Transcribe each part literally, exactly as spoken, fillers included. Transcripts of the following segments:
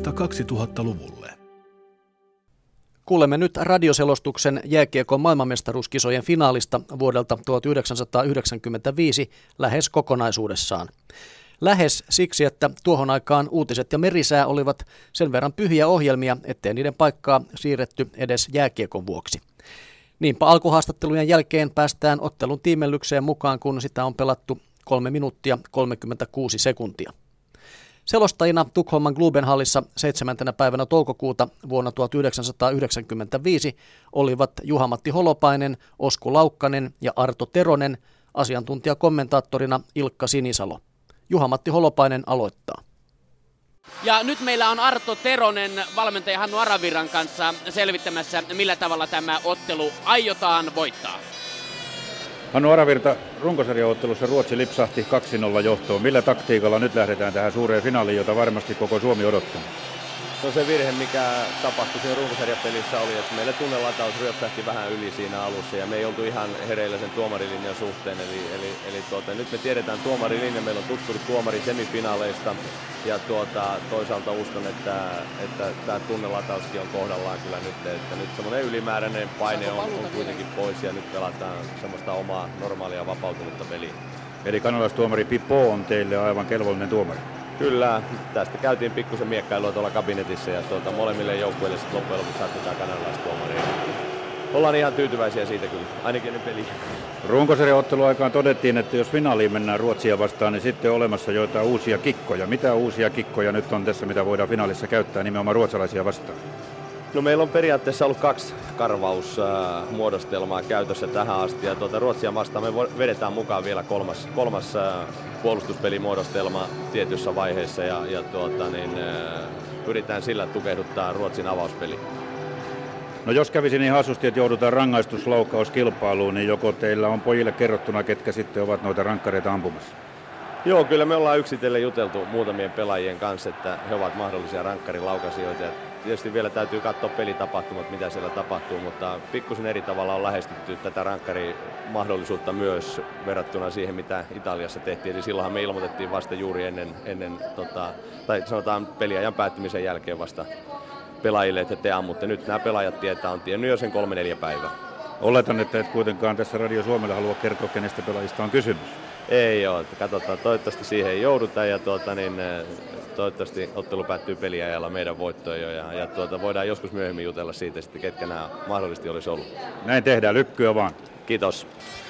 Suomesta kaksituhattaluvulle. Kuulemme nyt radioselostuksen jääkiekon maailmanmestaruuskisojen finaalista vuodelta tuhatyhdeksänsataayhdeksänkymmentäviisi lähes kokonaisuudessaan. Lähes siksi, että tuohon aikaan uutiset ja merisää olivat sen verran pyhiä ohjelmia, ettei niiden paikkaa siirretty edes jääkiekon vuoksi. Niinpä alkuhaastattelujen jälkeen päästään ottelun tiimellykseen mukaan, kun sitä on pelattu kolme minuuttia kolmekymmentäkuusi sekuntia. Selostajina Tukholman Globenhallissa seitsemäntenä päivänä toukokuuta vuonna tuhatyhdeksänsataayhdeksänkymmentäviisi olivat Juha-Matti Holopainen, Osku Laukkanen ja Arto Teronen, asiantuntijakommentaattorina Ilkka Sinisalo. Juha-Matti Holopainen aloittaa. Ja nyt meillä on Arto Teronen valmentaja Hannu Aravirran kanssa selvittämässä, millä tavalla tämä ottelu aiotaan voittaa. Hannu Aravirta, runkosarjaottelussa Ruotsi lipsahti kaksi nolla johtoon. Millä taktiikalla nyt lähdetään tähän suureen finaaliin, jota varmasti koko Suomi odottaa? No se virhe, mikä tapahtui siinä runkosarjapelissä oli, että meille tunnelataus ryöpsähti vähän yli siinä alussa ja me ei oltu ihan hereillä sen tuomarilinjan suhteen. Eli, eli, eli tuota, nyt me tiedetään tuomarilinja, meillä on tuttu tuomari semifinaaleista ja tuota, toisaalta uskon, että, että tämä tunnelatauskin on kohdallaan kyllä nyt. Että nyt semmoinen ylimääräinen paine on, on kuitenkin pois ja nyt pelataan semmoista omaa normaalia vapautunutta peliä. Eli kanalaistuomari Pipo on teille aivan kelvollinen tuomari. Kyllä, tästä käytiin pikkusen miekkailua tuolla kabinetissa ja tuota, molemmille joukkueille sitten loppujen lopuksi saatetaan kanalaistuomaria. Ollaan ihan tyytyväisiä siitä kyllä, ainakin ne peli. Runkosarjaotteluaikaan todettiin, että jos finaaliin mennään Ruotsia vastaan, niin sitten on olemassa joitain uusia kikkoja. Mitä uusia kikkoja nyt on tässä, mitä voidaan finaalissa käyttää nimenomaan ruotsalaisia vastaan? No meillä on periaatteessa ollut kaksi karvausmuodostelmaa käytössä tähän asti ja tuota, Ruotsia vastaan me vedetään mukaan vielä kolmas, kolmas puolustuspelimuodostelma tietyssä vaiheessa ja, ja tuota, niin, pyritään sillä tukehduttaa Ruotsin avauspeli. No jos kävisi niin hassusti, että joudutaan rangaistuslaukauskilpailuun, niin joko teillä on pojille kerrottuna, ketkä sitten ovat noita rankkareita ampumassa? Joo, kyllä me ollaan yksitellen juteltu muutamien pelaajien kanssa, että he ovat mahdollisia rankkarilaukaisijoita. Tietysti vielä täytyy katsoa pelitapahtumat, mitä siellä tapahtuu, mutta pikkusen eri tavalla on lähestytty tätä rankkarimahdollisuutta myös verrattuna siihen, mitä Italiassa tehtiin. Eli silloinhan me ilmoitettiin vasta juuri ennen, ennen tota, tai sanotaan peliajan päättymisen jälkeen vasta pelaajille, että te ammutte. Nyt nämä pelaajat tietää, on tiennyt jo sen kolme neljä päivää. Oletan, että et kuitenkaan tässä Radio Suomella halua kertoa, kenestä pelaajista on kysymys. Ei ole, katsotaan, toivottavasti siihen ei jouduta ja tuota, niin, toivottavasti ottelu päättyy peliajalla meidän voittoon jo ja, ja tuota, voidaan joskus myöhemmin jutella siitä, sitten, ketkä nämä mahdollisesti olisi ollut. Näin tehdään, lykkyä vaan. Kiitos.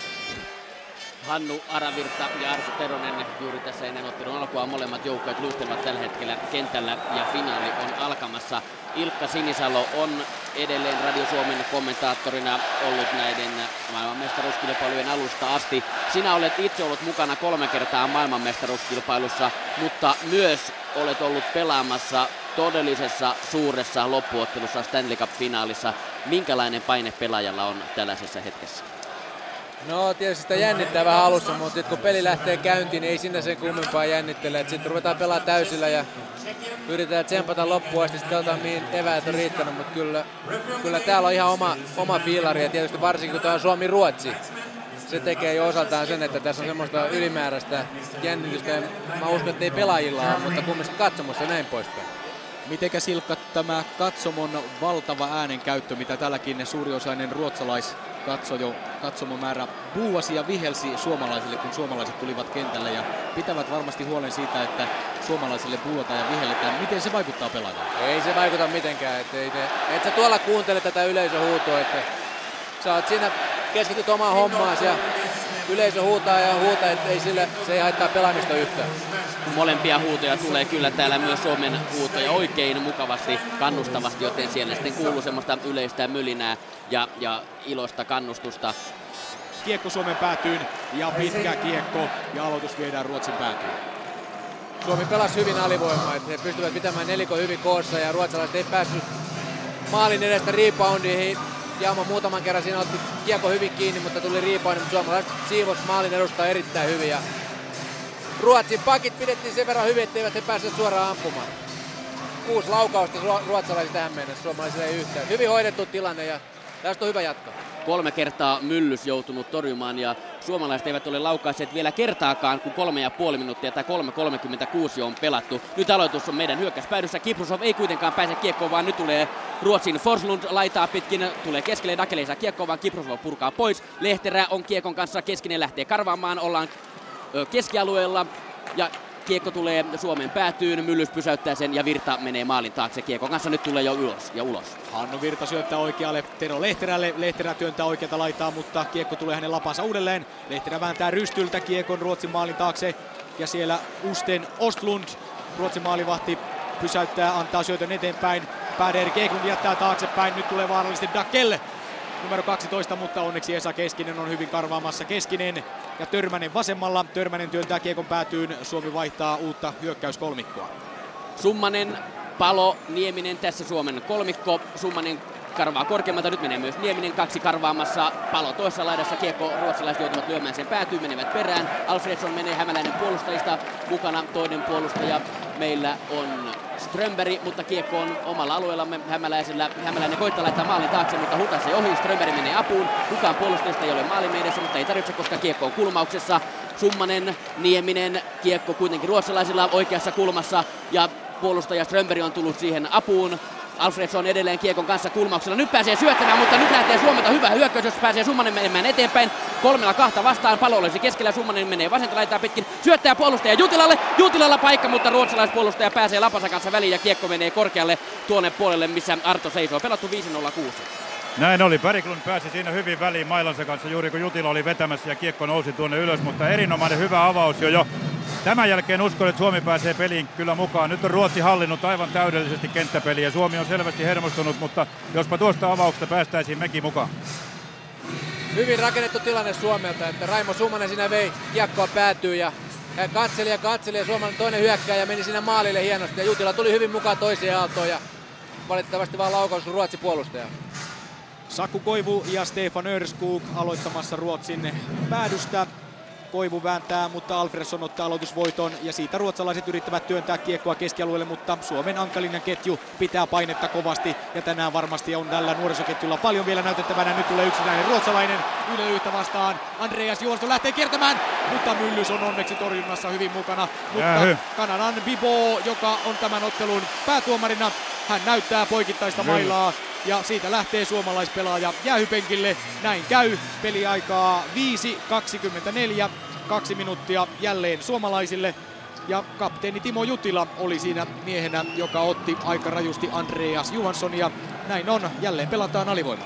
Hannu Aravirta ja Arto Teronen juuri tässä ennen ottelun alkua molemmat joukkueet luistelevat tällä hetkellä kentällä ja finaali on alkamassa. Ilkka Sinisalo on edelleen Radio Suomen kommentaattorina ollut näiden maailmanmestaruuskilpailujen alusta asti. Sinä olet itse ollut mukana kolme kertaa maailmanmestaruuskilpailussa, mutta myös olet ollut pelaamassa todellisessa suuressa loppuottelussa Stanley Cup-finaalissa. Minkälainen paine pelaajalla on tällaisessa hetkessä? No tietysti sitä jännittää vähän alussa, mutta sitten kun peli lähtee käyntiin, niin ei sinne sen kummempaa jännittele. Sitten ruvetaan pelaamaan täysillä ja yritetään tsempata loppuun asti, sitten katsotaan mihin eväät on riittänyt, mutta kyllä, kyllä täällä on ihan oma, oma fiilari ja tietysti varsinkin kun tämä on Suomi-Ruotsi. Se tekee jo osaltaan sen, että tässä on semmoista ylimääräistä jännitystä ja mä uskon, että ei pelaajilla ole, mutta kumminkin katsomossa ja näin poispäin. Mitenkäs Ilkka tämä katsomon valtava äänenkäyttö, mitä tälläkin suuriosainen ruotsalais katsojo, katsomomäärä buuasi ja vihelsi suomalaisille, kun suomalaiset tulivat kentälle ja pitävät varmasti huolen siitä, että suomalaisille buuataan ja vihelletään. Miten se vaikuttaa pelaajaan? Ei se vaikuta mitenkään. Et, ei te, et sä tuolla kuuntele tätä yleisöhuutoa, että sä oot siinä keskityt omaan hommaasi ja yleisö huutaa ja huutaa, että ei sille, se ei haittaa pelaamista yhtään. Molempia huutoja tulee kyllä täällä myös Suomen huutoja oikein mukavasti, kannustavasti, joten siellä sitten kuuluu semmoista yleistä mölinää ja, ja iloista kannustusta. Kiekko Suomen päätyyn ja pitkä kiekko ja aloitus viedään Ruotsin päätyyn. Suomi pelasi hyvin alivoimaa, että he pystyvät pitämään nelikon hyvin koossa ja ruotsalaiset ei päässyt maalin edestä reboundiin. Jaamo muutaman kerran siinä otti kiekko hyvin kiinni, mutta tuli rebound, mutta suomalaiset siivos maalin edustaa erittäin hyvin. Ja Ruotsin pakit pidettiin sen verran hyvin, etteivät he päässeet suoraan ampumaan. Kuusi laukausta ruotsalaiset tähän mennessä, suomalaisille ei yhtään. Hyvin hoidettu tilanne ja tästä on hyvä jatkaa. kolme kertaa Myllys joutunut torjumaan ja suomalaiset eivät ole laukaisseet vielä kertaakaan, kun kolme ja puoli minuuttia tai kolme kolmekymmentäkuusi on pelattu. Nyt aloitus on meidän hyökkäyspäädyssä. Kiprusov ei kuitenkaan pääse kiekkoon, vaan nyt tulee Ruotsin Forslund laitaa pitkin. Tulee keskelle, Dakele ei saa kiekkoon, vaan Kiprusov purkaa pois. Lehterä on kiekon kanssa, Keskinen lähtee karvaamaan, ollaan ö, keskialueella ja kiekko tulee Suomen päätyyn, Myllys pysäyttää sen ja Virta menee maalin taakse. Kiekon kanssa nyt tulee jo ulos ja ulos. Hannu Virta syöttää oikealle Tero Lehterälle. Lehterä työntää oikealta laitaa, mutta kiekko tulee hänen lapansa uudelleen. Lehterä vääntää rystyltä kiekon Ruotsin maalin taakse. Ja siellä Usten Ostlund, Ruotsin maalivahti, pysäyttää, antaa syötön eteenpäin. Päder Eklund jättää taaksepäin. Nyt tulee vaarallisesti Dakelle. Numero kaksitoista, mutta onneksi Esa Keskinen on hyvin karvaamassa. Keskinen ja Törmänen vasemmalla. Törmänen työntää kiekon päätyyn. Suomi vaihtaa uutta hyökkäyskolmikkoa. Summanen, Palo, Nieminen, tässä Suomen kolmikko. Summanen karvaa korkeammalta, nyt menee myös Nieminen, kaksi karvaamassa. Palo toisessa laidassa, kiekko ruotsalaiset joutuvat lyömään sen päätyyn, menevät perään. Alfredsson menee Hämäläinen puolustajista mukana, toinen puolustaja meillä on Strömberg, mutta kiekko on omalla alueellamme Hämäläisellä. Hämäläinen koittaa laittaa maalin taakse, mutta hutasee ohi. Strömberg menee apuun. Kukaan puolustajista ei ole maalin edessä, mutta ei tarvitse, koska kiekko on kulmauksessa. Summanen, Nieminen, kiekko kuitenkin ruotsalaisilla oikeassa kulmassa ja puolustaja Strömberg on tullut siihen apuun. Alfredsson edelleen kiekon kanssa kulmauksella. Nyt pääsee syöttämään, mutta nyt lähtee Suomelta hyvä hyökkäys, jos pääsee Summanen menemään eteenpäin. Kolmella kahta vastaan, Palo olisi keskellä, Summanen menee vasenta laitaa pitkin. Syöttää puolustaja Jutilalle, Jutilalla paikka, mutta ruotsalaispuolustaja pääsee lapansa kanssa väliin ja kiekko menee korkealle tuonne puolelle, missä Arto seisoo. Pelattu viisi nolla kuusi. Näin oli. Berglund pääsi siinä hyvin väliin mailansa kanssa juuri kun Jutila oli vetämässä ja kiekko nousi tuonne ylös, mutta erinomainen hyvä avaus jo jo. Tämän jälkeen uskon, että Suomi pääsee peliin kyllä mukaan. Nyt on Ruotsi hallinnut aivan täydellisesti kenttäpeliä. Suomi on selvästi hermostunut, mutta jospa tuosta avauksesta päästäisiin mekin mukaan. Hyvin rakennettu tilanne Suomelta, että Raimo Summanen siinä vei kiekkoa päätyy ja hän katseli ja katseli ja Suomen toinen hyökkääjä meni siinä maalille hienosti ja Jutila tuli hyvin mukaan toiseen aaltoon ja valitettavasti vaan laukaus Ruotsin puolustaja. Saku Koivu ja Stefan Örskog aloittamassa Ruotsin päädystä. Koivu vääntää, mutta Alfredsson ottaa aloitusvoiton ja siitä ruotsalaiset yrittävät työntää kiekkoa keskialueelle, mutta Suomen ankalinen ketju pitää painetta kovasti ja tänään varmasti on tällä nuorisoketjulla paljon vielä näytettävänä. Nyt tulee yksinäinen ruotsalainen yhden yhtä vastaan. Andreas Johansson lähtee kiertämään, mutta Myllys on onneksi torjunnassa hyvin mukana. Mutta Jäähy. Kanadan Bibo, joka on tämän ottelun päätuomarina, hän näyttää poikittaista mailaa. Ja siitä lähtee suomalaispelaaja jäähypenkille. Näin käy. Peliaikaa viisi kaksikymmentäneljä. Kaksi minuuttia jälleen suomalaisille. Ja kapteeni Timo Jutila oli siinä miehenä, joka otti aika rajusti Andreas Johanssonia. Näin on. Jälleen pelataan alivoimalla.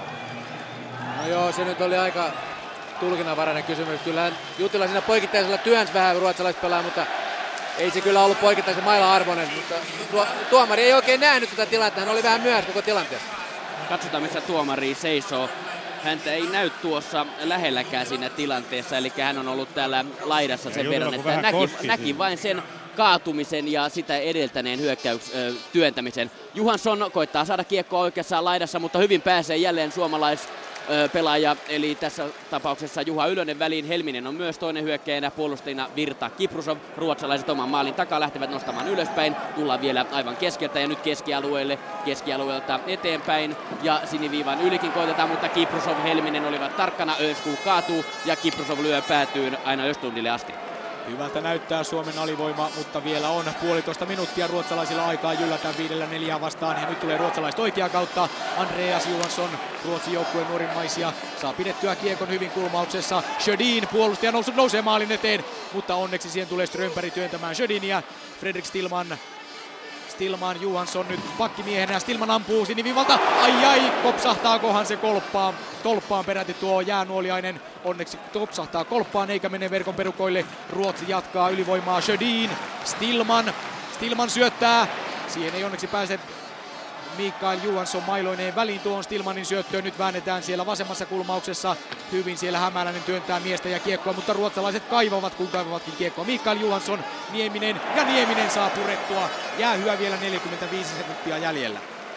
No joo, se nyt oli aika tulkinnanvarainen kysymys. Kyllähän Jutila siinä poikittaisella työns vähän ruotsalaispelaa, mutta ei se kyllä ollut poikittaisen maila-arvoinen. Mutta tuomari ei oikein nähnyt tätä tilannetta. Hän oli vähän myöhässä koko tilanteessa. Katsotaan, missä tuomari seisoo. Häntä ei näy tuossa lähelläkään siinä tilanteessa, eli hän on ollut täällä laidassa sen verran, että näki, näki vain sen kaatumisen ja sitä edeltäneen hyökkäys ö, työntämisen. Johansson koittaa saada kiekkoa oikeassa laidassa, mutta hyvin pääsee jälleen suomalais pelaaja, eli tässä tapauksessa Juha Ylönen väliin. Helminen on myös toinen hyökkäjänä, puolustajina Virta, Kiprusov. Ruotsalaiset oman maalin takaa lähtevät nostamaan ylöspäin. Tullaan vielä aivan keskeltä ja nyt keskialueelle, keskialueelta eteenpäin. Ja siniviivan ylikin koitetaan, mutta Kiprusov, Helminen olivat tarkkana. Öskuu kaatuu ja Kiprusov lyö päätyyn aina Östlundille asti. Hyvältä näyttää Suomen alivoima, mutta vielä on puolitoista minuuttia ruotsalaisilla aikaa jyllätä viidellä neljää vastaan. Ja nyt tulee ruotsalaiset oikea kautta. Andreas Johansson, Ruotsin joukkueen nuorimmaisia, saa pidettyä kiekon hyvin kulmauksessa. Sjödin puolustaja noussut nousee maalin eteen, mutta onneksi siihen tulee Strömberg työntämään Sjödinia. Fredrik Stillman. Stillman, Johansson nyt pakkimiehenä. Stillman ampuu siniviivalta. Ai ai, kopsahtaakohan se kolppaan. Tolppaan peräti tuo jäänuoliainen. Onneksi kopsahtaa kolppaan eikä mene verkon perukoille. Ruotsi jatkaa ylivoimaa. Sjödin, Stillman. Stillman syöttää. Siihen ei onneksi pääse Mikael Johansson mailoineen väliin tuon Stillmanin syöttöön. Nyt väännetään siellä vasemmassa kulmauksessa. Hyvin siellä Hämäläinen työntää miestä ja kiekkoa, mutta ruotsalaiset kaivavat, kun kaivavatkin kiekkoa. Mikael Johansson, Nieminen ja Nieminen saa purettua. Jäähyä vielä neljäkymmentäviisi sekuntia jäljellä.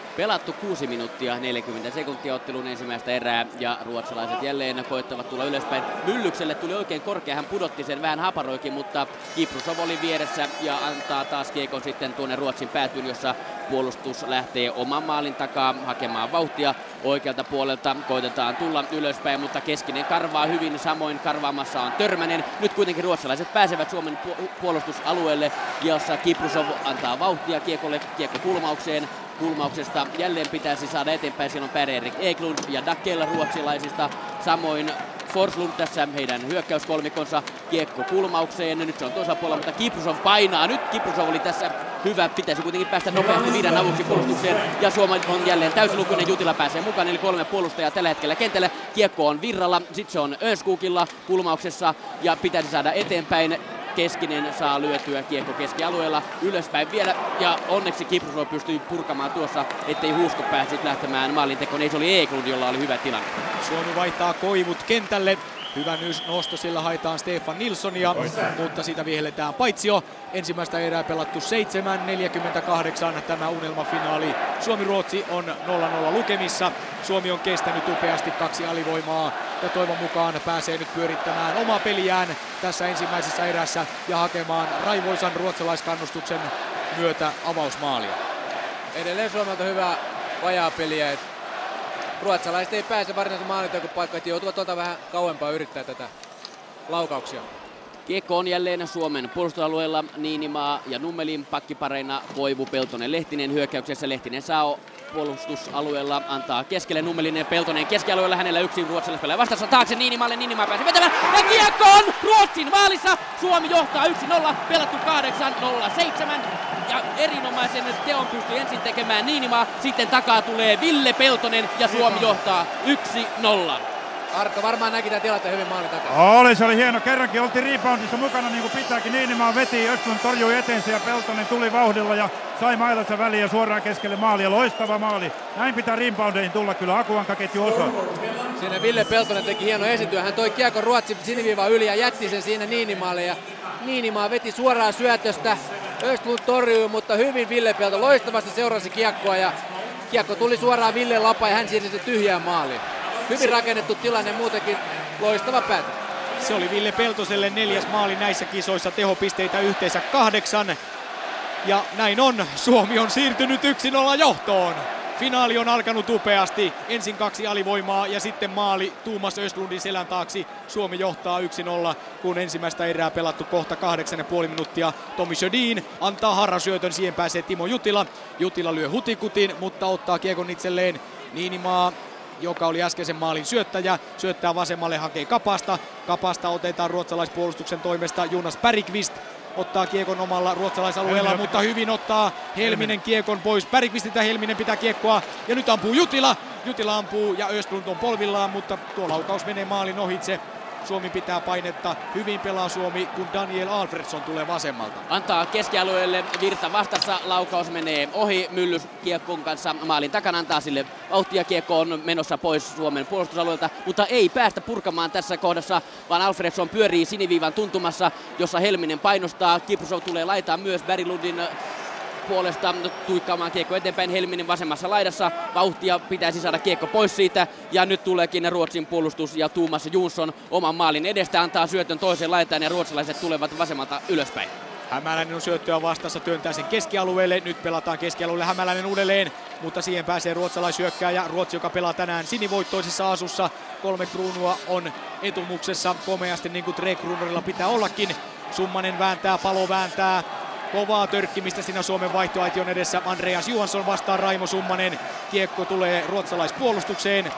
Pelattu kuusi minuuttia, neljäkymmentä sekuntia ottelun ensimmäistä erää ja ruotsalaiset jälleen koettavat tulla ylöspäin. Myllykselle tuli oikein korkea, hän pudotti sen, vähän haparoikin, mutta Kiprusov oli vieressä ja antaa taas kiekon sitten tuonne Ruotsin päätyyn, jossa puolustus lähtee oman maalin takaa hakemaan vauhtia. Oikealta puolelta koitetaan tulla ylöspäin, mutta keskinen karvaa hyvin, samoin karvaamassa on Törmänen. Nyt kuitenkin ruotsalaiset pääsevät Suomen puolustusalueelle, jossa Kiprusov antaa vauhtia kiekolle, kiekko kulmaukseen. Kulmauksesta jälleen pitäisi saada eteenpäin, siellä on Per-Erik Eklund ja Dackell ruotsilaisista. Samoin Forslund tässä heidän hyökkäyskolmikonsa, kiekko kulmaukseen, nyt se on toisella puolella, mutta Kiprusov painaa. Nyt Kiprusov oli tässä hyvä, pitäisi kuitenkin päästä nopeasti viiden avuksi puolustukseen. Ja Suomi on jälleen täysilukuinen, Jutila pääsee mukaan, eli kolme puolustajaa tällä hetkellä kentällä. Kiekko on Virralla, sitten se on Önskukilla kulmauksessa ja pitäisi saada eteenpäin. Keskinen saa lyötyä kiekko keskialueella ylöspäin vielä ja onneksi Kiprusov pystyy purkamaan tuossa, ettei Huusko päässyt lähtemään maalintekoon. Ei, se oli Eklund, jolla oli hyvä tilanne. Suomi vaihtaa Koivut kentälle. Hyvä nosto, sillä haetaan Stefan Nilssonia, mutta siitä vihelletään paitsio. Ensimmäistä erää pelattu seitsemän neljäkymmentäkahdeksan. Tämä unelmafinaali Suomi-Ruotsi on nolla nolla lukemissa. Suomi on kestänyt upeasti kaksi alivoimaa ja toivon mukaan pääsee nyt pyörittämään omaa peliään tässä ensimmäisessä erässä ja hakemaan raivoisan ruotsalaiskannustuksen myötä avausmaalia. Edelleen Suomelta hyvää vajaapeliä. Ruotsalaiset ei pääse varsinaisen maalintekopaikkaan, että joutuvat tuolta vähän kauempaa yrittää tätä laukauksia. Kiekko on jälleen Suomen puolustusalueella, Niinimaa ja Nummelin pakkipareina Koivu, Peltonen, Lehtinen hyökkäyksessä. Lehtinen saa puolustusalueella, antaa keskelle Nummelin ja Peltonen keskialueella, hänellä yksin ruotsalaispelaaja vastassa taakse Niinimaalle, Niinimaa pääsee vetämään ja kiekko on Ruotsin maalissa. Suomi johtaa yksi nolla, pelattu kahdeksan nolla seitsemän ja erinomaisen teon pystyy ensin tekemään Niinimaa, sitten takaa tulee Ville Peltonen ja Suomi johtaa yksi nolla. Arto varmaan näki tämän tilanteen hyvin maalin takaa. Oli, se oli hieno. Kerrankin oltiin reboundissa mukana niin kuin pitääkin. Niinimaa veti, Östlund torjui eteensä ja Peltonen tuli vauhdilla ja sai mailansa väliin ja suoraan keskelle maalia. Loistava maali. Näin pitää reboundeihin tulla kyllä Akuankka-ketju osa. Siinä Ville Peltonen teki hieno esityö. Hän toi kiekon Ruotsin siniviivaan yli ja jätti sen siinä Niinimaalle. Ja Niinimaa veti suoraan syötöstä. Östlund torjui, mutta hyvin Ville Peltonen loistavasti seurasi kiekkoa ja kiekko tuli suoraan Ville lapaan ja hän siirsi sen tyhjään maaliin. Hyvin rakennettu tilanne, muutenkin loistava päätö. Se oli Ville Peltoselle neljäs maali näissä kisoissa, tehopisteitä yhteensä kahdeksan. Ja näin on, Suomi on siirtynyt yksi nolla johtoon. Finaali on alkanut upeasti, ensin kaksi alivoimaa ja sitten maali Tuomas Östlundin selän taaksi. Suomi johtaa yksi nolla, kun ensimmäistä erää pelattu kohta kahdeksan ja puoli minuuttia. Tommy Sjödin antaa harrasyötön, siihen pääsee Timo Jutila. Jutila lyö hutikutin, mutta ottaa kiekon itselleen. Niinimaa, joka oli äskeisen maalin syöttäjä, syöttää vasemmalle, hakee Kapasta. Kapasta otetaan ruotsalaispuolustuksen toimesta Jonas Bergqvist. Ottaa kiekon omalla ruotsalaisalueella, mutta hyvin ottaa Helminen kiekon pois. Bergqvistiltä Helminen pitää kiekkoa ja nyt ampuu Jutila. Jutila ampuu ja Östlund on polvillaan, mutta tuo laukaus menee maalin ohitse. Suomi pitää painetta. Hyvin pelaa Suomi, kun Daniel Alfredsson tulee vasemmalta. Antaa keskialueelle, Virta vastassa, laukaus menee ohi Myllys kiekkon kanssa maalin takana, antaa sille vauhtia, kiekko on menossa pois Suomen puolustusalueelta, mutta ei päästä purkamaan tässä kohdassa, vaan Alfredsson pyörii siniviivan tuntumassa, jossa Helminen painostaa. Kiprusov tulee laitaan myös Berglundin puolesta tuikkaamaan kiekko eteenpäin, Helminen vasemmassa laidassa, vauhtia pitäisi saada kiekko pois siitä ja nyt tuleekin Ruotsin puolustus ja Tuomas Jonsson oman maalin edestä antaa syötön toiseen laitaan ja ruotsalaiset tulevat vasemmalta ylöspäin. Hämäläinen on syöttöä vastassa, työntää sen keskialueelle, nyt pelataan keskialueelle Hämäläinen uudelleen, mutta siihen pääsee ruotsalaishyökkääjä, Ruotsi joka pelaa tänään sinivoittoisessa asussa, kolme kruunua on etumuksessa komeasti niin kuin Tre Kruunorilla pitää ollakin, Summanen vääntää, Palo vääntää. Kovaa törkkimistä siinä Suomen vaihtoaition edessä. Andreas Johansson vastaa Raimo Summanen. Kiekko tulee ruotsalaispuolustukseen.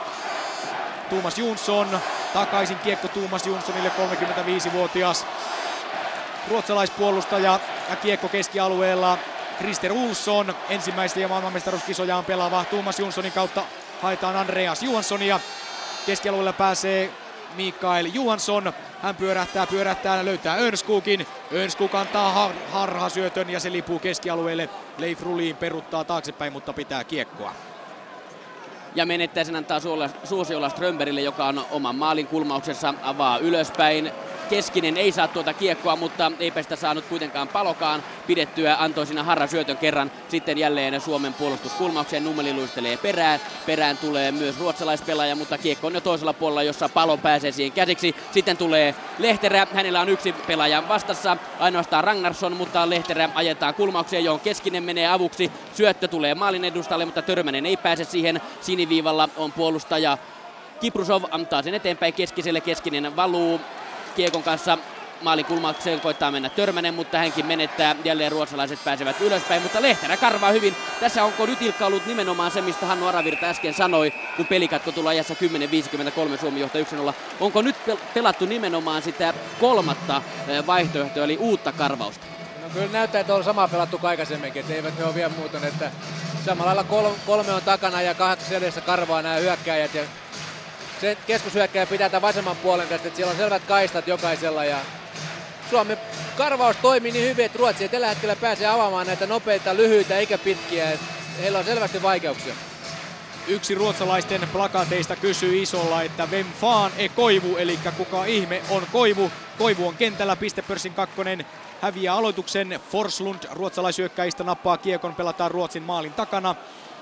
Tuomas Jonsson. Takaisin kiekko Tuomas Jonssonille, kolmekymmentäviisivuotias ruotsalaispuolustaja. Ja kiekko keskialueella. Christer Olsson. Ensimmäistä ja maailmanmestaruuskisojaan pelaava Tuomas Jonssonin kautta haetaan Andreas Johanssonia. Keskialueella pääsee Mikael Johansson. Hän pyörähtää, pyörähtää, löytää Örnskoogin. Örnskog antaa har- harhasyötön ja se lipuu keskialueelle. Leif Rulin peruttaa taaksepäin, mutta pitää kiekkoa. Ja menettää sen antaa Suosiola Strömbergille, joka on oman maalin kulmauksessa, avaa ylöspäin. Keskinen ei saa tuota kiekkoa, mutta eipä sitä saanut kuitenkaan Palokaan pidettyä. Antoi siinä Harra syötön kerran. Sitten jälleen Suomen puolustuskulmaukseen. Nummeli luistelee perään. Perään tulee myös ruotsalaispelaaja, mutta kiekko on jo toisella puolella, jossa Palo pääsee siihen käsiksi. Sitten tulee Lehterä. Hänellä on yksi pelaaja vastassa. Ainoastaan Ragnarsson, mutta Lehterä ajetaan kulmaukseen, johon Keskinen menee avuksi. Syöttö tulee maalin edustalle, mutta Törmänen ei pääse siihen. Siniviivalla on puolustaja Kiprusov, antaa sen eteenpäin Keskiselle. Keskinen valuu kiekon kanssa maalin kulmaukseen, koittaa mennä Törmänen, mutta hänkin menettää. Jälleen ruotsalaiset pääsevät ylöspäin, mutta Lehterä karvaa hyvin. Tässä onko nyt Ilkka ollut nimenomaan se, mistä Hannu Aravirta äsken sanoi, kun pelikatko tuli ajassa kymmenen viisikymmentäkolme, Suomi johtaa yksi nolla. Onko nyt pelattu nimenomaan sitä kolmatta vaihtoehtoa, eli uutta karvausta? No kyllä näyttää, että on samaa pelattu kuin aikaisemminkin, että eivät he ole vielä muutuneet. Että samalla lailla kol- kolme on takana ja kahdeksan edessä karvaa nämä hyökkääjät. Ja se keskushyökkääjä pitää tämän vasemman puolen tästä, että siellä on selvät kaistat jokaisella. Ja Suomen karvaus toimii niin hyvin, että Ruotsi ei tällä hetkellä pääse avaamaan näitä nopeita, lyhyitä eikä pitkiä. Että heillä on selvästi vaikeuksia. Yksi ruotsalaisten plakateista kysyy isolla, että vem fan e Koivu, eli kuka ihme on Koivu. Koivu on kentällä, pistepörssin kakkonen, häviää aloituksen. Forslund ruotsalaisyökkäistä nappaa kiekon, pelataan Ruotsin maalin takana.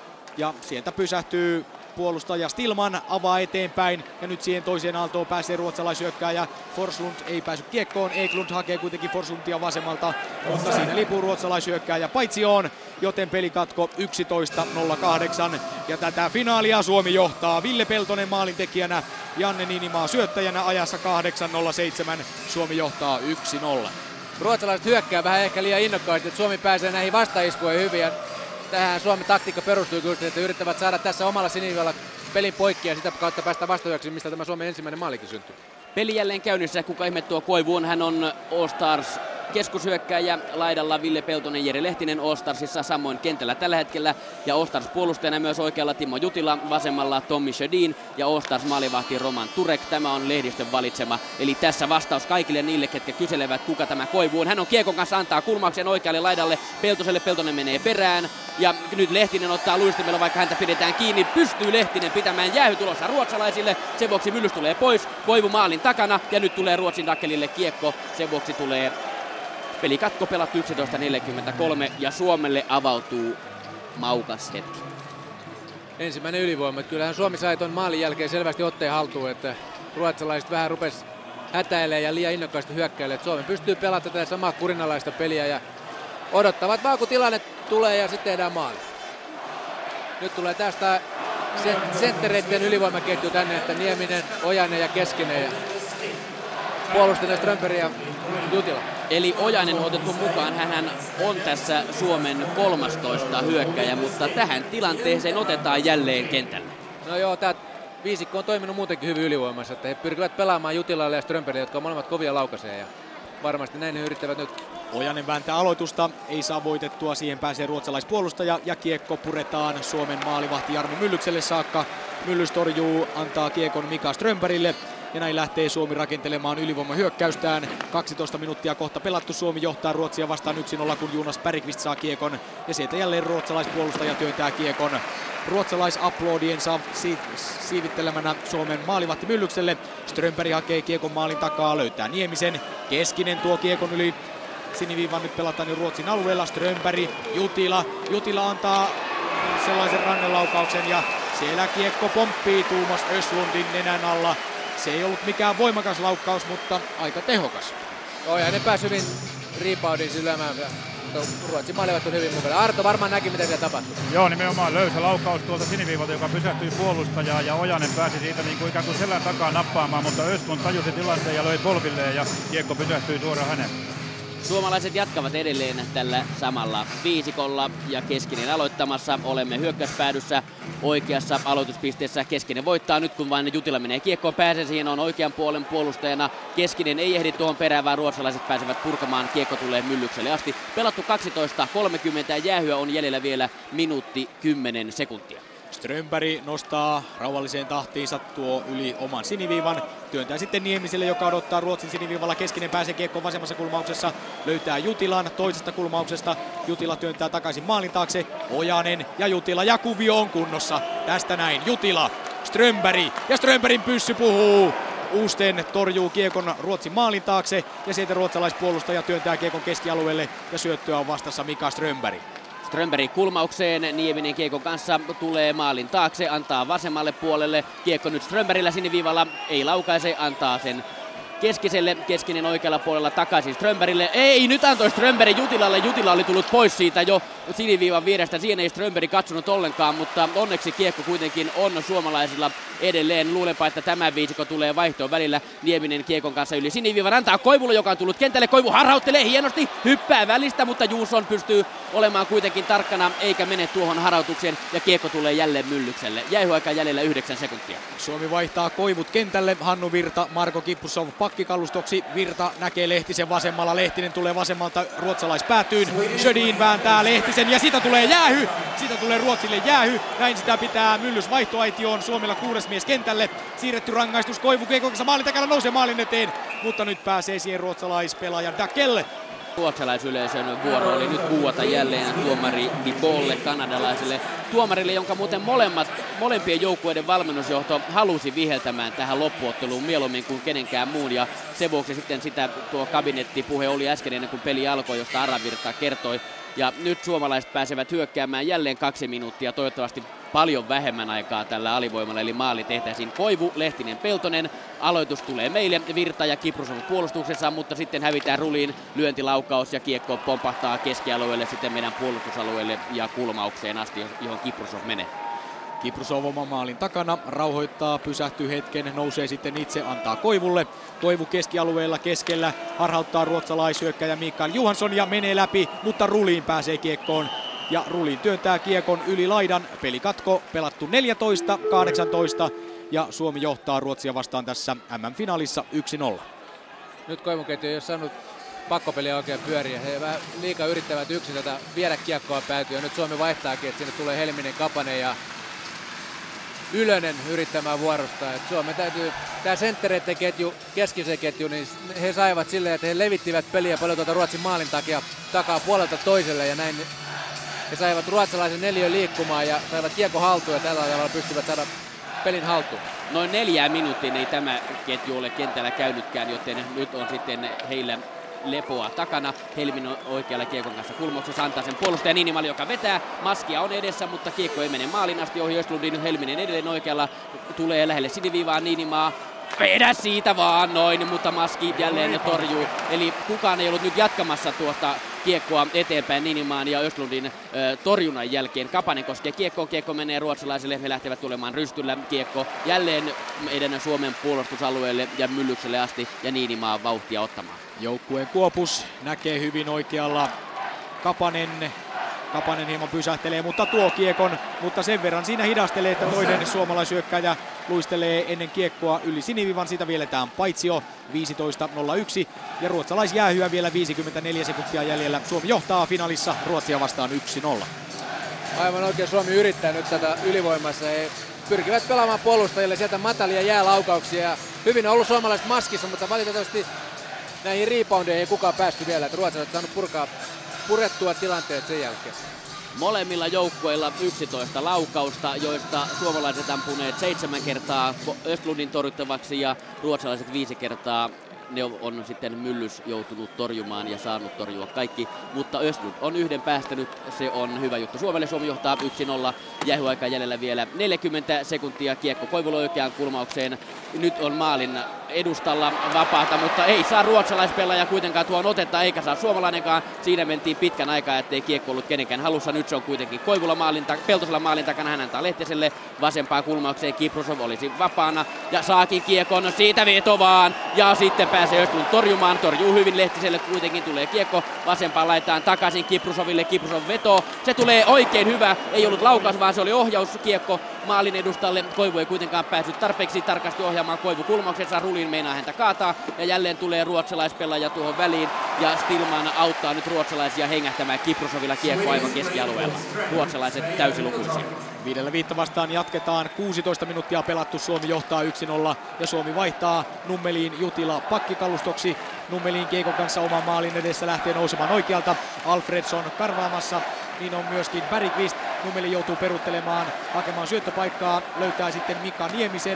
Ja sieltä pysähtyy puolustaja Stillman, avaa eteenpäin ja nyt siihen toiseen aaltoon pääsee ruotsalaisyökkääjä. Forslund ei päässyt kiekkoon, Eklund hakee kuitenkin Forslundia vasemmalta, mutta siinä lipuu ruotsalaisyökkääjä paitsioon, joten pelikatko yksitoista nolla kahdeksan. Ja tätä finaalia Suomi johtaa. Ville Peltonen maalintekijänä, Janne Niinimaa syöttäjänä ajassa kahdeksan nolla seitsemän. Suomi johtaa yksi nolla. Ruotsalaiset hyökkää vähän ehkä liian innokkaasti, että Suomi pääsee näihin vastaiskuihin hyvin. Ja tähän Suomen taktiikka perustuu kyllä, että yrittävät saada tässä omalla siniviivalla pelin poikki ja sitä kautta päästä vastahyöksi, mistä tämä Suomen ensimmäinen maalikin syntyy. Peli jälleen käynnissä, kuka ihme tuo Koivu on, hän on All Stars keskushyökkääjä, laidalla Ville Peltonen, Jere Lehtinen All Starsissa, samoin kentällä tällä hetkellä, ja All Stars puolustajana myös oikealla Timo Jutila, vasemmalla Tommy Sjödin ja All Stars maalivahti Roman Turek. Tämä on lehdistön valitsema, eli tässä vastaus kaikille niille, ketkä kyselevät, kuka tämä Koivu on. Hän on kiekon kanssa, antaa kulmauksen oikealle laidalle Peltoselle, Peltonen menee perään, ja nyt Lehtinen ottaa luistimella, vaikka häntä pidetään kiinni, pystyy Lehtinen pitämään jäähy tulossa ruotsalaisille, sen vuoksi Myllys tulee pois, Koivu maalin takana, ja nyt tulee Ruotsin dakkelille kiekko, sen vuoksi tulee pelikatko pelattu yksitoista neljäkymmentäkolme ja Suomelle avautuu maukas hetki. Ensimmäinen ylivoima. Kyllähän Suomi sai ton maalin jälkeen selvästi otteen haltuun, että ruotsalaiset vähän rupes hätäilemään ja liian innokkaasti hyökkäilemään. Suomi pystyy pelaamaan tätä samaa kurinalaista peliä ja odottavat vaan kun tilanne tulee ja sitten tehdään maali. Nyt tulee tästä senttereiden ylivoimaketju tänne, että Nieminen, Ojanen ja Keskinen ja puolustajana Strömberg ja Jutila. Eli Ojanen on otettu mukaan, hän on tässä Suomen kolmastoista hyökkäjä, mutta tähän tilanteeseen otetaan jälleen kentälle. No joo, tämä viisikko on toiminut muutenkin hyvin ylivoimassa, että he pyrkivät pelaamaan Jutilalle ja Strömbergille, jotka on molemmat kovia laukaisee ja varmasti näin he yrittävät nyt. Ojanen vääntää aloitusta, ei saa voitettua, siihen pääsee ruotsalaispuolustaja ja kiekko puretaan Suomen maalivahti Jarmo Myllykselle saakka. Myllys torjuu, antaa kiekon Mika Strömbergille. Ja näin lähtee Suomi rakentelemaan ylivoimahyökkäystään. kaksitoista minuuttia kohta pelattu. Suomi johtaa Ruotsia vastaan yksi nolla, kun Jonas Bergqvist saa kiekon. Ja sieltä jälleen ruotsalaispuolustaja työntää kiekon. Ruotsalais-uploadien saa si- siivittelemänä Suomen maalivahti Myllykselle. Strömberg hakee kiekon maalin takaa, löytää Niemisen. Keskinen tuo kiekon yli. Siniviivan nyt pelataan jo Ruotsin alueella. Strömberg, Jutila. Jutila antaa sellaisen rannelaukauksen ja siellä kiekko pomppii Tuomas Östlundin nenän alla. Se ei ollut mikään voimakas laukkaus, mutta aika tehokas. Ojanen pääsi hyvin reboundin sylemään. Ruotsin maalivat on hyvin mukana. Arto varmaan näki, mitä siellä tapahtui. Joo, nimenomaan löysä laukaus tuolta siniviivalta, joka pysähtyi puolustajaa ja Ojanen pääsi siitä niin kuin ikään kuin selän takaa nappaamaan, mutta Östlund tajusi tilanteen ja löi polvilleen ja kiekko pysähtyi suoraan häneen. Suomalaiset jatkavat edelleen tällä samalla viisikolla ja Keskinen aloittamassa. Olemme hyökkäyspäädyssä oikeassa aloituspisteessä. Keskinen voittaa nyt, kun vain Jutila menee kiekkoon. Pääsee siihen, on oikean puolen puolustajana. Keskinen ei ehdi tuohon perään, vaan ruotsalaiset pääsevät purkamaan. Kiekko tulee Myllykselle asti. Pelattu kaksitoista kolmekymmentä ja jäähyä on jäljellä vielä minuutti kymmenen sekuntia. Strömberg nostaa rauhalliseen tahtiinsa tuo yli oman siniviivan. Työntää sitten Niemiselle, joka odottaa Ruotsin siniviivalla. Keskinen pääsee kiekkoon vasemmassa kulmauksessa. Löytää Jutilan toisesta kulmauksesta. Jutila työntää takaisin maalin taakse. Ojanen ja Jutila ja kuvio on kunnossa. Tästä näin Jutila, Strömberg ja Strömbergin pyssy puhuu. Uusten torjuu kiekon Ruotsin maalin taakse ja sieltä ruotsalaispuolustaja työntää kiekon keskialueelle ja syöttöä on vastassa Mika Strömberg. Strömberg kulmaukseen, Nieminen kiekon kanssa tulee maalin taakse, antaa vasemmalle puolelle. Kiekko nyt Strömbergillä siniviivalla, ei laukaise, antaa sen keskiselle, keskinen oikealla puolella takaisin Strömbergille. Ei, nyt antoi Strömberg Jutilalle, Jutila oli tullut pois siitä jo siniviivan vierestä. Siihen ei Strömberg katsonut ollenkaan, mutta onneksi kiekko kuitenkin on suomalaisilla edelleen. Luulenpa, että tämä viisikko tulee vaihtoon välillä. Nieminen kiekon kanssa yli siniviivan, antaa Koivulle, joka on tullut kentälle. Koivu harhauttelee hienosti, hyppää välistä, mutta Juuson pystyy olemaan kuitenkin tarkkana, eikä mene tuohon harautukseen. Ja kiekko tulee jälleen Myllykselle. Jäihyaikaa jäljellä yhdeksän sekuntia. Suomi vaihtaa Koivut kentälle. Hannu Virta, Marko Kiprusov pakkikalustoksi. Virta näkee Lehtisen vasemmalla. Lehtinen tulee vasemmalta ruotsalaispäätyyn. Sjödin vääntää Lehtisen ja siitä tulee jäähy. Siitä tulee Ruotsille jäähy. Näin sitä pitää Myllys vaihtoaitioon. Suomella kuudes mies kentälle. Siirretty rangaistus Koivu kiekon kanssa maalin takana, nousee maalin eteen. Mutta nyt pääsee siihen ruotsalaispelaaja Dakelle. Ruotsalaisyleisön vuoro oli nyt huuata jälleen tuomari Dibolle, kanadalaiselle tuomarille, jonka muuten molemmat, molempien joukkueiden valmennusjohto halusi viheltämään tähän loppuotteluun mieluummin kuin kenenkään muun. Ja sen vuoksi sitten sitä tuo kabinettipuhe oli äsken ennen kuin peli alkoi, josta Aravirta kertoi. Ja nyt suomalaiset pääsevät hyökkäämään jälleen kaksi minuuttia, toivottavasti paljon vähemmän aikaa tällä alivoimalla, eli maali tehtäisiin Koivu, Lehtinen, Peltonen. Aloitus tulee meille, Virta ja Kiprusov puolustuksessa, mutta sitten hävitään Ruliin lyöntilaukaus ja kiekko pompahtaa keskialueelle, sitten meidän puolustusalueelle ja kulmaukseen asti, johon Kiprusov menee. Kiprusov oman maalin takana, rauhoittaa, pysähtyy hetken, nousee sitten itse, antaa Koivulle. Koivu keskialueella keskellä, harhauttaa ruotsalaishyökkäjä Mikael Johansson ja menee läpi, mutta Ruliin pääsee kiekkoon. Ja Ruliin työntää kiekon yli laidan, pelikatko pelattu neljätoista kahdeksantoista ja Suomi johtaa Ruotsia vastaan tässä M M-finaalissa yksi nolla. Nyt Koivun ketju ei ole saanut pakkopeliä oikein pyöriä. He vähän liikaa yrittävät yksin tätä viedä kiekkoa päätyä. Ja nyt Suomi vaihtaakin, että sinne tulee Helminen, Kapanen ja Ylönen yrittämään vuorostaa. Et Suomen täytyy, tämä senttereiden ketju, keskisen ketju, niin he saivat silleen, että he levittivät peliä paljon tuota Ruotsin maalin takia takaa puolelta toiselle ja näin he saivat ruotsalaisen neliön liikkumaan ja saivat kiekko haltuun ja tällä tavalla pystyvät saada pelin haltuun. Noin neljään minuuttiin ei tämä ketju ole kentällä käynytkään, joten nyt on sitten heillä lepoa takana. Helminen oikealla kiekon kanssa kulmauksessa antaa sen puolustaja Niinimaa, joka vetää. Maskia on edessä, mutta kiekko ei mene maalin asti ohi Östlundin. Helminen edelleen oikealla tulee lähelle siniviivaa Niinimaa. Vedä siitä vaan noin, mutta Maski jälleen torjuu. Eli kukaan ei ollut nyt jatkamassa tuosta kiekkoa eteenpäin Niinimaan ja Östlundin ö, torjunnan jälkeen. Kapanen koskee kiekkoon, kiekko menee ruotsalaisille, he lähtevät tulemaan rystyllä. Kiekko jälleen meidän Suomen puolustusalueelle ja Myllykselle asti ja Niinimaa vauhtia ottamaan. Joukkueen Kuopus näkee hyvin oikealla Kapanen. Kapanen hieman pysähtelee, mutta tuo kiekon, mutta sen verran siinä hidastelee, että toinen suomalaisyökkäjä luistelee ennen kiekkoa yli sinivivan. Siitä vieletään paitsio viisitoista nolla yksi ja ruotsalaisjäähyä vielä viisikymmentäneljä sekuntia jäljellä. Suomi johtaa finaalissa Ruotsia vastaan yksi nolla. Aivan oikein, Suomi yrittää nyt tätä ylivoimassa. He pyrkivät pelaamaan puolustajille sieltä matalia jäälaukauksia. Hyvin on ollut suomalaiset maskissa, mutta valitettavasti näihin reboundeihin ei kukaan päästy vielä. Että ruotsalaiset saanut purkaa purettua tilanteet sen jälkeen. Molemmilla joukkueilla yksitoista laukausta, joista suomalaiset ampuneet seitsemän kertaa Östlundin torjuttavaksi ja ruotsalaiset viisi kertaa. Ne on sitten Myllys joutunut torjumaan ja saanut torjua kaikki, mutta Östlund on yhden päästänyt, se on hyvä juttu Suomelle. Suomi johtaa yksi nolla, jäähyaikaa jäljellä vielä neljäkymmentä sekuntia, kiekko Koivulle oikeaan kulmaukseen. Nyt on maalin edustalla vapaata, mutta ei saa ruotsalaispelaaja kuitenkaan tuon otetta, eikä saa suomalainenkaan. Siinä mentiin pitkän aikaa, ettei kiekko ollut kenenkään halussa. Nyt se on kuitenkin Koivulla maalin ta- Peltosella maalin takana, hän antaa Lehtiselle vasempaan kulmaukseen. Kiprusov olisi vapaana ja saakin kiekon, siitä veto vaan ja sitten pääsee Östlund torjumaan, torjuu hyvin Lehtiselle, kuitenkin tulee kiekko vasempaan, laitetaan takaisin Kiprusoville, Kiprusov vetoo, se tulee oikein hyvä, ei ollut laukaus vaan se oli ohjauskiekko maalin edustalle. Koivu ei kuitenkaan päässyt tarpeeksi tarkasti ohjaamaan, Koivu kulmauksessa, Ruliin meinaa häntä kaataa ja jälleen tulee ruotsalaispelaaja tuohon väliin ja Stillman auttaa nyt ruotsalaisia hengähtämään. Kiprusovilla kiekko aivan keskialueella, ruotsalaiset täysilukuisia. Viidellä viittä vastaan jatketaan, kuusitoista minuuttia pelattu, Suomi johtaa yksi nolla ja Suomi vaihtaa Nummeliin Jutila pakkikalustoksi. Nummeliin kiekon kanssa oman maalin edessä lähtee nousemaan oikealta, Alfredsson karvaamassa, niin on myöskin Bergqvist. Nummeli joutuu peruttelemaan, hakemaan syöttöpaikkaa, löytää sitten Mika Niemisen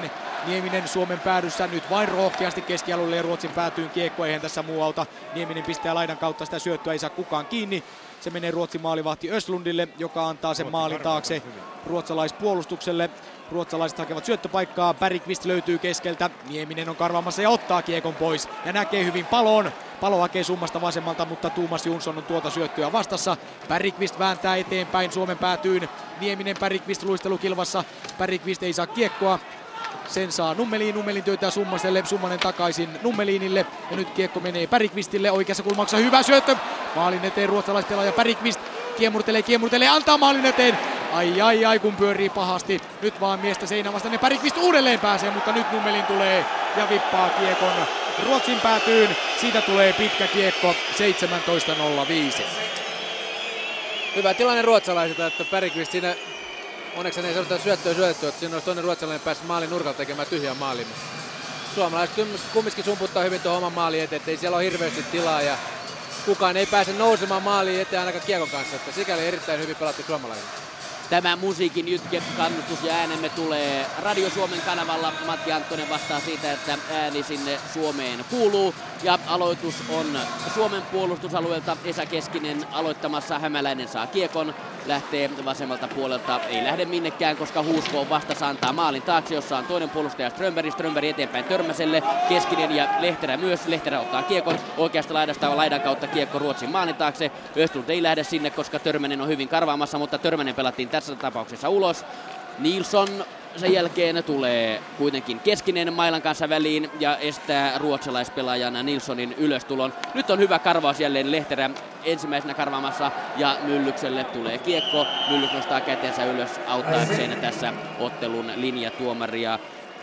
Nieminen Suomen päädyssä nyt vain rohkeasti keskialueelle ja Ruotsin päätyyn kiekko, eihän tässä muu auta. Nieminen pistää laidan kautta, sitä syöttöä ei saa kukaan kiinni. Se menee Ruotsin maalivahti Östlundille, joka antaa sen maalin taakse ruotsalaispuolustukselle. Ruotsalaiset hakevat syöttöpaikkaa, Bergqvist löytyy keskeltä, Nieminen on karvaamassa ja ottaa kiekon pois ja näkee hyvin Palon. Palo hakee summasta vasemmalta, mutta Thomas Jonsson on tuota syöttöä vastassa. Bergqvist vääntää eteenpäin Suomen päätyyn, Nieminen Bergqvist luistelukilvassa, Bergqvist ei saa kiekkoa. Sen saa Nummelin, Nummelin työtää Summaselle, Summanen takaisin Nummelinille ja nyt kiekko menee Bergqvistille oikeassa kulmauksessa, hyvä syöttö. Maalin eteen ruotsalaispelaaja Bergqvist kiemurtelee, kiemurtelee, antaa maalin eteen. Ai ai ai kun pyörii pahasti, nyt vaan miestä seinä vastainen, Bergqvist uudelleen pääsee, mutta nyt Nummelin tulee ja vippaa kiekon Ruotsin päätyyn. Siitä tulee pitkä kiekko, seitsemäntoista nolla viisi. Hyvä tilanne ruotsalaisilta, että Bergqvist siinä, onneksi ei saada syöttöä syöttöä, että siinä olisi toinen ruotsalainen päässyt maalin nurkalta tekemään tyhjän maalin. Suomalaiset kumminkin sumputtaa hyvin tuon oman maalin eteen, ettei siellä ole hirveästi tilaa ja kukaan ei pääse nousemaan maaliin eteen ainakaan kiekon kanssa, että sikäli erittäin hyvin pelattu suomalainen. Tämä musiikin jytke, kannustus ja äänemme tulee Radio Suomen kanavalla. Matti Anttonen vastaa siitä, että ääni sinne Suomeen kuuluu. Ja aloitus on Suomen puolustusalueelta. Esa Keskinen aloittamassa. Hämäläinen saa kiekon. Lähtee vasemmalta puolelta. Ei lähde minnekään, koska Huusko on vastassa, antaa maalin taakse, jossa on toinen puolustaja Strömberg. Strömberg eteenpäin Törmäselle. Keskinen ja Lehterä myös. Lehterä ottaa kiekon. Oikeasta laidasta laidan kautta kiekko Ruotsin maalin taakse. Östlund ei lähde sinne, koska Törmänen on hyvin karvaamassa, mutta Törmänen pelattiin tässä tapauksessa ulos. Nilsson sen jälkeen tulee kuitenkin Keskinen mailan kanssa väliin ja estää ruotsalaispelaajana Nilssonin ylöstulon. Nyt on hyvä karvaus jälleen, Lehterä ensimmäisenä karvaamassa ja Myllykselle tulee kiekko. Myllyks nostaa kätensä ylös auttaakseen tässä ottelun linjatuomaria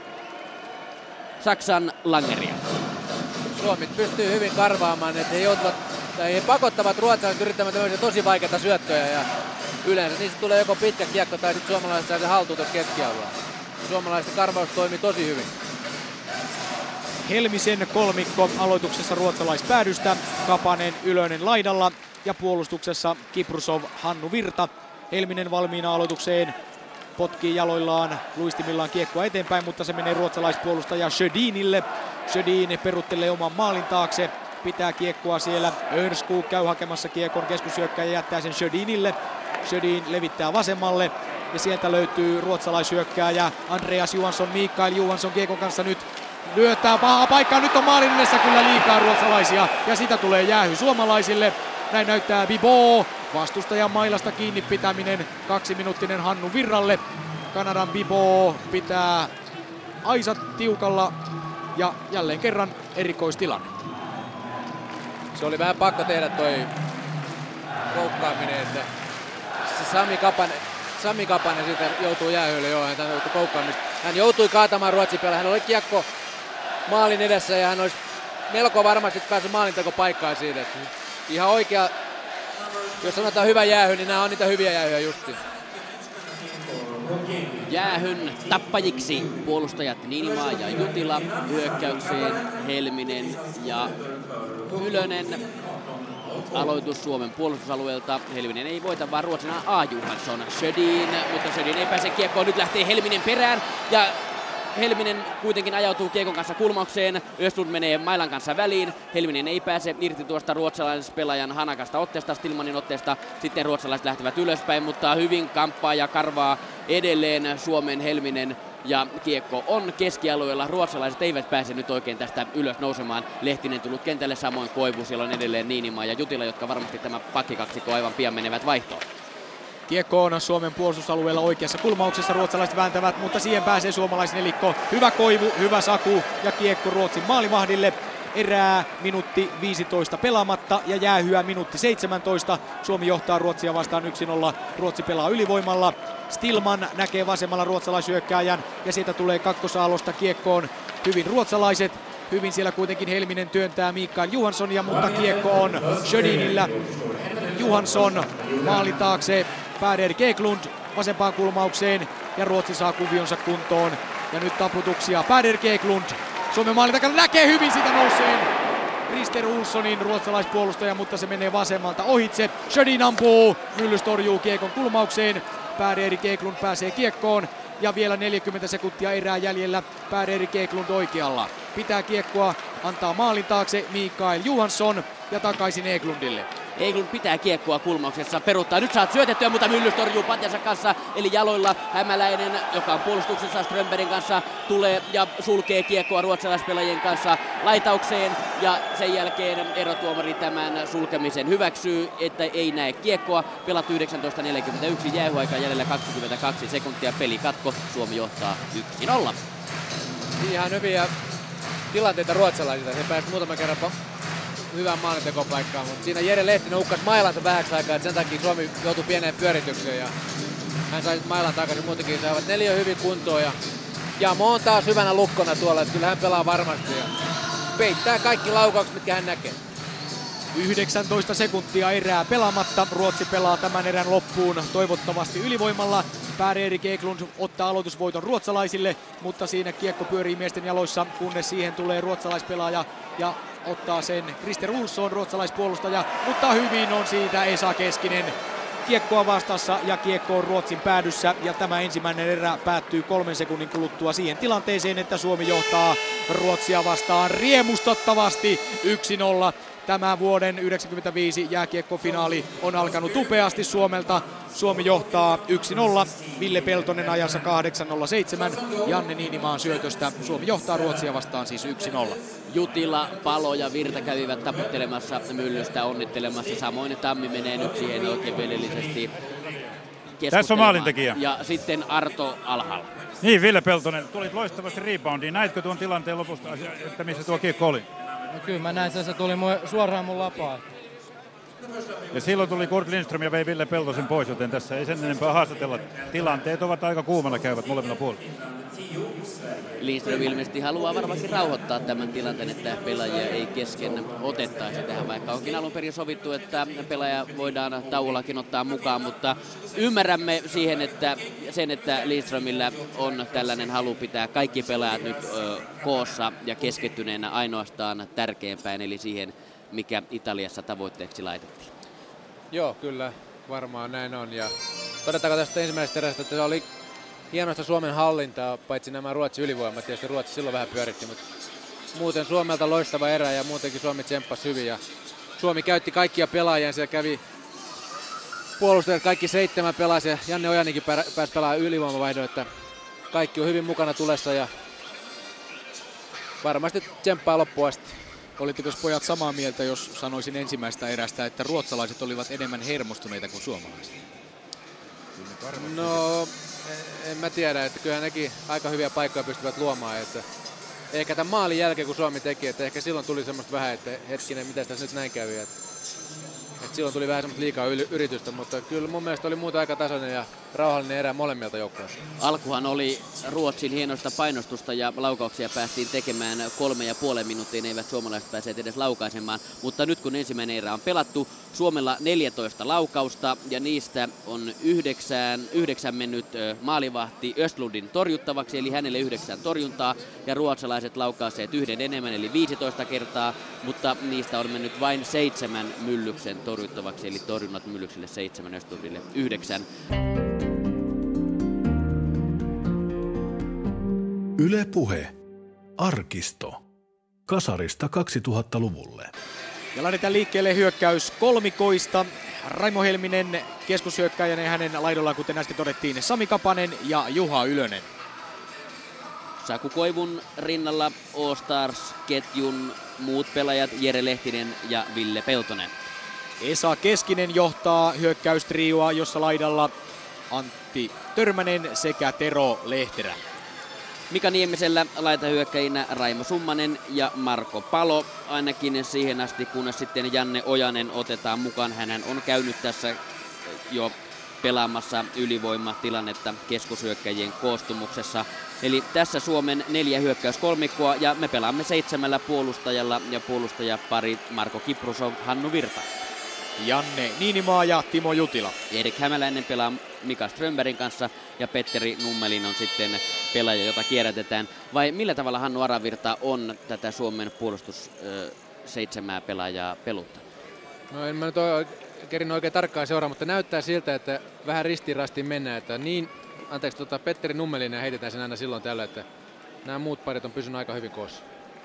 Saksan Langeria. Suomi pystyy hyvin karvaamaan, että he joutuvat tai he pakottavat ruotsalaiset yrittämään tämmöisiä tosi vaikeita syöttöjä ja yleensä niistä tulee joko pitkä kiekko tai sitten suomalaiset saa se haltuun tuossa keskialueella. Suomalaisten karvaus toimii tosi hyvin. Helmisen kolmikko aloituksessa ruotsalaispäädystä, Kapanen, Ylönen laidalla ja puolustuksessa Kiprusov, Hannu Virta. Helminen valmiina aloitukseen, potkii jaloillaan, luistimillaan kiekkoa eteenpäin, mutta se menee ruotsalaispuolustaja Sjödinille. Sjödin peruttelee oman maalin taakse, pitää kiekkoa siellä. Örskog käy hakemassa kiekon, keskushyökkäjä jättää sen Sjödinille. Sjödin levittää vasemmalle ja sieltä löytyy ruotsalaishyökkääjä Andreas Johansson, Mikael Johansson kiekon kanssa nyt lyöttää pahaa paikkaa. Nyt on maalin edessä kyllä liikaa ruotsalaisia ja sitä tulee jäähy suomalaisille. Näin näyttää Bibo. Vastustajan mailasta kiinni pitäminen. Kaksiminuuttinen Hannu Virralle. Kanadan Bibo pitää aisat tiukalla ja jälleen kerran erikoistilanne. Se oli vähän pakko tehdä toi koukkaaminen, että se Sami Kapanen, Sami Kapanen siitä joutuu jäähylle, joo, hän joutui koukkaamista. Hän joutui kaatamaan Ruotsin pelaa, hän oli kiekko maalin edessä ja hän olisi melko varmasti päässyt maalintekopaikkaan siitä. Että ihan oikea, jos sanotaan hyvä jäähy, niin nämä on niitä hyviä jäähyjä justiin. Jäähyn tappajiksi puolustajat Niinimaa ja Jutila, hyökkäykseen Helminen ja Ylönen. Aloitus Suomen puolustusalueelta. Helminen ei voita, vaan Ruotsin A. Johansson. Sjödin, mutta Sjödin ei pääse kiekkoon. Nyt lähtee Helminen perään ja Helminen kuitenkin ajautuu kiekon kanssa kulmaukseen. Östlund menee mailan kanssa väliin. Helminen ei pääse irti tuosta ruotsalaispelaajan hanakasta otteesta, Stillmanin otteesta. Sitten ruotsalaiset lähtevät ylöspäin, mutta hyvin kamppaa ja karvaa edelleen Suomen Helminen. Ja kiekko on keskialueella. Ruotsalaiset eivät pääse nyt oikein tästä ylös nousemaan. Lehtinen tullut kentälle, samoin Koivu. Siellä on edelleen Niinimaa ja Jutila, jotka varmasti tämä pakkikaksikko aivan pian menevät vaihtoon. Kiekko on Suomen puolustusalueella oikeassa kulmauksessa. Ruotsalaiset vääntävät, mutta siihen pääsee suomalaisnelikko. Hyvä Koivu, hyvä Saku ja kiekko Ruotsin maalivahdille. Erää minuutti viisitoista pelaamatta ja jäähyä minuutti seitsemäntoista. Suomi johtaa Ruotsia vastaan yksi nolla. Ruotsi pelaa ylivoimalla. Stillman näkee vasemmalla ruotsalaisyökkääjän ja siitä tulee kakkosaalosta kiekkoon hyvin ruotsalaiset. Hyvin siellä kuitenkin Helminen työntää Mikael Johanssonia, mutta kiekko on Sjödinillä. Johansson maalin taakse, Päder Keklund vasempaan kulmaukseen ja Ruotsi saa kuvionsa kuntoon. Ja nyt taputuksia, Päder Keklund Suomen maalin takana näkee hyvin sitä nouseen Rister Olssonin ruotsalaispuolustaja, mutta se menee vasemmalta ohitse. Sjödin ampuu, Myllys torjuu kiekon kulmaukseen. Päder Keklund pääsee kiekkoon ja vielä neljäkymmentä sekuntia erää jäljellä. Per-Erik Eklund oikealla. Pitää kiekkoa, antaa maalin taakse Mikael Johansson ja takaisin Eklundille. Eklund pitää kiekkoa kulmauksessa, peruuttaa. Nyt saat syötettyä, mutta Myllys torjuu patjansa kanssa. Eli jaloilla Hämäläinen, joka on puolustuksessa Strömbergin kanssa, tulee ja sulkee kiekkoa ruotsalaispelaajien kanssa laitaukseen. Ja sen jälkeen erotuomari tämän sulkemisen hyväksyy, että ei näe kiekkoa. Pelattu yhdeksäntoista neljäkymmentäyksi, jäähyaika jäljellä kaksikymmentäkaksi sekuntia, pelikatko. Suomi johtaa yksi nolla. Ihan hyviä tilanteita ruotsalaisilta. Se pääsi muutaman kerran hyvään maalintekopaikkaan, mutta siinä Jere Lehtinen hukkasi mailansa vähäksi aikaa, että sen takia Suomi joutui pieneen pyöritykseen ja hän sai mailan takaisin muutenkin. Saivat neljä hyvin kuntoon ja Jamo on taas hyvänä lukkona tuolla, että kyllä hän pelaa varmasti ja peittää kaikki laukaukset, mitkä hän näkee. yhdeksäntoista sekuntia erää pelaamatta. Ruotsi pelaa tämän erän loppuun toivottavasti ylivoimalla. Per-Erik Eklund ottaa aloitusvoiton ruotsalaisille, mutta siinä kiekko pyörii miesten jaloissa, kunnes siihen tulee ruotsalaispelaaja ja ottaa sen Christer Olsson, ruotsalaispuolustaja, mutta hyvin on siitä Esa Keskinen. Kiekkoa vastassa ja kiekko on Ruotsin päädyssä ja tämä ensimmäinen erä päättyy kolmen sekunnin kuluttua siihen tilanteeseen, että Suomi johtaa Ruotsia vastaan riemustattavasti yksi nolla. Tämä vuoden yhdeksänkymmentäviisi jääkiekkofinaali on alkanut upeasti Suomelta. Suomi johtaa yksi nolla. Ville Peltonen ajassa kahdeksan nolla seitsemän. Janne Niinimaan syötöstä. Suomi johtaa Ruotsia vastaan siis yksi nolla. Jutila, Palo ja Virta kävivät taputtelemassa Myllystä, onnittelemassa. Samoin Tammi menee nyt siihen oikein velellisesti keskustelemaan. Tässä on maalintekijä. Ja sitten Arto alhaalla. Niin, Ville Peltonen, tulit loistavasti reboundiin. Näitkö tuon tilanteen lopusta, että missä tuo kiekko oli? No kyllä mä näin sen, se tuli mun, suoraan mun lapaan. Ja silloin tuli Kurt Lindström ja vei Ville Peltosen pois, joten tässä ei sen enempää haastatella. Tilanteet ovat aika kuumalla käyvät molemmilla puolilla. Lindström ilmeisesti haluaa varmasti rauhoittaa tämän tilanteen, että pelaajia ei kesken otettaisi tähän, vaikka onkin alun perin sovittu, että pelaaja voidaan tauollakin ottaa mukaan, mutta ymmärrämme siihen, että sen, että Lindströmillä on tällainen halu pitää kaikki pelaajat nyt ö, koossa ja keskittyneenä ainoastaan tärkeimpään, eli siihen, mikä Italiassa tavoitteeksi laitettiin. Joo, kyllä, varmaan näin on. Ja todetaanko tästä ensimmäisestä erästä, että se oli hienoista Suomen hallintaa, paitsi nämä Ruotsin ylivoimat. Tietysti Ruotsi silloin vähän pyöritti, mutta muuten Suomelta loistava erä ja muutenkin Suomi tsemppasi hyvin. Ja Suomi käytti kaikkia pelaajia, siellä kävi puolustajat kaikki seitsemän pelasi ja Janne Ojanikin pääsi pelaamaan ylivoimavaihdon, että kaikki on hyvin mukana tulessa ja varmasti tsemppaa loppuun asti. Olitteko pojat samaa mieltä, jos sanoisin ensimmäistä erästä, että ruotsalaiset olivat enemmän hermostuneita kuin suomalaiset? No, en mä tiedä, että kyllähän nekin aika hyviä paikkoja pystyvät luomaan. Että ehkä tämän maalin jälkeen, kun Suomi teki, että ehkä silloin tuli semmoista vähän, että hetkinen, mitä tässä nyt näin kävi. Että, että silloin tuli vähän semmoista liikaa yritystä, mutta kyllä mun mielestä oli muuta aika tasainen ja rauhallinen erä molemmilta joukkoilta. Alkuhan oli Ruotsin hienosta painostusta ja laukauksia päästiin tekemään kolme ja puolen minuuttiin, eivät suomalaiset päässeet edes laukaisemaan, mutta nyt kun ensimmäinen erä on pelattu, Suomella neljätoista laukausta ja niistä on yhdeksän, yhdeksän mennyt maalivahti Östlundin torjuttavaksi, eli hänelle yhdeksän torjuntaa ja ruotsalaiset laukaiseet yhden enemmän, eli viisitoista kertaa, mutta niistä on mennyt vain seitsemän Myllyksen torjuttavaksi, eli torjunnat Myllykselle seitsemän, Östlundille yhdeksän. Yle Puhe. Arkisto. Kasarista kaksituhattaluvulle. Ja lähdetään liikkeelle hyökkäys kolmikoista. Raimo Helminen keskushyökkäjänä ja hänen laidollaan, kuten äsken todettiin, Sami Kapanen ja Juha Ylönen. Saku Koivun rinnalla All-Stars-ketjun muut pelaajat Jere Lehtinen ja Ville Peltonen. Esa Keskinen johtaa hyökkäystrioa, jossa laidalla Antti Törmänen sekä Tero Lehterä. Mika Niemisellä laitahyökkäjinä Raimo Summanen ja Marko Palo, ainakin siihen asti, kunnes sitten Janne Ojanen otetaan mukaan. Hän on käynyt tässä jo pelaamassa ylivoimatilannetta keskushyökkäjien koostumuksessa. Eli tässä Suomen neljä hyökkäyskolmikkoa ja me pelaamme seitsemällä puolustajalla ja puolustajapari Marko Kiprusov, Hannu Virta. Janne Niinimaa ja Timo Jutila. Erik Hämäläinen pelaa Mika Strömbergin kanssa ja Petteri Nummelin on sitten pelaaja, jota kierrätetään. Vai millä tavalla Hannu Aravirta on tätä Suomen puolustus ö, seitsemää pelaajaa peluttanut? No en mä nyt ole kerinyt oikein tarkkaan seuraa, mutta näyttää siltä, että vähän ristiin rastiin mennään. Että niin anteeksi, tota, Petteri Nummelinen heitetään sen aina silloin tällä, että nämä muut parit on pysynyt aika hyvin koossa.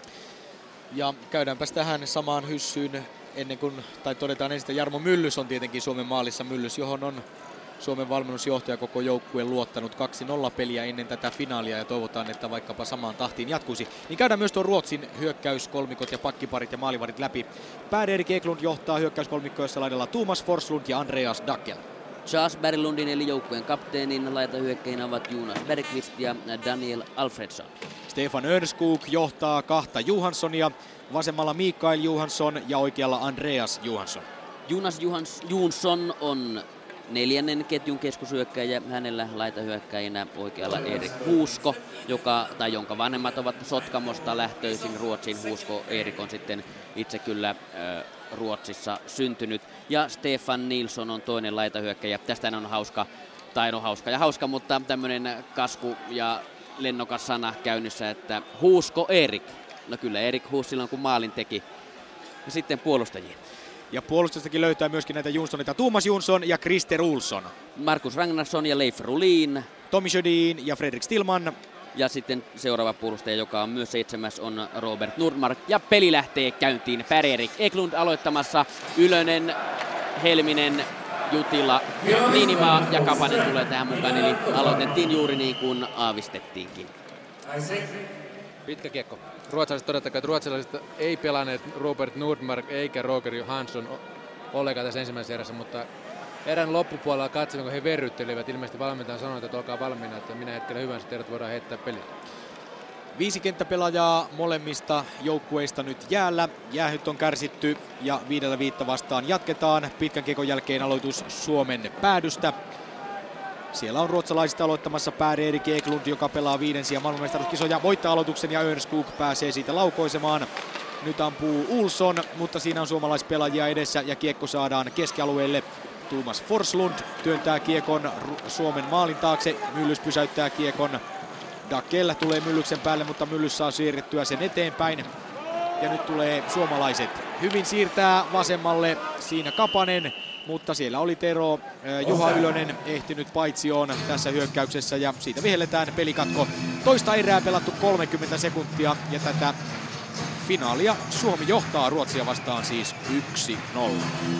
Ja käydäänpäs tähän samaan hyssyyn ennen kuin, tai todetaan ensin, että Jarmo Myllys on tietenkin Suomen maalissa. Myllys, johon on Suomen valmennusjohtaja koko joukkueen luottanut kaksi nolla peliä ennen tätä finaalia ja toivotaan, että vaikkapa samaan tahtiin jatkuisi. Niin käydään myös tuon Ruotsin hyökkäyskolmikot ja pakkiparit ja maalivarit läpi. Per-Erik Eklund johtaa hyökkäyskolmikko, jossa laidalla Thomas Forslund ja Andreas Dackel. Charles Berglundin eli joukkueen kapteenin laitahyökkäinä ovat Jonas Bergqvist ja Daniel Alfredsson. Stefan Örskog johtaa kahta Johanssonia, vasemmalla Mikael Johansson ja oikealla Andreas Johansson. Jonas Johans, Jonsson on neljännen ketjun keskushyökkäjä, hänellä laitahyökkäjänä oikealla Erik Huusko, joka, tai jonka vanhemmat ovat Sotkamosta lähtöisin. Ruotsin Huusko Erik on sitten itse kyllä äh, Ruotsissa syntynyt. Ja Stefan Nilsson on toinen laitahyökkäjä. Tästä on hauska, tai no hauska ja hauska, mutta tämmöinen kasku ja lennokas sana käynnissä, että Huusko Erik. No kyllä Erik Huus silloin kun maalin teki. Ja sitten puolustajia. Ja puolustustakin löytää myöskin näitä Jonssonita, Thomas Jonsson ja Krister Olsson. Markus Ragnarsson ja Leif Rulin. Tommy Sjödin ja Fredrik Stillman. Ja sitten seuraava puolustaja, joka on myös seitsemäs, on Robert Nordmark. Ja peli lähtee käyntiin. Per-Erik Eklund aloittamassa. Ylönen, Helminen, Jutila, Niinimaa ja Kapanen tulee tähän mukaan. Eli aloitettiin juuri niin kuin aavistettiinkin. Pitkä kiekko. Ruotsalaiset todettakaa, että ruotsalaiset ei pelanneet Robert Nordmark eikä Roger Johansson ollenkaan tässä ensimmäisessä erässä, mutta erän loppupuolella katsoin, kun he verryttelivät. Ilmeisesti valmentaja sanoi, että olkaa valmiina, että minä hetkellä hyvänsä teidät voidaan heittää peliä. Viisi kenttäpelaajaa molemmista joukkueista nyt jäällä. Jäähyt on kärsitty ja viidellä viittä vastaan jatketaan. Pitkän kiekon jälkeen aloitus Suomen päädystä. Siellä on ruotsalaisista aloittamassa Per-Erik Eklund, joka pelaa viiden sijaan maailmanmestaruuskisoja. Voittaa aloituksen ja Örskog pääsee siitä laukoisemaan. Nyt ampuu Olsson, mutta siinä on suomalaispelaajia edessä ja kiekko saadaan keskialueelle. Thomas Forslund työntää kiekon Suomen maalin taakse. Myllys pysäyttää kiekon. Dackel tulee Myllyksen päälle, mutta Myllys saa siirrettyä sen eteenpäin. Ja nyt tulee suomalaiset. Hyvin siirtää vasemmalle siinä Kapanen. Mutta siellä oli Tero Juha Ylönen ehtinyt paitsioon tässä hyökkäyksessä ja siitä vihelletään pelikatko. Toista erää pelattu kolmekymmentä sekuntia ja tätä finaalia Suomi johtaa Ruotsia vastaan siis yksi nolla.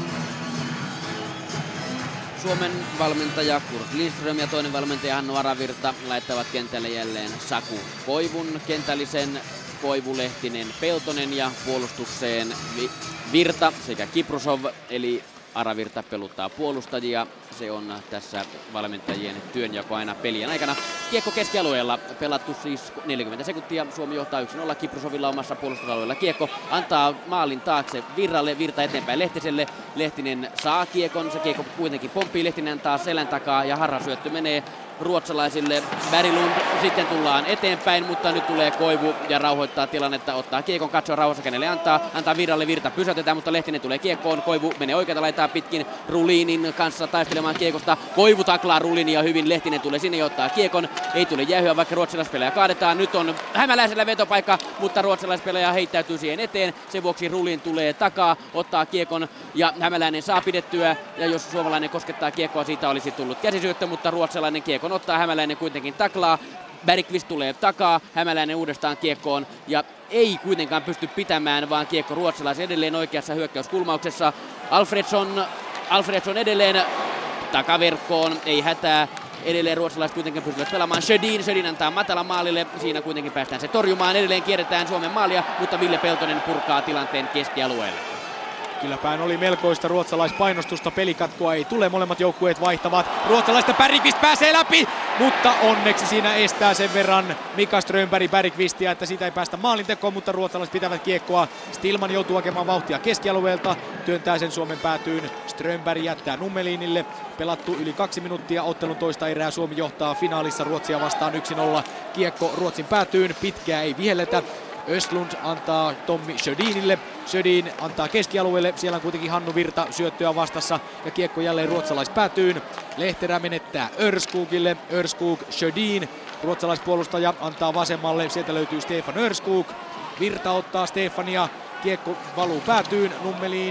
Suomen valmentaja Kurt Lindström ja toinen valmentaja Hannu Aravirta laittavat kentälle jälleen Saku Koivun kentällisen, Koivu, Lehtinen, Peltonen ja puolustukseen Virta sekä Kiprusov, eli Aravirta peluttaa puolustajia. Se on tässä valmentajien työnjako aina pelien aikana. Kiekko keskialueella pelattu siis neljäkymmentä sekuntia. Suomi johtaa yksi nolla. Kiprusovilla omassa puolustusalueella kiekko. Antaa maalin taakse Virralle. Virta eteenpäin Lehtiselle. Lehtinen saa kiekon. Se kiekko kuitenkin pomppii. Lehtinen antaa selän takaa ja harhasyöttö menee ruotsalaisille. Berglund, sitten tullaan eteenpäin, mutta nyt tulee Koivu ja rauhoittaa tilannetta, ottaa kiekon, katsoo rauhassa kenelle antaa, antaa Virralle, Virta pysäytetään, mutta Lehtinen tulee kiekkoon, Koivu menee oikealta laitaa pitkin Rulinin kanssa taistelemaan kiekosta, Koivu taklaa Rulinia hyvin, Lehtinen tulee sinne ja ottaa kiekon, ei tule jäähyä, vaikka ruotsalaispelaaja kaadetaan, nyt on Hämäläisellä vetopaikka, mutta ruotsalaispelaaja heittäytyy siihen eteen, sen vuoksi Rulin tulee takaa, ottaa kiekon ja Hämäläinen saa pidettyä, ja jos suomalainen koskettaa kiekkoa, siitä olisi tullut käsisyöttö, mutta ruotsalainen kiekon ottaa, Hämäläinen kuitenkin taklaa, Bergqvist tulee takaa, Hämäläinen uudestaan kiekkoon ja ei kuitenkaan pysty pitämään, vaan kiekko ruotsalaisen edelleen oikeassa hyökkäyskulmauksessa. Alfredsson, Alfredsson edelleen takaverkkoon, ei hätää. Edelleen ruotsalaiset kuitenkin pystyvät pelaamaan. Sjödin, Sjödin antaa matala maalille, siinä kuitenkin päästään se torjumaan. Edelleen kierretään Suomen maalia, mutta Ville Peltonen purkaa tilanteen keskialueelle. Kylläpäin oli melkoista ruotsalaispainostusta, pelikatkoa ei tule, molemmat joukkueet vaihtavat. Ruotsalaista Bergqvist pääsee läpi, mutta onneksi siinä estää sen verran Mika Strömberg Bergqvistia, että siitä ei päästä maalintekoon, mutta ruotsalaiset pitävät kiekkoa. Stillman joutuu hakemaan vauhtia keskialueelta, työntää sen Suomen päätyyn. Strömberg jättää Nummelinille. Pelattu yli kaksi minuuttia, ottelun toista erää. Suomi johtaa finaalissa Ruotsia vastaan yksi nolla. Kiekko Ruotsin päätyyn, pitkää ei vihelletä. Östlund antaa Tommi Sjödinille. Sjödin antaa keskialueelle. Siellä on kuitenkin Hannu Virta syöttöä vastassa. Ja kiekko jälleen ruotsalaispäätyyn. Lehterä menettää Örskogille. Örskog Sjödin. Ruotsalaispuolustaja antaa vasemmalle. Sieltä löytyy Stefan Örskog. Virta ottaa Stefania. Kiekko valuu päätyyn Nummeliin.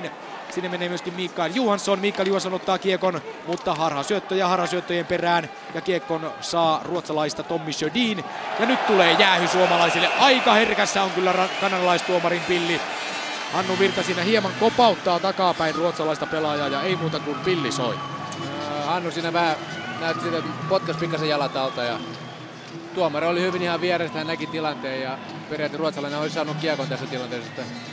Sinne menee myöskin Mikael Johansson. Mikael Johansson ottaa kiekon, mutta harhasyöttöjä harhasyöttöjen perään. Ja kiekon saa ruotsalaista Tommy Sjödin. Ja nyt tulee jäähy suomalaisille. Aika herkässä on kyllä kanadalaistuomarin pilli. Hannu Virta siinä hieman kopauttaa takapäin ruotsalaista pelaajaa ja ei muuta kuin pilli soi. Hannu siinä vähän näytti sitä, että potkas pikkasen jalat alta ja tuomari oli hyvin ihan vierestä, hän näki tilanteen ja periaatteessa ruotsalainen olisi saanut kiekon tässä tilanteessa.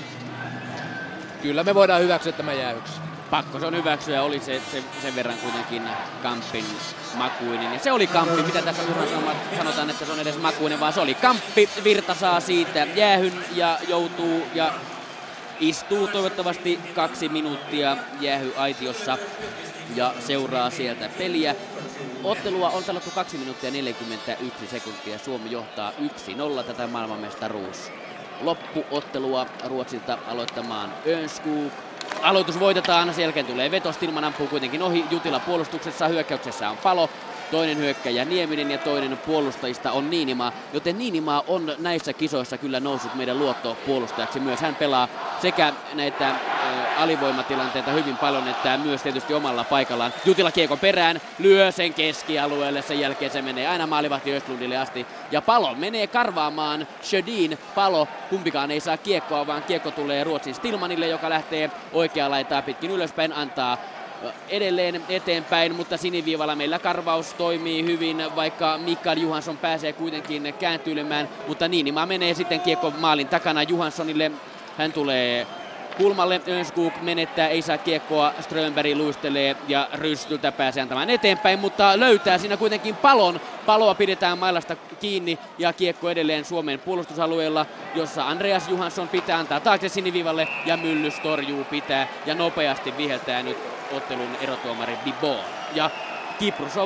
Kyllä me voidaan hyväksyä tämä jäähyksi. Pakko se on hyväksyä, oli se, se sen verran kuitenkin Kampin makuinen. Ja se oli Kamppi, mitä tässä turhaan sanotaan, että se on edes makuinen, vaan se oli Kamppi. Virta saa siitä jäähyn ja joutuu ja istuu toivottavasti kaksi minuuttia jäähyaitiossa ja seuraa sieltä peliä. Ottelua on pelattu kaksi minuuttia neljäkymmentäyksi sekuntia. Suomi johtaa yksi nolla tätä maailmanmestaruus. Loppuottelua Ruotsilta aloittamaan Önskog. Aloitus voitetaan, sen jälkeen tulee veto, Stillman ampuu kuitenkin ohi, Jutila puolustuksessa, hyökkäyksessä on Palo. Toinen hyökkäjä Nieminen ja toinen puolustajista on Niinimaa, joten Niinimaa on näissä kisoissa kyllä noussut meidän luottopuolustajaksi myös. Hän pelaa sekä näitä ä, alivoimatilanteita hyvin paljon, että myös tietysti omalla paikallaan. Jutila kiekon perään, lyö sen keskialueelle, sen jälkeen se menee aina maalivahti Östlundille asti. Ja Palo menee karvaamaan Sjödin. Palo, kumpikaan ei saa kiekkoa, vaan kiekko tulee Ruotsin Stillmanille, joka lähtee oikeaa laitaa pitkin ylöspäin, antaa edelleen eteenpäin, mutta siniviivalla meillä karvaus toimii hyvin, vaikka Mikael Johansson pääsee kuitenkin kääntyilemään, mutta Niinimaa menee sitten kiekko maalin takana Johanssonille. Hän tulee kulmalle, Önskog menettää, ei saa kiekkoa, Strömberg luistelee ja Rystyltä pääsee antamaan eteenpäin, mutta löytää siinä kuitenkin Palon. Paloa pidetään mailasta kiinni ja kiekko edelleen Suomen puolustusalueella, jossa Andreas Johansson pitää antaa taakse siniviivalle ja Myllys torjuu pitää ja nopeasti viheltää nyt ottelun erotuomari Bibon. Ja Kiprusov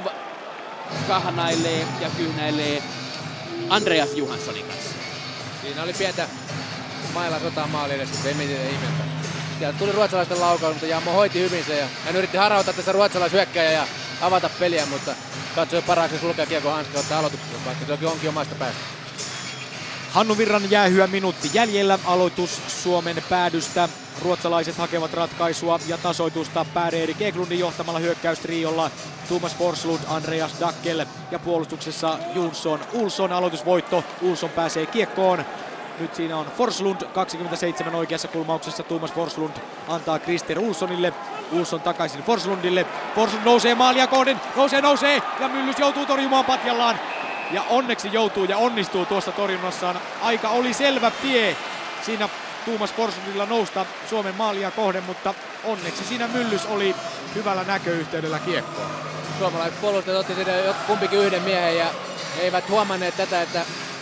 kahnailee ja kyhnäilee Andreas Johanssonin kanssa. Siinä oli pientä mailla sotaa maali edessä, ei mitään ihmettä. Sieltä tuli ruotsalaisten laukaus, mutta Jammo hoiti hyvin se ja hän yritti harautaa tässä ruotsalaishyökkääjää ja avata peliä, mutta katsoi parhaaksi sulkea kiekko hanska ottaa aloituksessa, vaikka se onkin omasta päästä. Hannu Virran jäähyä minuutti jäljellä, aloitus Suomen päädystä. Ruotsalaiset hakevat ratkaisua ja tasoitusta Pär-Erik Eklundin johtamalla hyökkäystriolla. Thomas Forslund, Andreas Dackel ja puolustuksessa Jonsson Olsson. Aloitusvoitto, Olsson pääsee kiekkoon. Nyt siinä on Forslund kaksikymmentäseitsemän oikeassa kulmauksessa. Thomas Forslund antaa Christer Olssonille. Olsson takaisin Forslundille. Forslund nousee maalia kohden. Nousee, nousee ja Myllys joutuu torjumaan patjallaan. Ja onneksi joutuu ja onnistuu tuossa torjunnassaan. Aika oli selvä tie siinä Thomas Forslundilla nousta Suomen maalia kohden, mutta onneksi siinä Myllys oli hyvällä näköyhteydellä kiekkoa. Suomalaiset puolustajat otti siinä kumpikin yhden miehen ja eivät huomanneet tätä, että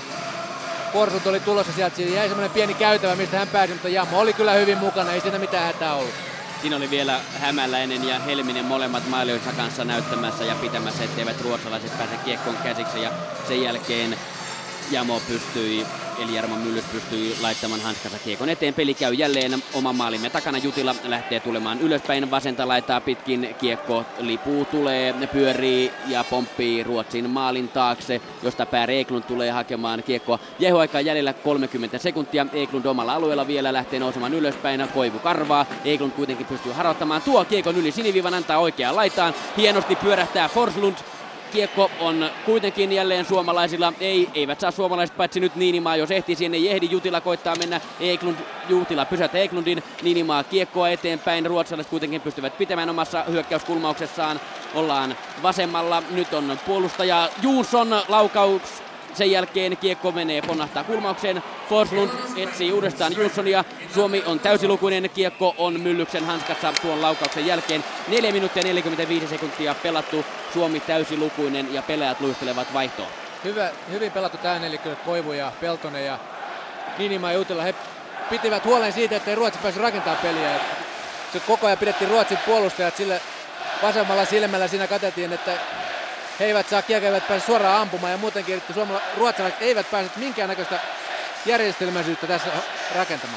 Forslund oli tulossa sieltä. Siinä jäi semmoinen pieni käytävä, mistä hän pääsi, mutta Jammo oli kyllä hyvin mukana, ei siinä mitään hätää ollut. Siinä oli vielä Hämäläinen ja Helminen molemmat maalioissa kanssa näyttämässä ja pitämässä, etteivät ruotsalaiset pääse kiekkoon käsiksi. Ja sen jälkeen Jamo pystyi, eli Jarmo Myllys pystyi laittamaan hanskansa kiekon eteen. Peli käy jälleen oman maalimme takana. Jutila lähtee tulemaan ylöspäin. Vasenta laitaa pitkin. Kiekko lipuu tulee, pyörii ja pomppii Ruotsin maalin taakse, josta Pär Eklund tulee hakemaan kiekkoa. Jäähyaikaa jäljellä kolmekymmentä sekuntia. Eklund omalla alueella vielä lähtee nousemaan ylöspäin. Koivu karvaa. Eklund kuitenkin pystyy harauttamaan. Tuo kiekon yli siniviivan, antaa oikeaan laitaan. Hienosti pyörähtää Forslund. Kiekko on kuitenkin jälleen suomalaisilla. Ei, eivät saa suomalaiset paitsi nyt Niinimaa, jos ehtii sinne ei ehdi. Jutila koittaa mennä. Eklund, Jutila pysäyttää Eklundin. Niinimaa kiekkoa eteenpäin. Ruotsalaiset kuitenkin pystyvät pitämään omassa hyökkäyskulmauksessaan. Ollaan vasemmalla. Nyt on puolustaja Jonsson laukaus. Sen jälkeen kiekko menee, ponnahtaa kulmaukseen. Forslund etsii uudestaan Jonssonia. Suomi on täysilukuinen. Kiekko on Myllyksen hanskassa tuon laukauksen jälkeen. neljä minuuttia neljäkymmentäviisi sekuntia pelattu. Suomi täysilukuinen ja pelaajat luistelevat vaihtoon. Hyvä, hyvin pelattu tähän, eli kyllä Koivu ja Peltonen ja Niinimaa ja Jutila. He pitivät huolen siitä, ettei Ruotsi päässyt rakentamaan peliä. Se koko ajan pidettiin Ruotsin puolustajat sille vasemmalla silmällä. Siinä katseltiin, että he eivät saa kiekkoa, eivät pääse suoraan ampumaan ja muutenkin, että ruotsalaiset eivät pääse minkäännäköistä järjestelmäisyyttä tässä rakentamaan.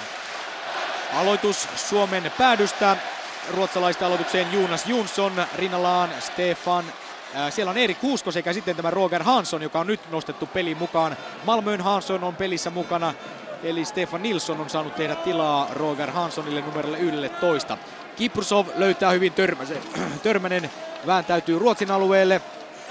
Aloitus Suomen päädystä. Ruotsalaista aloitukseen Jonas Jonsson, rinnallaan Stefan. Äh, siellä on Erik Kuusko sekä sitten tämä Roger Hansson, joka on nyt nostettu peliin mukaan. Malmön Hansson on pelissä mukana, eli Stefan Nilsson on saanut tehdä tilaa Roger Hanssonille numerolle yksitoista. Kiprusov löytää hyvin Törmäsen. Törmänen vääntäytyy Ruotsin alueelle.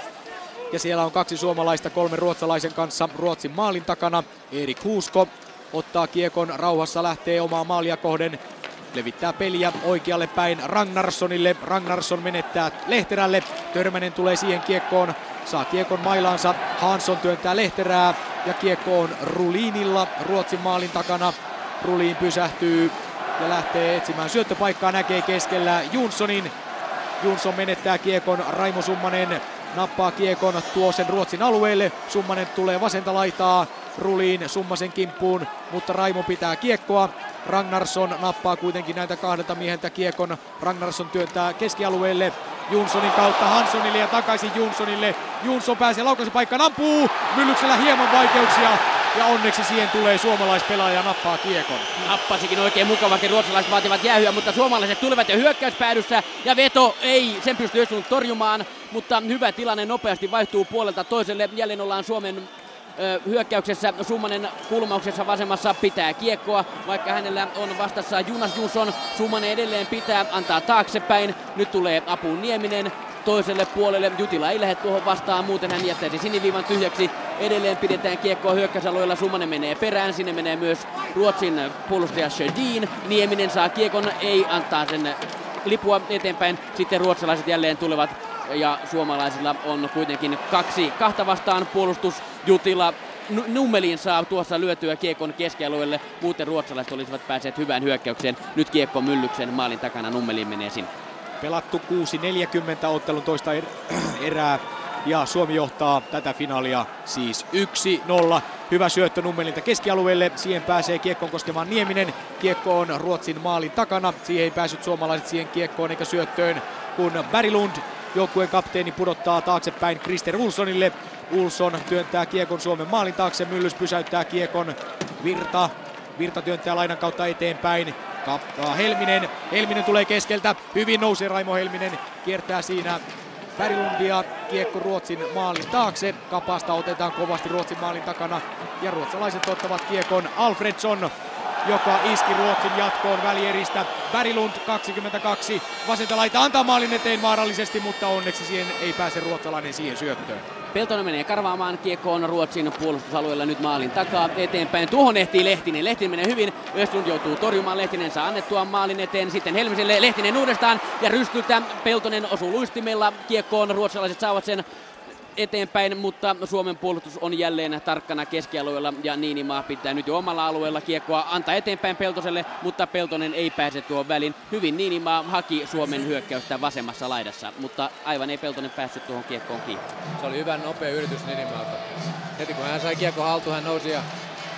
Ja siellä on kaksi suomalaista kolmen ruotsalaisen kanssa Ruotsin maalin takana. Erik Huusko ottaa kiekon rauhassa, lähtee omaa maalia kohden. Levittää peliä oikealle päin Ragnarssonille. Ragnarsson menettää Lehterälle. Törmänen tulee siihen kiekkoon. Saa kiekon mailaansa. Hansson työntää Lehterää. Ja kiekko on Rulinilla Ruotsin maalin takana. Rulin pysähtyy ja lähtee etsimään syöttöpaikkaa. Näkee keskellä Jonssonin. Jonsson menettää kiekon. Raimo Summanen nappaa kiekon, tuo sen Ruotsin alueelle. Summanen tulee vasenta laitaa. Rulin Summasen kimppuun, mutta Raimo pitää kiekkoa. Ragnarsson nappaa kuitenkin näitä kahdelta mieheltä kiekon. Ragnarsson työntää keskialueelle. Jonssonin kautta Hanssonille ja takaisin Jonssonille. Jonsson pääsee laukaisupaikkaan, ampuu. Myllyksellä hieman vaikeuksia. Ja onneksi siihen tulee suomalaispelaaja ja nappaa kiekon. Nappasikin oikein mukavasti. Ruotsalaiset vaativat jäähyä, mutta suomalaiset tulevat jo hyökkäyspäädyssä. Ja veto ei, sen pystyy Östlund torjumaan. Mutta hyvä tilanne nopeasti vaihtuu puolelta toiselle. Jälleen ollaan Suomen ö, hyökkäyksessä. Summanen kulmauksessa vasemmassa pitää kiekkoa. Vaikka hänellä on vastassa Jonas Jonsson. Summanen edelleen pitää, antaa taaksepäin. Nyt tulee apuun Nieminen. Toiselle puolelle Jutila ei lähde tuohon vastaan, muuten hän jättäisi siniviivan tyhjäksi. Edelleen pidetään kiekkoa hyökkäysalueella, Summanen menee perään, sinne menee myös Ruotsin puolustaja Sjödin. Nieminen saa kiekon, ei antaa sen lipua eteenpäin. Sitten ruotsalaiset jälleen tulevat ja suomalaisilla on kuitenkin kaksi kahta vastaan puolustus. Jutila Nummeliin saa tuossa lyötyä kiekon keskialueelle, muuten ruotsalaiset olisivat päässeet hyvään hyökkäykseen. Nyt kiekko Myllyksen maalin takana, Nummeliin menee sinne. Pelattu kuusi neljäkymmentä ottelun toista er- erää ja Suomi johtaa tätä finaalia siis yksi nolla. Hyvä syöttö Nummelilta keskialueelle, siihen pääsee kiekkoon koskemaan Nieminen. Kiekko on Ruotsin maalin takana, siihen ei päässyt suomalaiset siihen kiekkoon eikä syöttöön, kun Berglund, joukkueen kapteeni, pudottaa taaksepäin Krister Olssonille. Olsson työntää kiekon Suomen maalin taakse, Myllys pysäyttää kiekon. Virta, Virta työntää lainan kautta eteenpäin. Kappaa Helminen, Helminen tulee keskeltä, hyvin nousee Raimo Helminen, kiertää siinä Berglundia, kiekko Ruotsin maalin taakse, Kapasta otetaan kovasti Ruotsin maalin takana ja ruotsalaiset ottavat kiekon. Alfredsson, joka iski Ruotsin jatkoon välieristä. Berglund kaksikymmentäkaksi, vasenta laita antaa maalin eteen vaarallisesti, mutta onneksi siihen ei pääse ruotsalainen siihen syöttöön. Peltonen menee karvaamaan kiekkoon Ruotsin puolustusalueella nyt maalin takaa eteenpäin. Tuohon ehtii Lehtinen. Lehtinen menee hyvin. Östlund joutuu torjumaan. Lehtinen saa annettua maalin eteen. Sitten Helmiselle. Lehtinen uudestaan ja rystyltä. Peltonen osuu luistimella kiekkoon. Ruotsalaiset saavat sen eteenpäin, mutta Suomen puolustus on jälleen tarkkana keskialueella ja Niinimaa pitää nyt jo omalla alueella kiekkoa antaa eteenpäin Peltoselle, mutta Peltonen ei pääse tuohon väliin. Hyvin Niinimaa haki Suomen hyökkäystä vasemmassa laidassa, mutta aivan ei Peltonen päässyt tuohon kiekkoon kiinni. Se oli hyvä nopea yritys Niinimaalta. Heti kun hän sai kiekko haltuun, hän nousi ja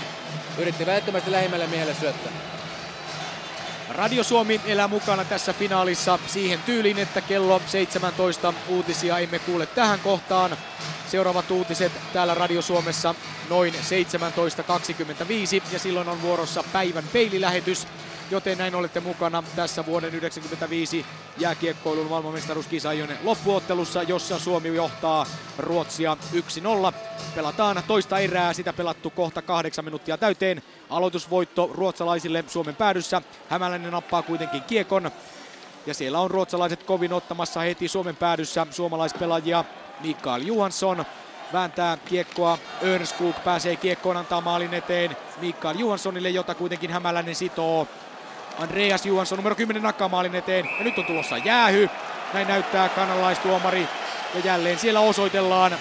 yritti välittömästi lähimmälle miehelle syöttää. Radio Suomi elää mukana tässä finaalissa siihen tyyliin, että kello seitsemäntoista uutisia emme kuule tähän kohtaan. Seuraavat uutiset täällä Radio Suomessa noin seitsemäntoista kaksikymmentäviisi ja silloin on vuorossa päivän peililähetys, joten näin olette mukana tässä vuoden yhdeksänkymmentäviisi jääkiekkoilun maailmanmestaruuskisaajien loppuottelussa, jossa Suomi johtaa Ruotsia yksi nolla. Pelataan toista erää, sitä pelattu kohta kahdeksan minuuttia täyteen. Aloitusvoitto ruotsalaisille Suomen päädyssä. Hämäläinen nappaa kuitenkin kiekon. Ja siellä on ruotsalaiset kovin ottamassa heti Suomen päädyssä suomalaispelaajia. Mikael Johansson vääntää kiekkoa. Örnskog pääsee kiekkoon, antaa maalin eteen Mikael Johanssonille, jota kuitenkin Hämäläinen sitoo. Andreas Johansson numero kymmenen nakkaa maalin eteen. Ja nyt on tulossa jäähy. Näin näyttää kanalaistuomari. Ja jälleen siellä osoitellaan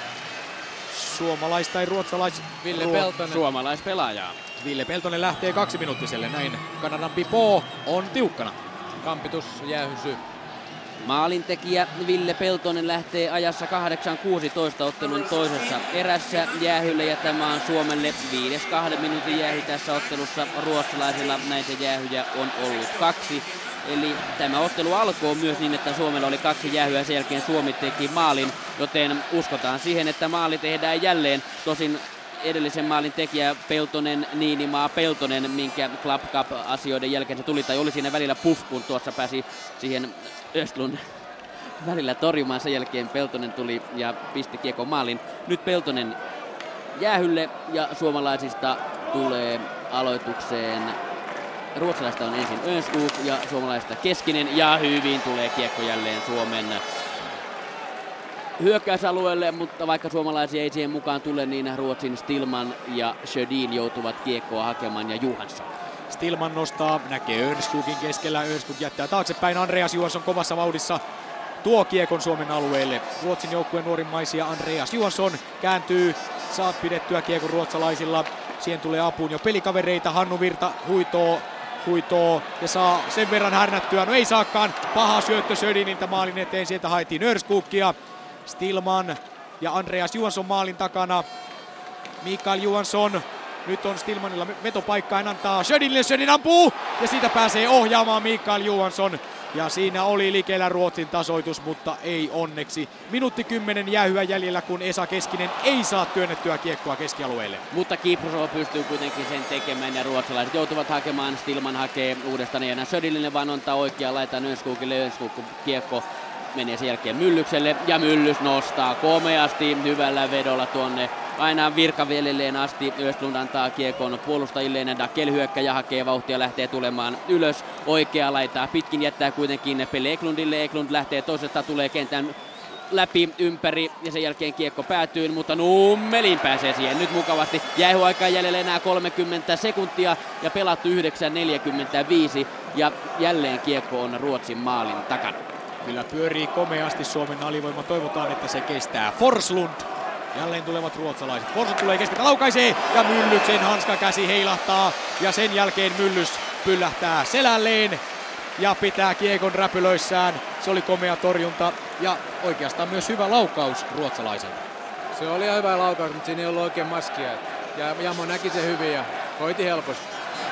suomalais- tai ruotsalais... Ville Peltonen. Suomalaispelaajaa. Ville Peltonen lähtee kaksiminuuttiselle. Näin Kanadan Pipo on tiukkana. Kampitus jäähysy. Maalintekijä Ville Peltonen lähtee ajassa kahdeksan kuusitoista ottelun toisessa erässä jäähylle ja tämä on Suomelle viides kahden minuutin jäähy tässä ottelussa. Ruotsalaisilla näitä jäähyjä on ollut kaksi. Eli tämä ottelu alkoi myös niin, että Suomella oli kaksi jäähyä, sen jälkeen Suomi teki maalin, joten uskotaan siihen, että maali tehdään jälleen. Tosin edellisen maalin tekijä Peltonen, Niinimaa, Peltonen, minkä Club Cup-asioiden jälkeen se tuli, tai oli siinä välillä puff, kun tuossa pääsi siihen Östlund välillä torjumaan. Sen jälkeen Peltonen tuli ja pisti kiekon maalin. Nyt Peltonen jäähylle ja suomalaisista tulee aloitukseen ruotsalaista on ensin Önsskog ja suomalaista Keskinen ja hyvin tulee kiekko jälleen Suomen hyökkäysalueelle, mutta vaikka suomalaisia ei siihen mukaan tule, niin Ruotsin Stillman ja Sjödin joutuvat kiekkoa hakemaan ja Johansson. Stillman nostaa, näkee Önsskogin keskellä, Önsskog jättää taaksepäin, Andreas Johansson kovassa vauhdissa tuo kiekon Suomen alueelle. Ruotsin joukkueen nuorimmaisia Andreas Johansson kääntyy, saa pidettyä kiekon ruotsalaisilla. Siihen tulee apuun jo pelikavereita, Hannu Virta huitoo, huitoo ja saa sen verran härnättyä. No ei saakaan, paha syöttö Sjödiniltä maalin eteen, sieltä haettiin Önsskogia. Stillman ja Andreas Johansson maalin takana. Mikael Johansson, nyt on Stillmanilla vetopaikka, hän antaa Sjödinille, Sjödin ampuu ja siitä pääsee ohjaamaan Mikael Johansson. Ja siinä oli likellä Ruotsin tasoitus, mutta ei onneksi. Minuutti kymmenen jäähyä jäljellä, kun Esa Keskinen ei saa työnnettyä kiekkoa keskialueelle. Mutta Kiprusovo pystyy kuitenkin sen tekemään ja ruotsalaiset joutuvat hakemaan. Stillman hakee uudestaan ja Sjödinille vaan antaa oikea laita Önsskogille. Önsskog kiekko menee sen jälkeen Myllykselle ja Myllys nostaa komeasti hyvällä vedolla tuonne aina virkaveljelleen asti. Östlund antaa kiekon puolustajilleen, Dakel hyökkäjä hakee vauhtia, lähtee tulemaan ylös. Oikea laitaa pitkin, jättää kuitenkin Pelle Eklundille. Eklund lähtee toisesta, tulee kentän läpi ympäri ja sen jälkeen kiekko päätyy, mutta Nummelin pääsee siihen nyt mukavasti. Jäähyaikaa jäljellä enää kolmekymmentä sekuntia ja pelattu yhdeksän neljäkymmentäviisi ja jälleen kiekko on Ruotsin maalin takana. Kyllä pyörii komeasti Suomen alivoima, toivotaan että se kestää. Forslund, jälleen tulevat ruotsalaiset. Forslund tulee keskeltä, laukaisee ja Myllyksen hanskakäsi heilahtaa ja sen jälkeen Myllys pyllähtää selälleen ja pitää kiekon räpylöissään. Se oli komea torjunta ja oikeastaan myös hyvä laukaus ruotsalaiselta. Se oli ihan hyvä laukaus, mutta siinä ei ollut oikein maskia. Ja Jamo näki sen hyvin ja hoiti helposti.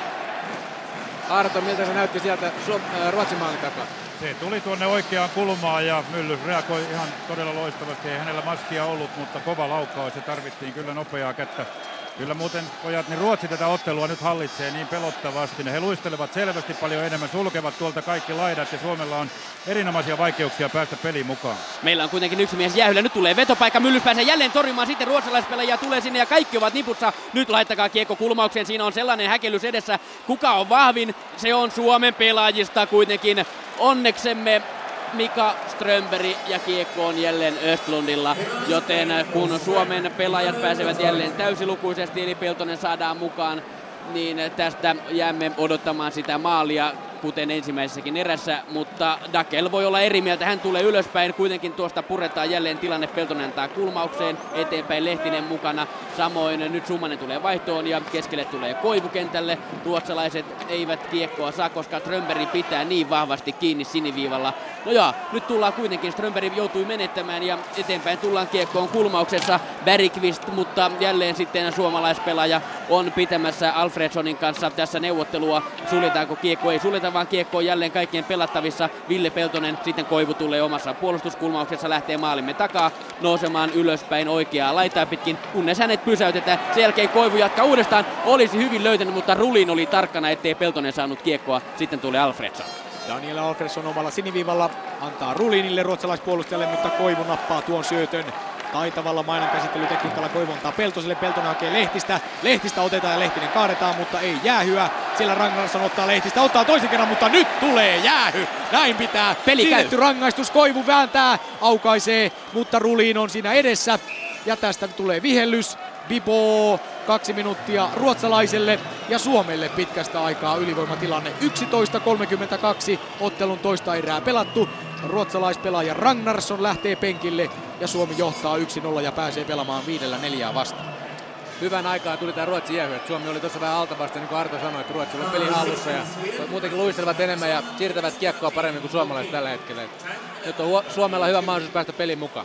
Arto, miltä se näytti sieltä Ruotsin maalin takaa? Se tuli tuonne oikeaan kulmaan ja Myllys reagoi ihan todella loistavasti. Ei hänellä maskia ollut, mutta kova laukaus ja tarvittiin kyllä nopeaa kättä. Kyllä muuten pojat, niin Ruotsi tätä ottelua nyt hallitsee niin pelottavasti. He luistelevat selvästi paljon enemmän, sulkevat tuolta kaikki laidat ja Suomella on erinomaisia vaikeuksia päästä peliin mukaan. Meillä on kuitenkin yksi mies jäähyllä, nyt tulee vetopaikka, Myllys pääsee jälleen torjumaan, sitten ruotsalaispelaajia tulee sinne ja kaikki ovat nipussa. Nyt laittakaa kiekko kulmaukseen, siinä on sellainen häkellys edessä, kuka on vahvin, se on Suomen pelaajista kuitenkin. Onneksemme Mika Strömberg ja kiekko on jälleen Östlundilla, joten kun Suomen pelaajat pääsevät jälleen täysilukuisesti eli Peltonen saadaan mukaan, niin tästä jäämme odottamaan sitä maalia, kuten ensimmäisessäkin erässä, mutta Dakel voi olla eri mieltä, hän tulee ylöspäin, kuitenkin tuosta puretaan jälleen tilanne, Peltonen antaa kulmaukseen, eteenpäin Lehtinen mukana, samoin nyt Summanen tulee vaihtoon ja keskelle tulee Koivu kentälle, ruotsalaiset eivät kiekkoa saa, koska Strömberg pitää niin vahvasti kiinni siniviivalla. No joo, nyt tullaan kuitenkin, Strömberg joutui menettämään ja eteenpäin tullaan kiekkoon kulmauksessa Bergqvist, mutta jälleen sitten suomalaispelaaja on pitämässä Alfredssonin kanssa tässä neuvottelua, suljetaanko kiekko, ei suljeta vaan kiekko on jälleen kaikkien pelattavissa. Ville Peltonen, sitten Koivu tulee omassa puolustuskulmauksessa, lähtee maalimme takaa nousemaan ylöspäin oikeaa laitaa pitkin, kunnes hänet pysäytetään. Sen jälkeen Koivu jatkaa uudestaan, olisi hyvin löytänyt, mutta Rulin oli tarkkana, ettei Peltonen saanut kiekkoa. Sitten tuli Alfredsson. Daniel Alfredsson omalla siniviivalla antaa Rulinille ruotsalaispuolustajalle, mutta Koivu nappaa tuon syötön. Taitavalla mailan käsittelytekniikalla Koivu antaa Peltoselle, Peltonen hakee Lehtistä, Lehtistä otetaan ja Lehtinen kaadetaan, mutta ei jäähyä. Siellä Ragnarsson ottaa Lehtistä, ottaa toisen kerran, mutta nyt tulee jäähy. Näin pitää. Peli siirretty rangaistus, Koivu vääntää, aukaisee, mutta Rulin on siinä edessä. Ja tästä tulee vihellys. Bibo, kaksi minuuttia ruotsalaiselle ja Suomelle pitkästä aikaa ylivoimatilanne. yksitoista kolmekymmentäkaksi, ottelun toista erää pelattu. Ruotsalaispelaaja Ragnarsson lähtee penkille ja Suomi johtaa yksi nolla ja pääsee pelaamaan viidellä neljää vastaan. Hyvän aikaa tuli tää Ruotsin jäähy. Suomi oli tuossa vähän altavasta, niin kuin Arto sanoi, että Ruotsilla on peli hallussa ja muutenkin luistelevat enemmän ja siirtävät kiekkoa paremmin kuin suomalaiset tällä hetkellä. Nyt on Suomella hyvä mahdollisuus päästä peliin mukaan.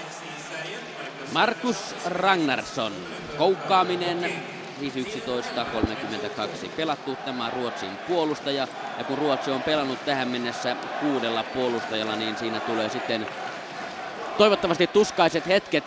Markus Ragnarsson, koukkaaminen, viisi yksitoista kolmekymmentäkaksi pelattu, tämä on Ruotsin puolustaja. Ja kun Ruotsi on pelannut tähän mennessä kuudella puolustajalla, niin siinä tulee sitten toivottavasti tuskaiset hetket.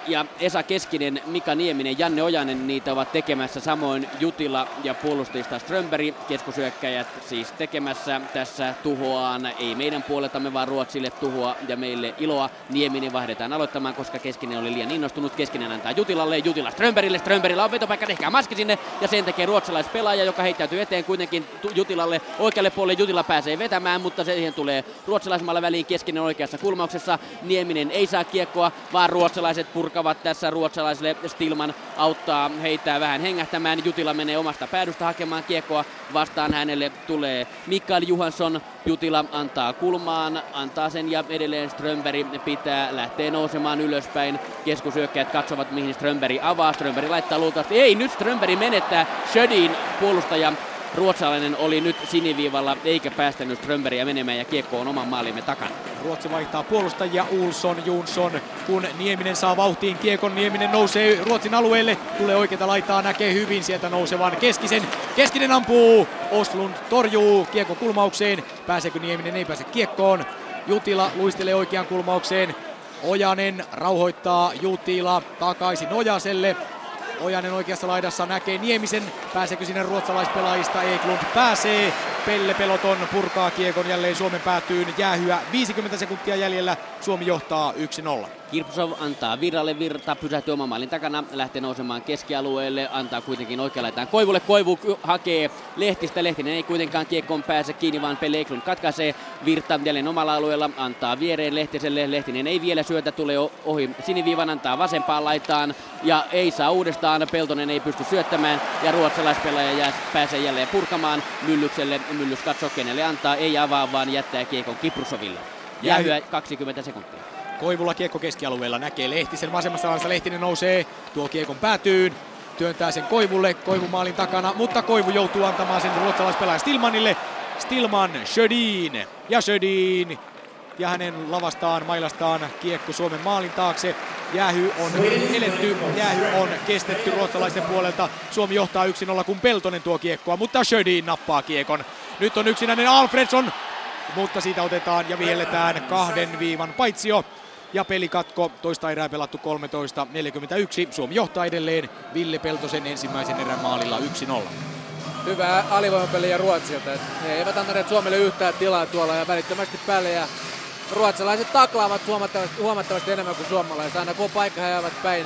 ja Esa Keskinen, Mika Nieminen, Janne Ojanen niitä ovat tekemässä, samoin Jutila ja puolustajista Strömberg, keskusyökkäjät siis tekemässä tässä tuhoaan, ei meidän puoleltamme vaan Ruotsille tuhoa ja meille iloa. Nieminen vaihdetaan aloittamaan, koska Keskinen oli liian innostunut. Keskinen antaa Jutilalle, Jutila Strömbergille, Strömbergillä on vetopaikka, tehkää maski sinne ja sen tekee ruotsalaispelaaja, joka heittäytyy eteen kuitenkin Jutilalle oikealle puolelle. Jutila pääsee vetämään, mutta siihen tulee ruotsalaismalla väliin, Keskinen oikeassa kulmauksessa. Nieminen ei saa kiekkoa, vaan ruotsalaiset purkavat tässä ruotsalaisille. Stillman auttaa heitä vähän hengähtämään. Jutila menee omasta päädystä hakemaan kiekkoa. Vastaan hänelle tulee Mikael Johansson. Jutila antaa kulmaan, antaa sen ja edelleen Strömberg pitää, lähtee nousemaan ylöspäin. Keskusyökkäjät katsovat mihin Strömberg avaa. Strömberg laittaa luultavasti. Ei, nyt Strömberg menettää Sjödin puolustaja. Ruotsalainen oli nyt siniviivalla eikä päästänyt Strömbergia menemään ja kiekko on oman maalimme takana. Ruotsi vaihtaa puolustajia Olsson, Jonsson, kun Nieminen saa vauhtiin kiekon. Nieminen nousee Ruotsin alueelle, tulee oikeata laitaa, näkee hyvin sieltä nousevan Keskisen. Keskinen ampuu, Oslund torjuu kiekon kulmaukseen. Pääseekö Nieminen? Ei pääse kiekkoon. Jutila luistelee oikeaan kulmaukseen. Ojanen rauhoittaa Jutila takaisin Ojaselle. Ojanen oikeassa laidassa näkee Niemisen. Pääseekö sinne ruotsalaispelaajista? Eklund pääsee. Pelle Peloton purkaa kiekon jälleen Suomen päätyyn. Jäähyä viisikymmentä sekuntia jäljellä. Suomi johtaa yksi nolla. Kirpsov antaa Virralle, Virta pysähtyy oman maalin takana, lähtee nousemaan keskialueelle, antaa kuitenkin oikealaitaan Koivulle, Koivu hakee Lehtistä, Lehtinen ei kuitenkaan kiekkoon pääse kiinni, vaan Pelle Eklund katkaisee, Virta jälleen omalla alueella, antaa viereen Lehtiselle, Lehtinen ei vielä syötä, tulee ohi siniviivan, antaa vasempaan laitaan ja ei saa uudestaan, Peltonen ei pysty syöttämään ja ruotsalaispelaaja jää, pääsee jälleen purkamaan Myllykselle, Myllys katsoo kenelle antaa, ei avaa vaan jättää kiekon Kiprusoville. Jäähyä kaksikymmentä sekuntia. Koivulla kiekko keskialueella, näkee Lehtisen vasemmassa laidassa, Lehtinen nousee, tuo kiekon päätyyn, työntää sen Koivulle, Koivu maalin takana, mutta Koivu joutuu antamaan sen ruotsalaispelaaja Stillmanille. Stillman, Sjödin ja Sjödin ja hänen lavastaan, mailastaan kiekko Suomen maalin taakse. Jäähy on eletty, jäähy on kestetty ruotsalaisten puolelta. Suomi johtaa yksi nolla, kun Peltonen tuo kiekkoa, mutta Sjödin nappaa kiekon. Nyt on yksinäinen Alfredsson, mutta siitä otetaan ja vihelletään kahden viivan paitsio. Ja pelikatko, toista erää pelattu kolmetoista neljäkymmentäyksi. Suomi johtaa edelleen Ville Peltosen ensimmäisen erän maalilla yksi nolla. Hyvää alivoimapeliä Ruotsilta. He eivät antaneet Suomelle yhtään tilaa tuolla ja välittömästi päälle. Ja ruotsalaiset taklaavat huomattavasti, huomattavasti enemmän kuin suomalaiset. Aina kun paikka he jäävät päin.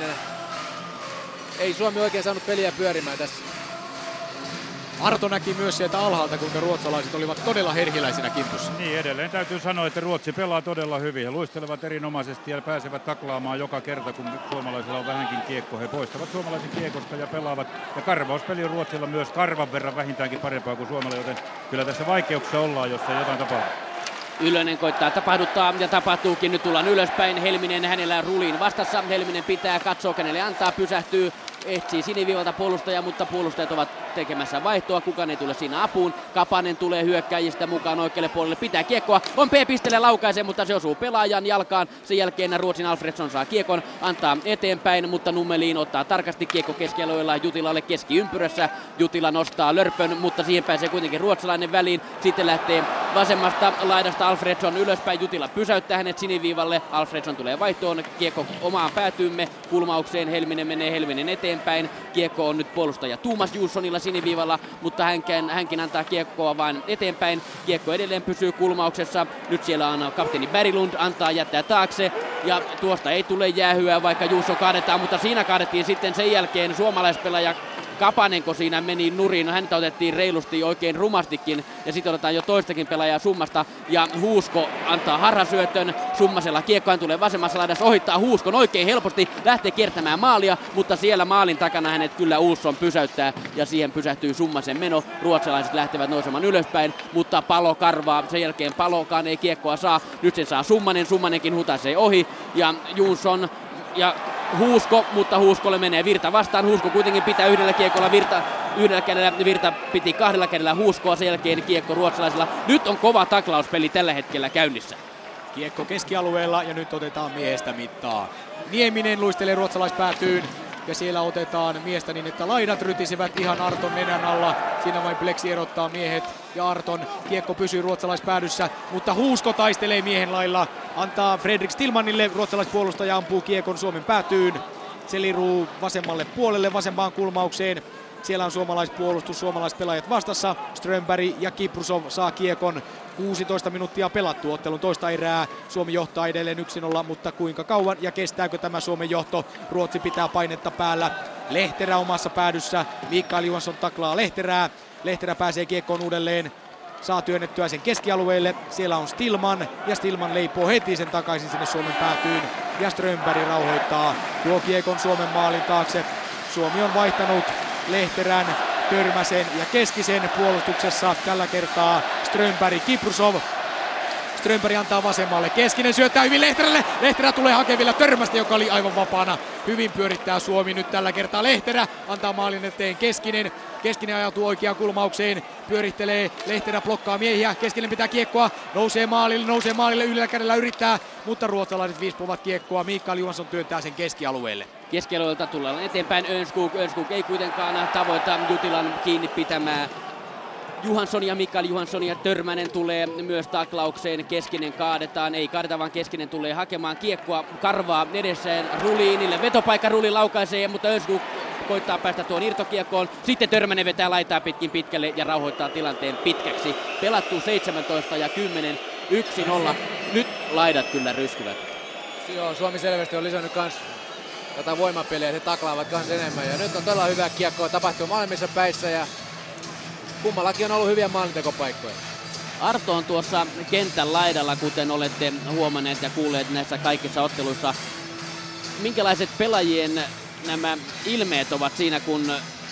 Ei Suomi oikein saanut peliä pyörimään tässä. Arto näki myös sieltä alhaalta, kuinka ruotsalaiset olivat todella herhiläisinä kimpussa. Niin, edelleen täytyy sanoa, että Ruotsi pelaa todella hyvin. He luistelevat erinomaisesti ja pääsevät taklaamaan joka kerta, kun suomalaisilla on vähänkin kiekko. He poistavat suomalaisen kiekosta ja pelaavat. Ja karvauspeli on Ruotsilla myös karvan verran vähintäänkin parempaa kuin Suomella, joten kyllä tässä vaikeuksia ollaan, jos ei jotain tapahdu. Ylönen koittaa tapahduttaa ja tapahtuukin. Nyt tullaan ylöspäin. Helminen hänellä Rulin vastassa. Helminen pitää, katsoo kenelle antaa, pysähtyy. Etsii siniviivalta puolustaja, mutta puolustajat ovat tekemässä vaihtoa. Kukaan ei tule siinä apuun. Kapanen tulee hyökkäjistä mukaan oikealle puolelle. Pitää kiekkoa. On P-pistelle laukaisee, mutta se osuu pelaajan jalkaan. Sen jälkeen Ruotsin Alfredsson saa kiekon. Antaa eteenpäin, mutta Nummelin ottaa tarkasti kiekko keskialueella Jutilalle keskiympyrässä. Jutila nostaa lörpön, mutta siihen pääsee kuitenkin ruotsalainen väliin. Sitten lähtee vasemmasta laidasta Alfredsson ylöspäin. Jutila pysäyttää hänet siniviivalle. Alfredsson tulee vaihtoon. Kiekko omaan päätyymme. Kulmaukseen Helminen menee Helminen eteenpäin. Kiekko on nyt puolustaja Tuomas Jonssonilla siniviivalla, mutta hänkin, hänkin antaa kiekkoa vain eteenpäin. Kiekko edelleen pysyy kulmauksessa. Nyt siellä on kapteeni Berglund, antaa jättää taakse. Ja tuosta ei tule jäähyä, vaikka Juuso kaadetaan, mutta siinä kaadettiin sitten sen jälkeen suomalaispelaaja Kapanenko siinä meni nurin, häntä otettiin reilusti oikein rumastikin ja sitten otetaan jo toistakin pelaajaa Summasta ja Huusko antaa harhasyötön, Summasella kiekkoon tulee vasemmassa laidassa, ohittaa Huuskon oikein helposti, lähtee kiertämään maalia, mutta siellä maalin takana hänet kyllä Olsson pysäyttää ja siihen pysähtyy Summasen meno, ruotsalaiset lähtevät nousemaan ylöspäin, mutta Palo karvaa, sen jälkeen Palokaan ei kiekkoa saa, nyt sen saa Summanen, Summanenkin hutaisee ohi ja Jonsson ja Huusko, mutta Huuskolle menee Virta vastaan. Huusko kuitenkin pitää yhdellä kiekolla Virta, yhdellä kädellä, Virta piti kahdella kädellä Huuskoa, sen jälkeen kiekko ruotsalaisilla. Nyt on kova taklauspeli tällä hetkellä käynnissä. Kiekko keskialueella ja nyt otetaan miehestä mittaa. Nieminen luistelee ruotsalaispäätyyn ja siellä otetaan miestä niin, että laidat rytisivät ihan Arton nenän alla. Siinä vain Pleksi erottaa miehet ja Arton. Kiekko pysyy ruotsalaispäädyssä, mutta Huusko taistelee miehen lailla. Antaa Fredrik Stillmanille, ruotsalaispuolustaja ampuu kiekon Suomen päätyyn. Se liruu vasemmalle puolelle, vasempaan kulmaukseen. Siellä on suomalaispuolustus, suomalaispelaajat vastassa. Strömberg ja Kiprusov saa kiekon. kuusitoista minuuttia pelattu ottelun toista erää. Suomi johtaa edelleen yksi nolla, mutta kuinka kauan ja kestääkö tämä Suomen johto? Ruotsi pitää painetta päällä. Lehterä omassa päädyssä. Mikael Johansson taklaa Lehterää. Lehterä pääsee kiekkoon uudelleen. Saa työnnettyä sen keskialueelle. Siellä on Stillman ja Stillman leipoo heti sen takaisin sinne Suomen päätyyn. Ja Strömberg rauhoittaa tuo kiekon Suomen maalin taakse. Suomi on vaihtanut Lehterän, Törmäsen ja Keskisen puolustuksessa. Tällä kertaa Strömberg, Kiprusov. Strömberg antaa vasemmalle. Keskinen syöttää hyvin Lehterälle. Lehterä tulee hakevilla Törmästä, joka oli aivan vapaana. Hyvin pyörittää Suomi nyt tällä kertaa. Lehterä antaa maalin eteen Keskinen. Keskinen ajautuu oikeaan kulmaukseen. Pyörittelee. Lehterä blokkaa miehiä. Keskinen pitää kiekkoa. Nousee maalille. Nousee maalille. Yhdellä kädellä yrittää. Mutta ruotsalaiset viispovat kiekkoa. Mikael Johansson työntää sen keskialueelle. Keskialueelta tullaan eteenpäin. Önskog. Önskog ei kuitenkaan tavoita Jutilan kiinni pitämään Johansson ja Mikael Johansson ja Törmänen tulee myös taklaukseen. Keskinen kaadetaan, ei kaadeta vaan Keskinen tulee hakemaan kiekkoa, karvaa edessään Ruliinille. Vetopaikka, Ruli laukaisee, mutta Önskog koittaa päästä tuon irtokiekkoon. Sitten Törmänen vetää laitaa pitkin pitkälle ja rauhoittaa tilanteen pitkäksi. Pelattu seitsemäntoista ja kymmenen, yksi nolla. Nyt laidat kyllä ryskyvät. Joo, Suomi selvästi on lisännyt kans tätä voimapeliä, he taklaavat kans enemmän. Ja nyt on todella hyvää kiekkoa, tapahtuu molemmissa päissä ja kummallakin on ollut hyviä maalintekopaikkoja. Arto on tuossa kentän laidalla, kuten olette huomanneet ja kuulleet näissä kaikissa otteluissa. Minkälaiset pelaajien nämä ilmeet ovat siinä, kun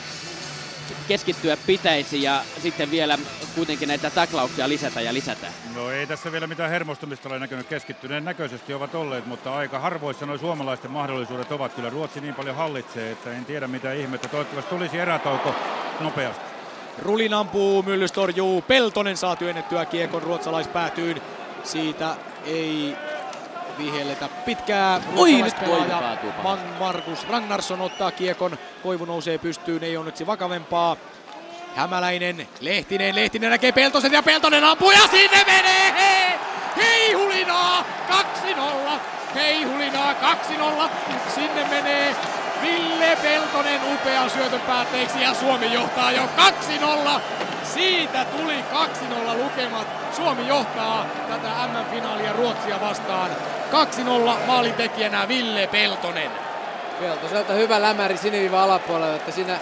keskittyä pitäisi ja sitten vielä kuitenkin näitä taklauksia lisätä ja lisätä? No ei tässä vielä mitään hermostumista ole näkynyt, keskittyneen näköisesti ovat olleet, mutta aika harvoissa nuo suomalaisten mahdollisuudet ovat. Kyllä Ruotsi niin paljon hallitsee, että en tiedä mitä ihmettä. Toivottavasti tulisi erätauko nopeasti. Rulin ampuu, Myllys torjuu, Peltonen saa työnnettyä kiekon ruotsalaispäätyyn. Siitä ei vihelletä pitkää. Ruotsalaispelaaja Markus Ragnarsson ottaa kiekon, Koivu nousee pystyyn, ei onneksi vakavempaa. Hämäläinen, Lehtinen, Lehtinen näkee Peltosen ja Peltonen ampuu ja sinne menee! Hei, hei hulinaa, kaksi nolla! Hei hulinaa, kaksi nolla! Sinne menee Ville Peltonen upean syötön päätteeksi ja Suomi johtaa jo kaksi nolla. Siitä tuli kaksi nolla lukemat. Suomi johtaa tätä M M-finaalia Ruotsia vastaan. kaksi nolla maalintekijänä Ville Peltonen. Peltoselta hyvä lämäri siniviiva alapuolella, että siinä,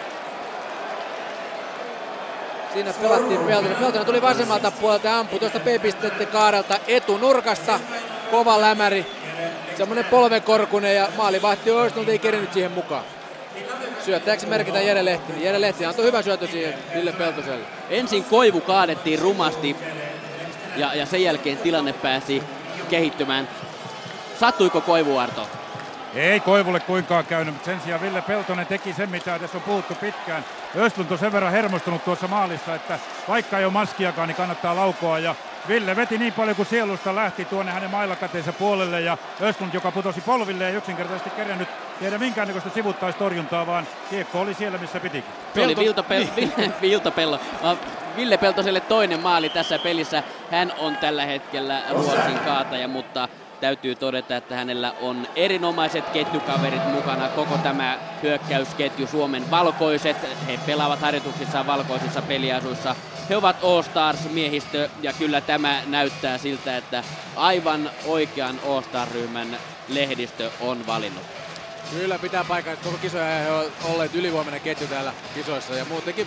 siinä pelattiin Peltonen. Peltonen tuli vasemmalta puolelta ja ampui tuosta B-pisteiden kaarelta etunurkasta. Kova lämäri. Semmoinen polvekorkunen ja maalivahti Östlund ei kerennyt siihen mukaan. Syöttäjäksi merkitään Jere Lehtinen. Jere Lehtinen antoi hyvän syötön siihen Ville Peltoselle. Ensin Koivu kaadettiin rumasti ja, ja sen jälkeen tilanne pääsi kehittymään. Sattuiko Koivu, Arto? Ei Koivulle kuinkaan käynyt, mutta sen sijaan Ville Peltonen teki sen, mitä tässä on puhuttu pitkään. Östlund on sen verran hermostunut tuossa maalissa, että vaikka ei ole maskiakaan, niin kannattaa laukoa. Ja Ville veti niin paljon kuin sielusta lähti tuonne hänen mailakateensa puolelle ja Östlund, joka putosi polville, ei yksinkertaisesti kerännyt tehdä minkäännäköistä sivuttaistorjuntaa, vaan kiekko oli siellä, missä pitikin. Se oli Viltapello. Viltapello. Ville Peltoselle toinen maali tässä pelissä. Hän on tällä hetkellä Ruotsin kaataja, mutta täytyy todeta, että hänellä on erinomaiset ketjukaverit mukana. Koko tämä hyökkäysketju, Suomen valkoiset. He pelaavat harjoituksissa valkoisissa peliasuissa. He ovat All-Stars-miehistö ja kyllä tämä näyttää siltä, että aivan oikean All-Star-ryhmän lehdistö on valinnut. Kyllä pitää paikkaa, että koko kisoja he ovat olleet ylivoimainen ketju täällä kisoissa ja muutenkin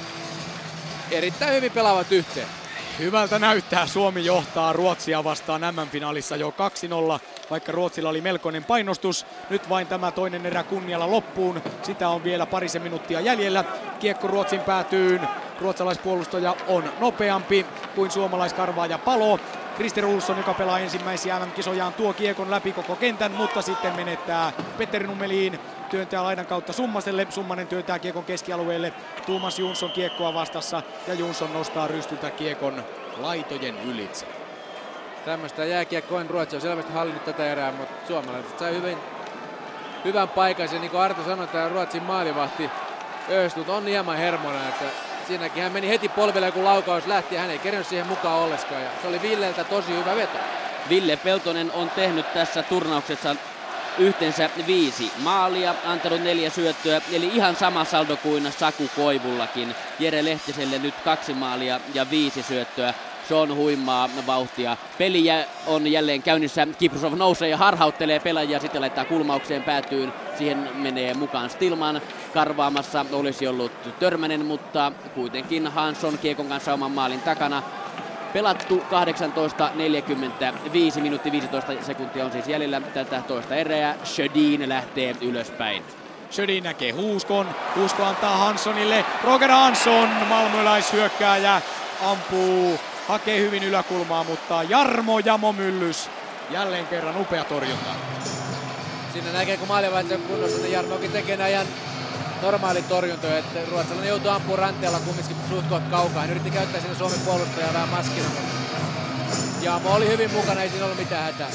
erittäin hyvin pelaavat yhteen. Hyvältä näyttää, Suomi johtaa Ruotsia vastaan M M-finaalissa jo kaksi nolla, vaikka Ruotsilla oli melkoinen painostus. Nyt vain tämä toinen erä kunnialla loppuun, sitä on vielä parisen minuuttia jäljellä. Kiekko Ruotsin päätyyn, ruotsalaispuolustaja on nopeampi kuin suomalaiskarvaaja Palo. Christer Olsson, joka pelaa ensimmäisiä M M-kisojaan, tuo kiekon läpi koko kentän, mutta sitten menettää Petteri Nummeliin. Työntää laidan kautta Summaselle, Summanen työntää kiekon keskialueelle, Tuomas Jonsson kiekkoa vastassa ja Jonsson nostaa rystyltä kiekon laitojen ylitse. Tämmöistä jääkiekkoin Ruotsi on selvästi hallinnut tätä erää, mutta suomalaiset sai hyvin, hyvän paikan. Ja niin kuin Arto sanoi, että Ruotsin maalivahti Östlund on hieman hermona, että siinäkin hän meni heti polville, kun laukaus lähti ja hän ei kerennyt siihen mukaan olleskaan. Ja se oli Villeltä tosi hyvä veto. Ville Peltonen on tehnyt tässä turnauksessa yhteensä viisi maalia, antanut neljä syöttöä, eli ihan sama saldo kuin Saku Koivullakin. Jere Lehtiselle nyt kaksi maalia ja viisi syöttöä. Se on huimaa vauhtia. Peli on jälleen käynnissä. Kiprusov nousee ja harhauttelee pelaajia, sitten laittaa kulmaukseen päätyyn. Siihen menee mukaan Stillman. Karvaamassa olisi ollut Törmänen, mutta kuitenkin Hansson kiekon kanssa oman maalin takana. Pelattu kahdeksantoista neljäkymmentäviisi, minuutti viisitoista sekuntia on siis jäljellä tätä toista erää. Sjödin lähtee ylöspäin. Sjödin näkee Huuskon. Huusko antaa Hanssonille. Roger Hansson, malmöläishyökkääjä, ampuu. Hakee hyvin yläkulmaa, mutta Jarmo Jamo Myllys jälleen kerran upea torjunta. Siinä näkee, kun maalivahti on kunnossa, niin Jarmokin tekee näin normaali torjuntoja, että ruotsalainen joutuu ampumaan ranteella kumminkin suht kohta kaukaa. Hän yritti käyttää siinä Suomen puolustajaa vähän maskina. Jamo oli hyvin mukana, ei siinä ollut mitään hätää.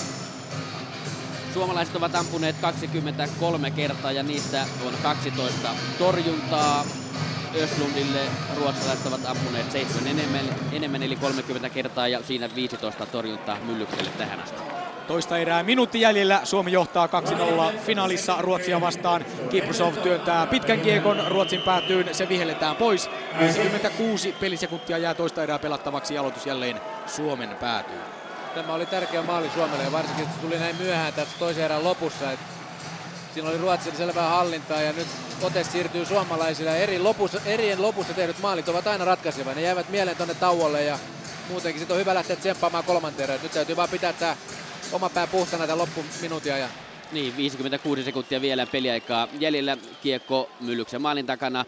Suomalaiset ovat ampuneet kaksikymmentäkolme kertaa ja niistä on kaksitoista torjuntaa. Östlundille ruotsalaiset ovat ampuneet seitsemän enemmän, enemmän eli kolmekymmentä kertaa ja siinä viisitoista torjuntaa Myllykselle tähän asti. Toista erää minuutti jäljellä. Suomi johtaa kaksi nolla finaalissa Ruotsia vastaan. Kiprusov työntää pitkän kiekon Ruotsin päätyyn. Se vihelletään pois. viisikymmentäkuusi pelisekuntia jää toista erää pelattavaksi ja aloitus jälleen Suomen päätyyn. Tämä oli tärkeä maali Suomelle ja varsinkin että tuli näin myöhään tässä toisen erän lopussa. Että siinä oli Ruotsilla selvää hallintaa ja nyt ote siirtyy suomalaisille. Eri lopussa, erien lopussa tehdyt maalit ovat aina ratkaisevia. Ne jäävät mieleen tuonne tauolle ja muutenkin sit on hyvä lähteä tsemppaamaan kolmanteen erään. Nyt täytyy vaan pitää tämä oma pää puhtana tämän loppuminuutin ajan. Niin, viisikymmentäkuusi sekuntia vielä peliaikaa jäljellä. Kiekko Myllyksen maalin takana.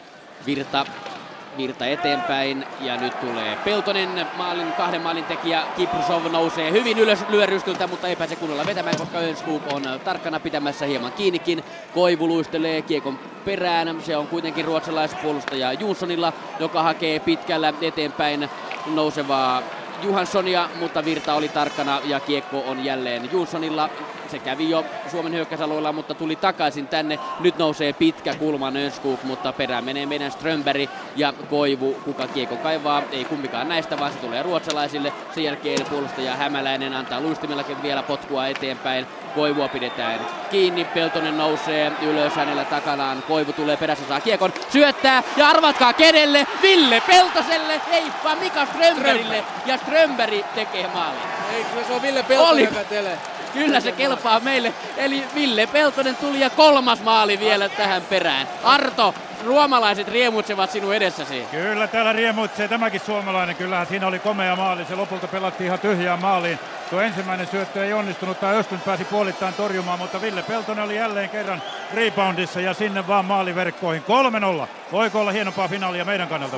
Virta, Virta eteenpäin ja nyt tulee Peltonen, maalin, kahden maalin tekijä. Kiprusov nousee hyvin ylös lyörystyltä, mutta ei pääse kunnolla vetämään, koska Önskog on tarkkana pitämässä hieman kiinnikin. Koivu luistelee kiekon perään. Se on kuitenkin ruotsalaispuolustaja Jonssonilla, joka hakee pitkällä eteenpäin nousevaa Johanssonia, mutta Virta oli tarkkana ja kiekko on jälleen Jonssonilla. Se kävi jo Suomen hyökkäysalueella, mutta tuli takaisin tänne. Nyt nousee pitkä kulma Önskog, mutta perään menee meidän Strömberg ja Koivu. Kuka kiekko kaivaa? Ei kumpikaan näistä, vaan se tulee ruotsalaisille. Sen jälkeen puolustaja Hämäläinen antaa luistimillakin vielä potkua eteenpäin. Koivua pidetään kiinni. Peltonen nousee ylös hänellä takanaan. Koivu tulee perässä, saa kiekon, syöttää ja arvatkaa kenelle? Ville Peltoselle, ei vaan Mika Strömbergille. Ja Strömberg tekee maalin. Ei, kyllä se on Ville Peltonen, joka telee. Kyllä se kelpaa meille. Eli Ville Peltonen tuli ja kolmas maali vielä tähän perään. Arto, suomalaiset riemutsevat sinun edessäsi. Kyllä täällä riemuitsee tämäkin suomalainen. Kyllähän siinä oli komea maali. Se lopulta pelattiin ihan tyhjään maaliin. Tuo ensimmäinen syöttö ei onnistunut tai Östlund pääsi puolittain torjumaan, mutta Ville Peltonen oli jälleen kerran reboundissa ja sinne vaan maaliverkkoihin. kolme nolla. Voiko olla hienompaa finaalia meidän kannalta?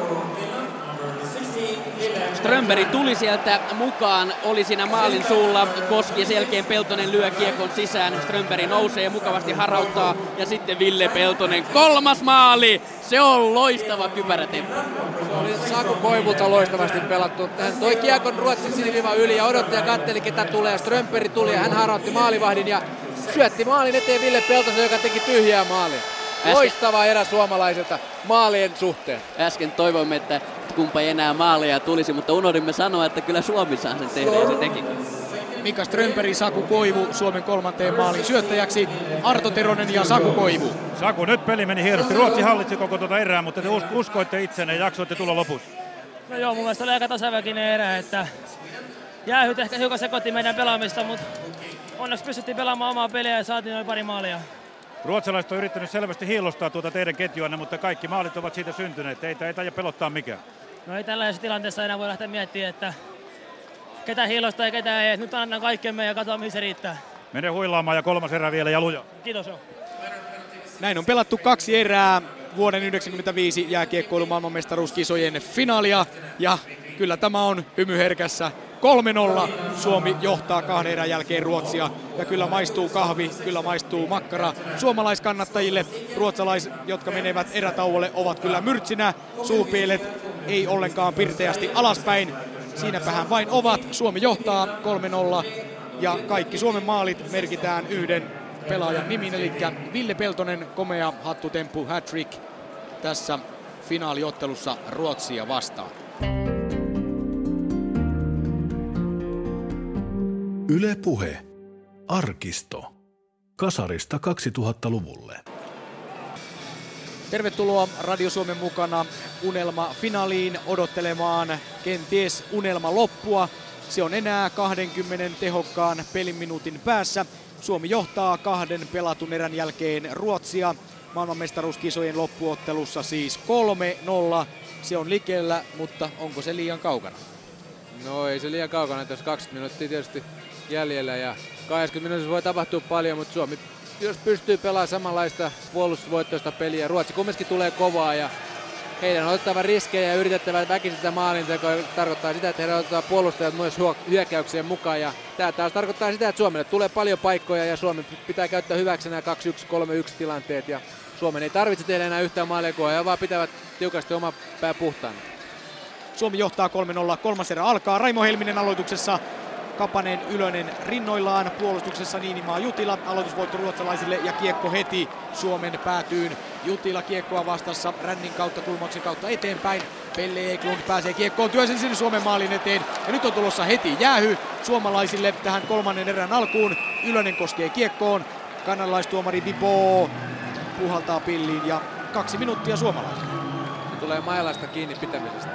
Strömberg tuli sieltä mukaan, oli siinä maalin suulla, koski ja sen jälkeen Peltonen lyö kiekon sisään. Strömberg nousee ja mukavasti harhauttaa ja sitten Ville Peltonen, kolmas maali! Se on loistava kypärätemppu. Se oli Saku Koivulta loistavasti pelattu. Hän toi kiekon Ruotsin siniviivan yli ja odotti ja katteli ketä tulee. Strömberg tuli ja hän harhautti maalivahdin ja syötti maalin eteen Ville Peltosen, joka teki tyhjää maalin. Loistava erä suomalaiselta maalien suhteen. Äsken toivoimme, että kumpa ei enää maaleja tulisi, mutta unohdimme sanoa, että kyllä Suomi saa sen tehdä ja se tekikin. Mika Strömberg, Saku Koivu Suomen kolmanteen maalin syöttäjäksi. Arto Teronen ja Saku Koivu. Saku, nyt peli meni hienosti. Ruotsi hallitsi koko tuota erää, mutta te uskoitte itsenne ja jaksoitte tulla lopussa. No joo, mun mielestä oli aika tasaväkinen erä, että jäähyt ehkä hiukan sekoitti meidän pelaamista, mutta onneksi pystyttiin pelaamaan omaa peliä ja saatiin noin pari maalia. Ruotsalaiset on yrittänyt selvästi hiillostaa tuota teidän ketjuanne, mutta kaikki maalit ovat siitä syntyneet. Teitä ei taida pelottaa mikään. No ei tällaisessa tilanteessa enää voi lähteä miettimään, että ketä hiilostaa ja ketä ei. Nyt annan kaikkemme ja katsotaan mihin se riittää. Mene huilaamaan ja kolmas erä vielä ja luja. Kiitos jo. Näin on pelattu kaksi erää vuoden yhdeksänkymmentäviisi jääkiekkoilun maailmanmestaruuskisojen finaalia. Ja kyllä tämä on hymyherkässä. kolme nolla Suomi johtaa kahden erän jälkeen Ruotsia ja kyllä maistuu kahvi, kyllä maistuu makkara suomalaiskannattajille. Ruotsalaiset, jotka menevät erätauolle, ovat kyllä myrtsinä, suupielet ei ollenkaan pirteästi alaspäin. Siinäpähän vain ovat. Suomi johtaa kolme nolla ja kaikki Suomen maalit merkitään yhden pelaajan nimin, eli Ville Peltonen, komea hattutemppu, hat-trick tässä finaaliottelussa Ruotsia vastaan. Yle Puhe. Arkisto. Kasarista kaksituhattaluvulle. Tervetuloa Radio Suomen mukana unelma-finaaliin odottelemaan kenties unelma loppua. Se on enää kaksikymmentä tehokkaan peliminuutin päässä. Suomi johtaa kahden pelatun erän jälkeen Ruotsia. Maailmanmestaruuskisojen loppuottelussa siis kolme nolla. Se on likellä, mutta onko se liian kaukana? No ei se liian kaukana, tässä kaksikymmentä minuuttia tietysti jäljellä ja kaksikymmentä minuutissa voi tapahtua paljon, mutta Suomi jos pystyy pelaamaan samanlaista puolustusvoittoista peliä, Ruotsi kumminkin tulee kovaa ja heidän on otettava riskejä ja yritettävä väkisin sitä maalintekoa, tarkoittaa sitä, että heidän otetaan puolustajat myös hyökkäyksien mukaan ja tämä taas tarkoittaa sitä, että Suomelle tulee paljon paikkoja ja Suomen pitää käyttää hyväksi nämä kaksi yksi kolme yksi tilanteet ja Suomen ei tarvitse tehdä enää yhtään maalintekoa ja vaan pitävät tiukasti oma pää puhtaana. Suomi johtaa kolme nolla, kolmas erä alkaa. Raimo Helminen aloituksessa. Kapanen, Ylönen rinnoillaan, puolustuksessa Niinimaa, Jutila, aloitusvoitto ruotsalaisille ja kiekko heti Suomen päätyyn. Jutila kiekkoa vastassa rännin kautta, kulmauksen kautta eteenpäin. Pelle Eklund pääsee kiekkoon, työsen sinne Suomen maalin eteen ja nyt on tulossa heti jäähy suomalaisille tähän kolmannen erän alkuun. Ylönen koskee kiekkoon, kanadalaistuomari Bibo puhaltaa pilliin ja kaksi minuuttia suomalaisille. Se tulee mailasta kiinni pitämisestä.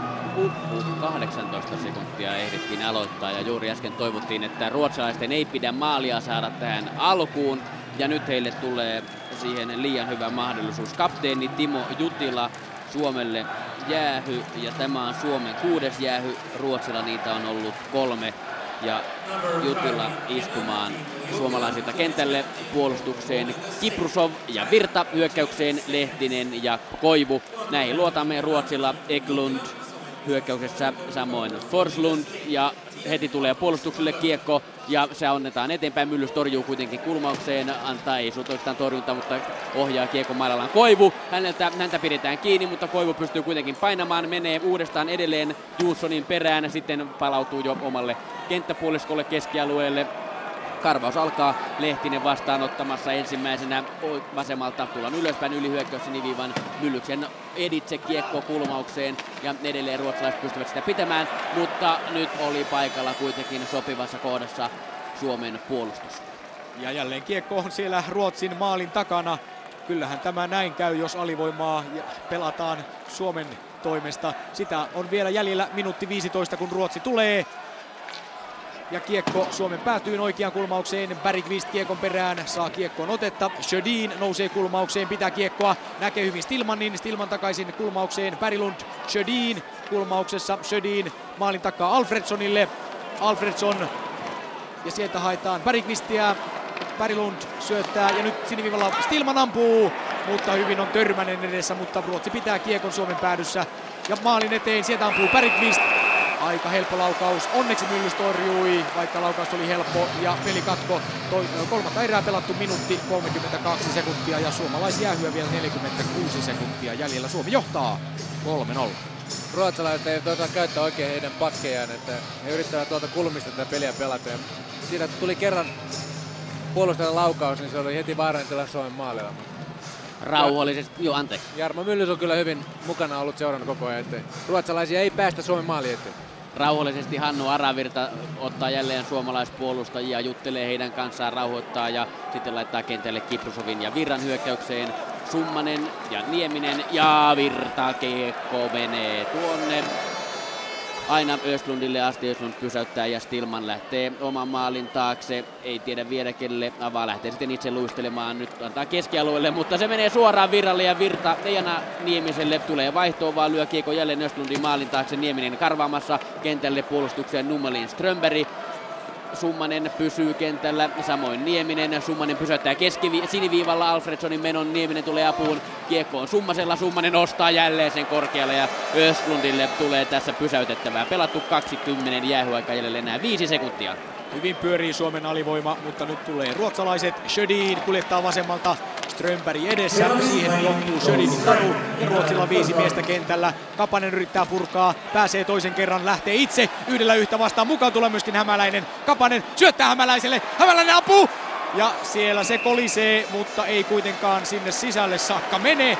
Uhuh, kahdeksantoista sekuntia ehdittiin aloittaa ja juuri äsken toivottiin, että ruotsalaisten ei pidä maalia saada tähän alkuun. Ja nyt heille tulee siihen liian hyvä mahdollisuus. Kapteeni Timo Jutila Suomelle jäähy ja tämä on Suomen kuudes jäähy. Ruotsilla niitä on ollut kolme ja Jutila istumaan suomalaisilta kentälle puolustukseen Kiprusov ja Virta, hyökkäykseen Lehtinen ja Koivu. Näihin luotamme Ruotsilla Eklund hyökkäyksessä, samoin Forslund ja heti tulee puolustukselle kiekko ja se annetaan eteenpäin. Myllys torjuu kuitenkin kulmaukseen, antaa ei suutoistaan torjunta, mutta ohjaa kiekon mailallaan Koivu. Häneltä, häntä pidetään kiinni, mutta Koivu pystyy kuitenkin painamaan, menee uudestaan edelleen Juussonin perään, sitten palautuu jo omalle kenttäpuoliskolle keskialueelle. Karvaus alkaa, Lehtinen vastaanottamassa ensimmäisenä vasemmalta, tullaan ylöspäin yli hyökkäys siniviivan, Myllyksen editse kiekko kulmaukseen ja edelleen ruotsalaiset pystyvät sitä pitämään, mutta nyt oli paikalla kuitenkin sopivassa kohdassa Suomen puolustus. Ja jälleen kiekko on siellä Ruotsin maalin takana. Kyllähän tämä näin käy, jos alivoimaa pelataan Suomen toimesta. Sitä on vielä jäljellä minuutti viisitoista, kun Ruotsi tulee. Ja kiekko Suomen päätyyn oikeaan kulmaukseen. Bergqvist kiekon perään, saa kiekkoon otetta. Sjödin nousee kulmaukseen, pitää kiekkoa. Näkee hyvin Stillmanin, Stillman takaisin kulmaukseen. Berglund, Sjödin kulmauksessa. Sjödin maalin takaa Alfredssonille. Alfredsson ja sieltä haetaan Bergqvistia. Berglund syöttää ja nyt sinivivalla Stillman ampuu. Mutta hyvin on Törmänen edessä, mutta Ruotsi pitää kiekon Suomen päädyssä. Ja maalin eteen, sieltä ampuu Bergqvist. Aika helppo laukaus. Onneksi Myllys torjui, vaikka laukaus oli helppo ja pelikatko. Toi, kolmatta erää pelattu minuutti kolmekymmentäkaksi sekuntia ja suomalaisjäähyä vielä neljäkymmentäkuusi sekuntia jäljellä. Suomi johtaa kolme nolla. Ruotsalaiset eivät osaa käyttää oikein heidän pakkejaan, että he yrittävät tuolta kulmista tätä peliä pelata. Ja siinä tuli kerran puolustajan laukaus, niin se oli heti vaarallinen tilanne Suomen maalilla. Rauhallisesti, joo anteeksi. Jarmo Myllys on kyllä hyvin mukana ollut seurannut koko ajan, että ruotsalaisia ei päästä Suomen maaliin eteen. Rauhallisesti Hannu Aravirta ottaa jälleen suomalaispuolustajia, juttelee heidän kanssaan, rauhoittaa ja sitten laittaa kentälle Kiprusovin ja Virran hyökkäykseen. Summanen ja Nieminen ja Virta kiekko menee tuonne aina Östlundille asti. Östlund pysäyttää ja Stillman lähtee oman maalin taakse. Ei tiedä vielä kelle avaa, lähtee sitten itse luistelemaan. Nyt antaa keskialueelle, mutta se menee suoraan Virralle ja Virta Eijana Niemiselle. Tulee vaihtoon, vaan lyö kiekko jälleen Östlundin maalin taakse. Nieminen karvaamassa kentälle puolustukseen Nummelin Strömberg. Summanen pysyy kentällä, samoin Nieminen. Summanen pysäyttää keskivi- siniviivalla Alfredssonin menon. Nieminen tulee apuun. Kiekko on Summasella. Summanen nostaa jälleen sen korkealle ja Östlundille tulee tässä pysäytettävää. Pelattu kaksikymmentä, jäähyaika jäljellä enää viisi sekuntia. Hyvin pyörii Suomen alivoima, mutta nyt tulee ruotsalaiset. Sjödin kuljettaa vasemmalta. Strömberg edessä, siihen loppuu Sjödinin taru ja Ruotsilla viisi miestä kentällä. Kapanen yrittää purkaa, pääsee toisen kerran, lähtee itse yhdellä yhtä vastaan. Mukaan tulee myöskin Hämäläinen. Kapanen syöttää Hämäläiselle, Hämäläinen ampuu! Ja siellä se kolisee, mutta ei kuitenkaan sinne sisälle saakka mene.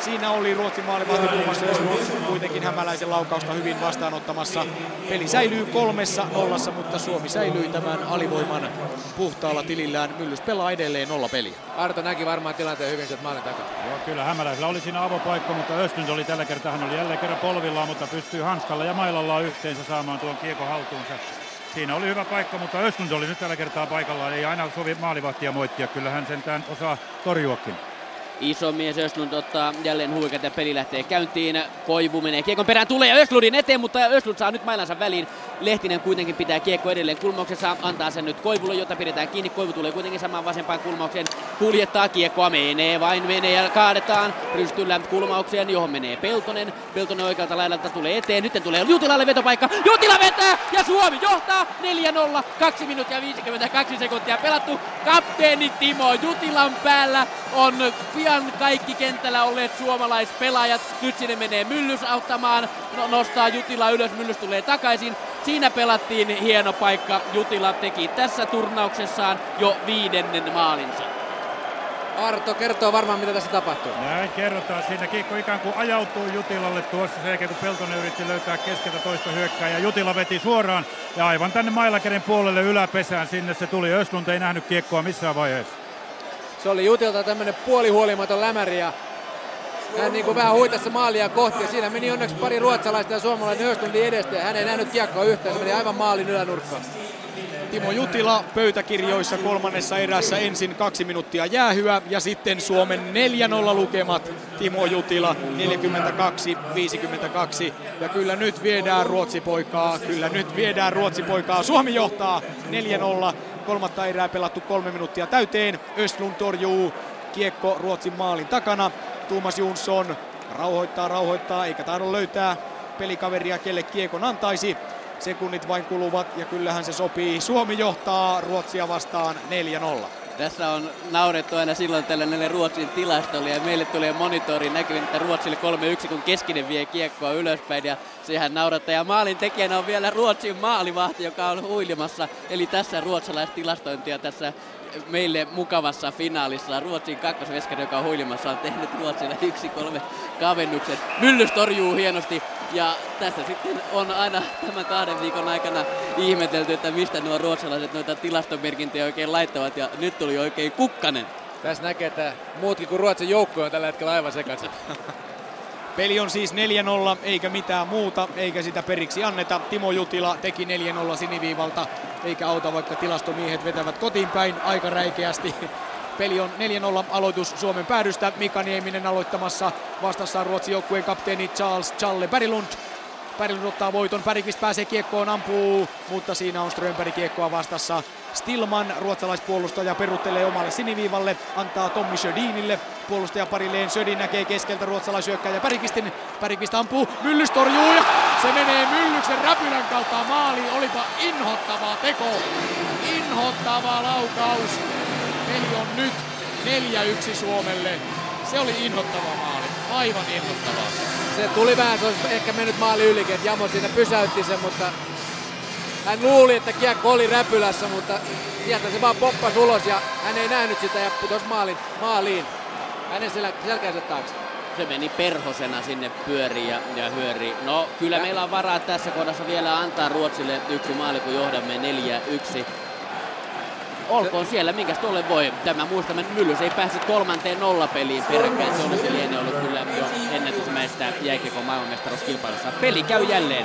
Siinä oli Ruotsin maalivahti Tuomas Östlund kuitenkin hämäläisen laukausta hyvin vastaanottamassa. Peli säilyy kolmessa nollassa, mutta Suomi säilyi tämän alivoiman puhtaalla tilillään. Myllys pelaa edelleen nolla peliä. Arto näki varmaan tilanteen hyvin sieltä maalin takaa. Joo, kyllä hämäläisellä oli siinä avopaikka, mutta Östlund oli tällä kertaa, hän oli jälleen kerran polvillaan, mutta pystyy hanskalla ja mailallaan yhteensä saamaan tuon kiekon haltuunsa. Siinä oli hyvä paikka, mutta Östlund oli nyt tällä kertaa paikallaan. Ei aina sovi maalivahtia moittia, kyllä hän sentään osaa torjuakin. Iso mies Östlund ottaa jälleen huikat ja peli lähtee käyntiin. Koivu menee kiekon perään, tulee Östlundin eteen, mutta Östlund saa nyt mailansa väliin. Lehtinen kuitenkin pitää kiekko edelleen kulmauksessa, antaa sen nyt Koivulle, jota pidetään kiinni. Koivu tulee kuitenkin samaan vasempaan kulmaukseen, kuljettaa kiekkoa, menee vain menee ja kaadetaan rystyllä kulmaukseen, johon menee Peltonen. Peltonen oikealta laidalta tulee eteen, nyt tulee Jutilalle vetopaikka, Jutila vetää ja Suomi johtaa neljä nolla, kaksi minuuttia viisikymmentäkaksi sekuntia pelattu. Kapteeni Timo Jutilan päällä on pian kaikki kentällä olleet suomalaispelaajat. Nyt sinne menee Myllys auttamaan, no, nostaa Jutila ylös, Myllys tulee takaisin. Siinä pelattiin hieno paikka. Jutila teki tässä turnauksessaan jo viidennen maalinsa. Arto kertoo varmaan mitä tässä tapahtuu. Näin kerrotaan. Siinä kiekko ikään kuin ajautuu Jutilalle tuossa sen jälkeen, kun Peltonen yritti löytää keskeltä toista hyökkää ja Jutila veti suoraan ja aivan tänne mailakäden puolelle yläpesään. Sinne se tuli. Östlund ei nähnyt kiekkoa missään vaiheessa. Se oli Jutilta tämmönen puolihuolimaton lämäri ja hän niin kuin vähän huitassa maalia kohti ja siinä meni onneksi pari ruotsalaista ja suomalainen Östlundin edestä ja hän ei nähnyt kiekkoa yhtään, se meni aivan maalin ylänurkkaan. Timo Jutila pöytäkirjoissa kolmannessa erässä ensin kaksi minuuttia jäähyä ja sitten Suomen neljä nolla lukemat. Timo Jutila neljäkymmentäkaksi viisikymmentäkaksi ja kyllä nyt viedään Ruotsipoikaa, kyllä nyt viedään Ruotsipoikaa. Suomi johtaa neljä nolla, kolmatta erää pelattu kolme minuuttia täyteen. Östlund torjuu, kiekko Ruotsin maalin takana. Thomas Jonsson rauhoittaa, rauhoittaa, eikä tahdo löytää pelikaveria, kelle kiekon antaisi. Sekunnit vain kuluvat ja kyllähän se sopii. Suomi johtaa Ruotsia vastaan neljä nolla. Tässä on naurettu aina silloin tällainen Ruotsin tilastolle ja meille tulee monitoriin näkyvin, että Ruotsille kolme yksi, kun keskinen vie kiekkoa ylöspäin ja sehän naurattaa. Ja maalin tekijänä on vielä Ruotsin maalivahti, joka on huilimassa. Eli tässä ruotsalaistilastointia tässä meille mukavassa finaalissa. Ruotsin kakkosveskari, joka on huilimassa, on tehnyt Ruotsille yksi kolme kavennukset. Myllys torjuu hienosti ja tässä sitten on aina tämän kahden viikon aikana ihmetelty, että mistä nuo ruotsalaiset noita tilastomerkintöjä oikein laittavat ja nyt tuli oikein kukkanen. Tässä näkee, että muutkin kuin Ruotsin joukko on tällä hetkellä aivan sekaisin. Peli on siis neljä nolla eikä mitään muuta, eikä sitä periksi anneta. Timo Jutila teki neljä nolla siniviivalta, eikä auta vaikka tilastomiehet vetävät kotiin päin aika räikeästi. Peli on neljä nolla, aloitus Suomen päädystä. Mika Nieminen aloittamassa, vastassa Ruotsin joukkueen kapteeni Charles Challe Berglund. Berglund ottaa voiton, Bergqvist pääsee kiekkoon, ampuu, mutta siinä on Strömberg kiekkoa vastassa. Stillman, ruotsalaispuolustaja, peruttelee omalle siniviivalle, antaa Tommy Sjödinille. Puolustaja parilleen, Sjödin näkee keskeltä ruotsalaisyökkääjä Bergqvistin. Bergqvist ampuu, Myllys torjuu ja se menee Myllyksen räpylän kautta maaliin. Olipa inhottava teko, inhottava laukaus. Peli on nyt neljä yksi Suomelle. Se oli inhottava maali, aivan inhottava. Se tuli vähän, se olisi ehkä mennyt maali ylikin, että Jamo siinä pysäytti sen, mutta hän luuli, että kiekko oli räpylässä, mutta sieltä se vaan poppasi ulos ja hän ei nähnyt sitä ja putosi maalin, maaliin hänen sel- selkänsä taakse. Se meni perhosena sinne pyöriin ja, ja hyöri. No kyllä ja meillä on varaa tässä kohdassa vielä antaa Ruotsille yksi maali, kun johdamme neljä yksi. Olkoon siellä, minkäs tuolle voi. Tämä muistamme, että Myllys ei päässyt kolmanteen nollapeliin peräkkäin. Se olisi liene ollut kyllä jo ennätysmäistä jääkiekon maailmanmestaruuskilpailussa. Peli käy jälleen.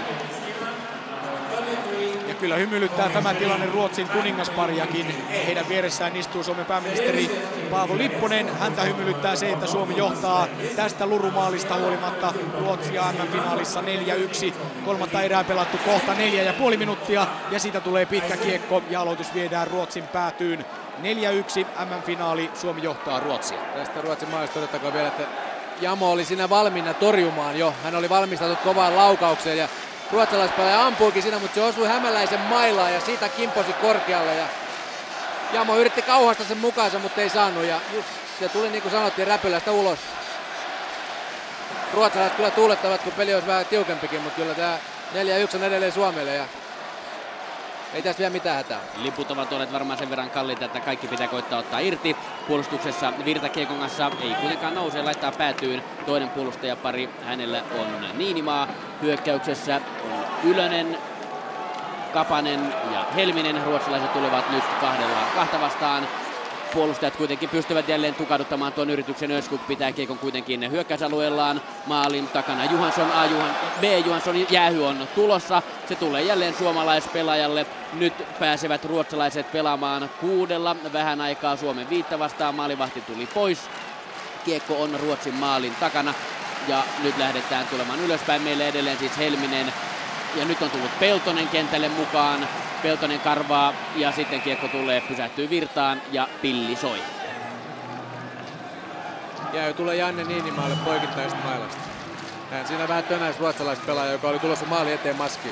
Ja kyllä hymyilyttää tämä tilanne Ruotsin kuningaspariakin. Heidän vieressään istuu Suomen pääministeri Paavo Lipponen. Häntä hymyilyttää se, että Suomi johtaa tästä lurumaalista huolimatta Ruotsia M M-finaalissa neljä yksi. Kolmatta erää pelattu kohta neljä ja puoli minuuttia ja siitä tulee pitkä kiekko ja aloitus viedään Ruotsin päätyyn. neljä yksi M M-finaali, Suomi johtaa Ruotsia. Tästä Ruotsin maalista todettakoon vielä, että Jamo oli siinä valmiina torjumaan jo. Hän oli valmistautunut kovaan laukaukseen ja ruotsalaispelaaja ampuikin siinä, mutta se osui hämäläisen mailaan ja siitä kimposi korkealle. Ja Jamo yritti kauhasta sen mukaansa, mutta ei saanut. Ja just se tuli niin kuin sanottiin räpylästä ulos. Ruotsalaiset kyllä tuulettavat, kun peli olisi vähän tiukempikin, mutta kyllä tämä neljä yksi on edelleen Suomelle. Ja Ei tässä vielä mitään hätää. Liput ovat olleet varmaan sen verran kalliita, että kaikki pitää koittaa ottaa irti. Puolustuksessa Virta kiekon kanssa ei kuitenkaan nouse, laittaa päätyyn toinen puolustajapari. Hänellä on Niinimaa. Hyökkäyksessä on Ylönen, Kapanen ja Helminen. Ruotsalaiset tulevat nyt kahdella kahta vastaan. Puolustajat kuitenkin pystyvät jälleen tukahduttamaan tuon yrityksen. Öskuk pitää kiekon kuitenkin hyökkäysalueellaan. Maalin takana Johansson, A. Juhan, B. Johansson, jäähy on tulossa. Se tulee jälleen suomalaispelaajalle. Nyt pääsevät ruotsalaiset pelaamaan kuudella. Vähän aikaa Suomen viittä vastaan. Maalivahti tuli pois. Kiekko on Ruotsin maalin takana. Ja nyt lähdetään tulemaan ylöspäin. Meille edelleen siis Helminen. Ja nyt on tullut Peltonen kentälle mukaan. Peltonen karvaa ja sitten kiekko tulee, pysähtyy Virtaan ja pilli soi. Jäähy tulee Janne Niinimaalle poikittaisesta mailasta. Hän siinä vähän tönäisi ruotsalaispelaaja, joka oli tulossa maali eteen maskiin.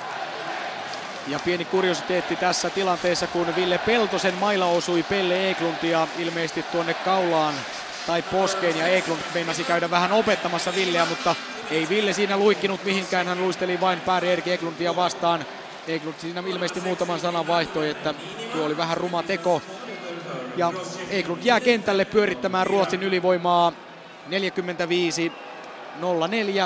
Ja pieni kuriositeetti tässä tilanteessa, kun Ville Peltosen maila osui Pelle Eklundia ilmeisesti tuonne kaulaan tai poskeen, ja Eklund meinasi käydä vähän opettamassa Villeä, mutta ei Ville siinä luikkinut mihinkään, hän luisteli vain Pär-Erik Eklundia vastaan. Eklund siinä ilmeisesti muutaman sanan vaihtoi, että tuo oli vähän ruma teko. Ja Eklund jää kentälle pyörittämään Ruotsin ylivoimaa. neljäkymmentäviisi nolla neljä.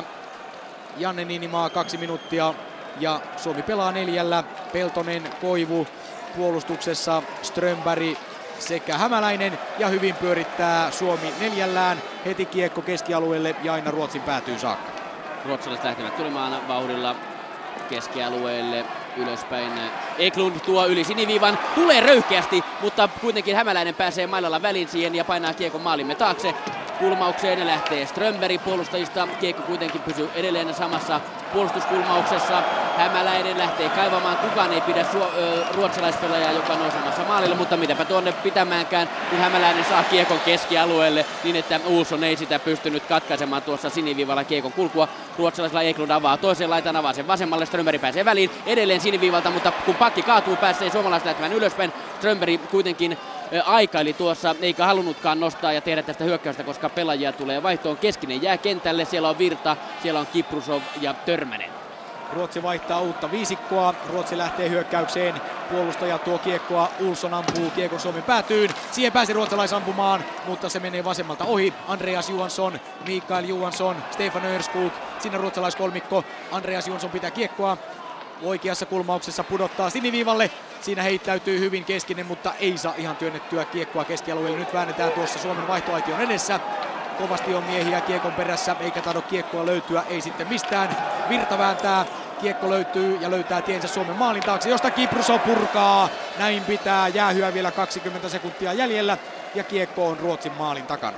Janne Niinimaa kaksi minuuttia ja Suomi pelaa neljällä. Peltonen, Koivu puolustuksessa, Strömberg sekä Hämäläinen, ja hyvin pyörittää Suomi neljällään. Heti kiekko keskialueelle ja aina Ruotsin päätyy saakka. Ruotsalaiset lähtevät tulemaan vauhdilla keskialueelle ylöspäin. Eklund tuo yli siniviivan, tulee röyhkeästi, mutta kuitenkin Hämäläinen pääsee mailalla väliin siihen ja painaa kiekon maalimme taakse. Kulmaukseen lähtee Strömberg puolustajista. Kiekko kuitenkin pysyy edelleen samassa puolustuskulmauksessa. Hämäläinen lähtee kaivamaan. Kukaan ei pidä su- ö, ruotsalaispelaajaa, joka on nousemassa maalille, mutta mitäpä tuonne pitämäänkään, kun Hämäläinen saa kiekon keskialueelle niin, että Uusson ei sitä pystynyt katkaisemaan tuossa siniviivalla kiekon kulkua. Ruotsalaisella Eklund avaa toisen laitan, avaa sen vasemmalle. Strömberg pääsee väliin edelleen siniviivalta, mutta kun pakki kaatuu, pääsee suomalaiset lähtemään ylöspäin. Strömberg kuitenkin aikaili tuossa, eikä halunnutkaan nostaa ja tehdä tästä hyökkäystä, koska pelaajia tulee vaihtoon. Keskinen jää kentälle, siellä on Virta, siellä on Kiprusov ja Törmänen. Ruotsi vaihtaa uutta viisikkoa, Ruotsi lähtee hyökkäykseen, puolustaja tuo kiekkoa, Olsson ampuu kiekon Suomen päätyyn, siihen pääsi ruotsalais ampumaan, mutta se menee vasemmalta ohi. Andreas Johansson, Mikael Johansson, Stefan Örskog, siinä ruotsalaiskolmikko, Andreas Johansson pitää kiekkoa, oikeassa kulmauksessa pudottaa siniviivalle. Siinä heittäytyy hyvin keskinen, mutta ei saa ihan työnnettyä kiekkoa keskialueelle. Nyt väännetään tuossa Suomen vaihtoaition edessä. Kovasti on miehiä kiekon perässä, eikä tahdo kiekkoa löytyä, ei sitten mistään. Virta vääntää, kiekko löytyy ja löytää tiensä Suomen maalin taakse, josta Kiprusov purkaa. Näin pitää, jäähyä vielä kaksikymmentä sekuntia jäljellä ja kiekko on Ruotsin maalin takana.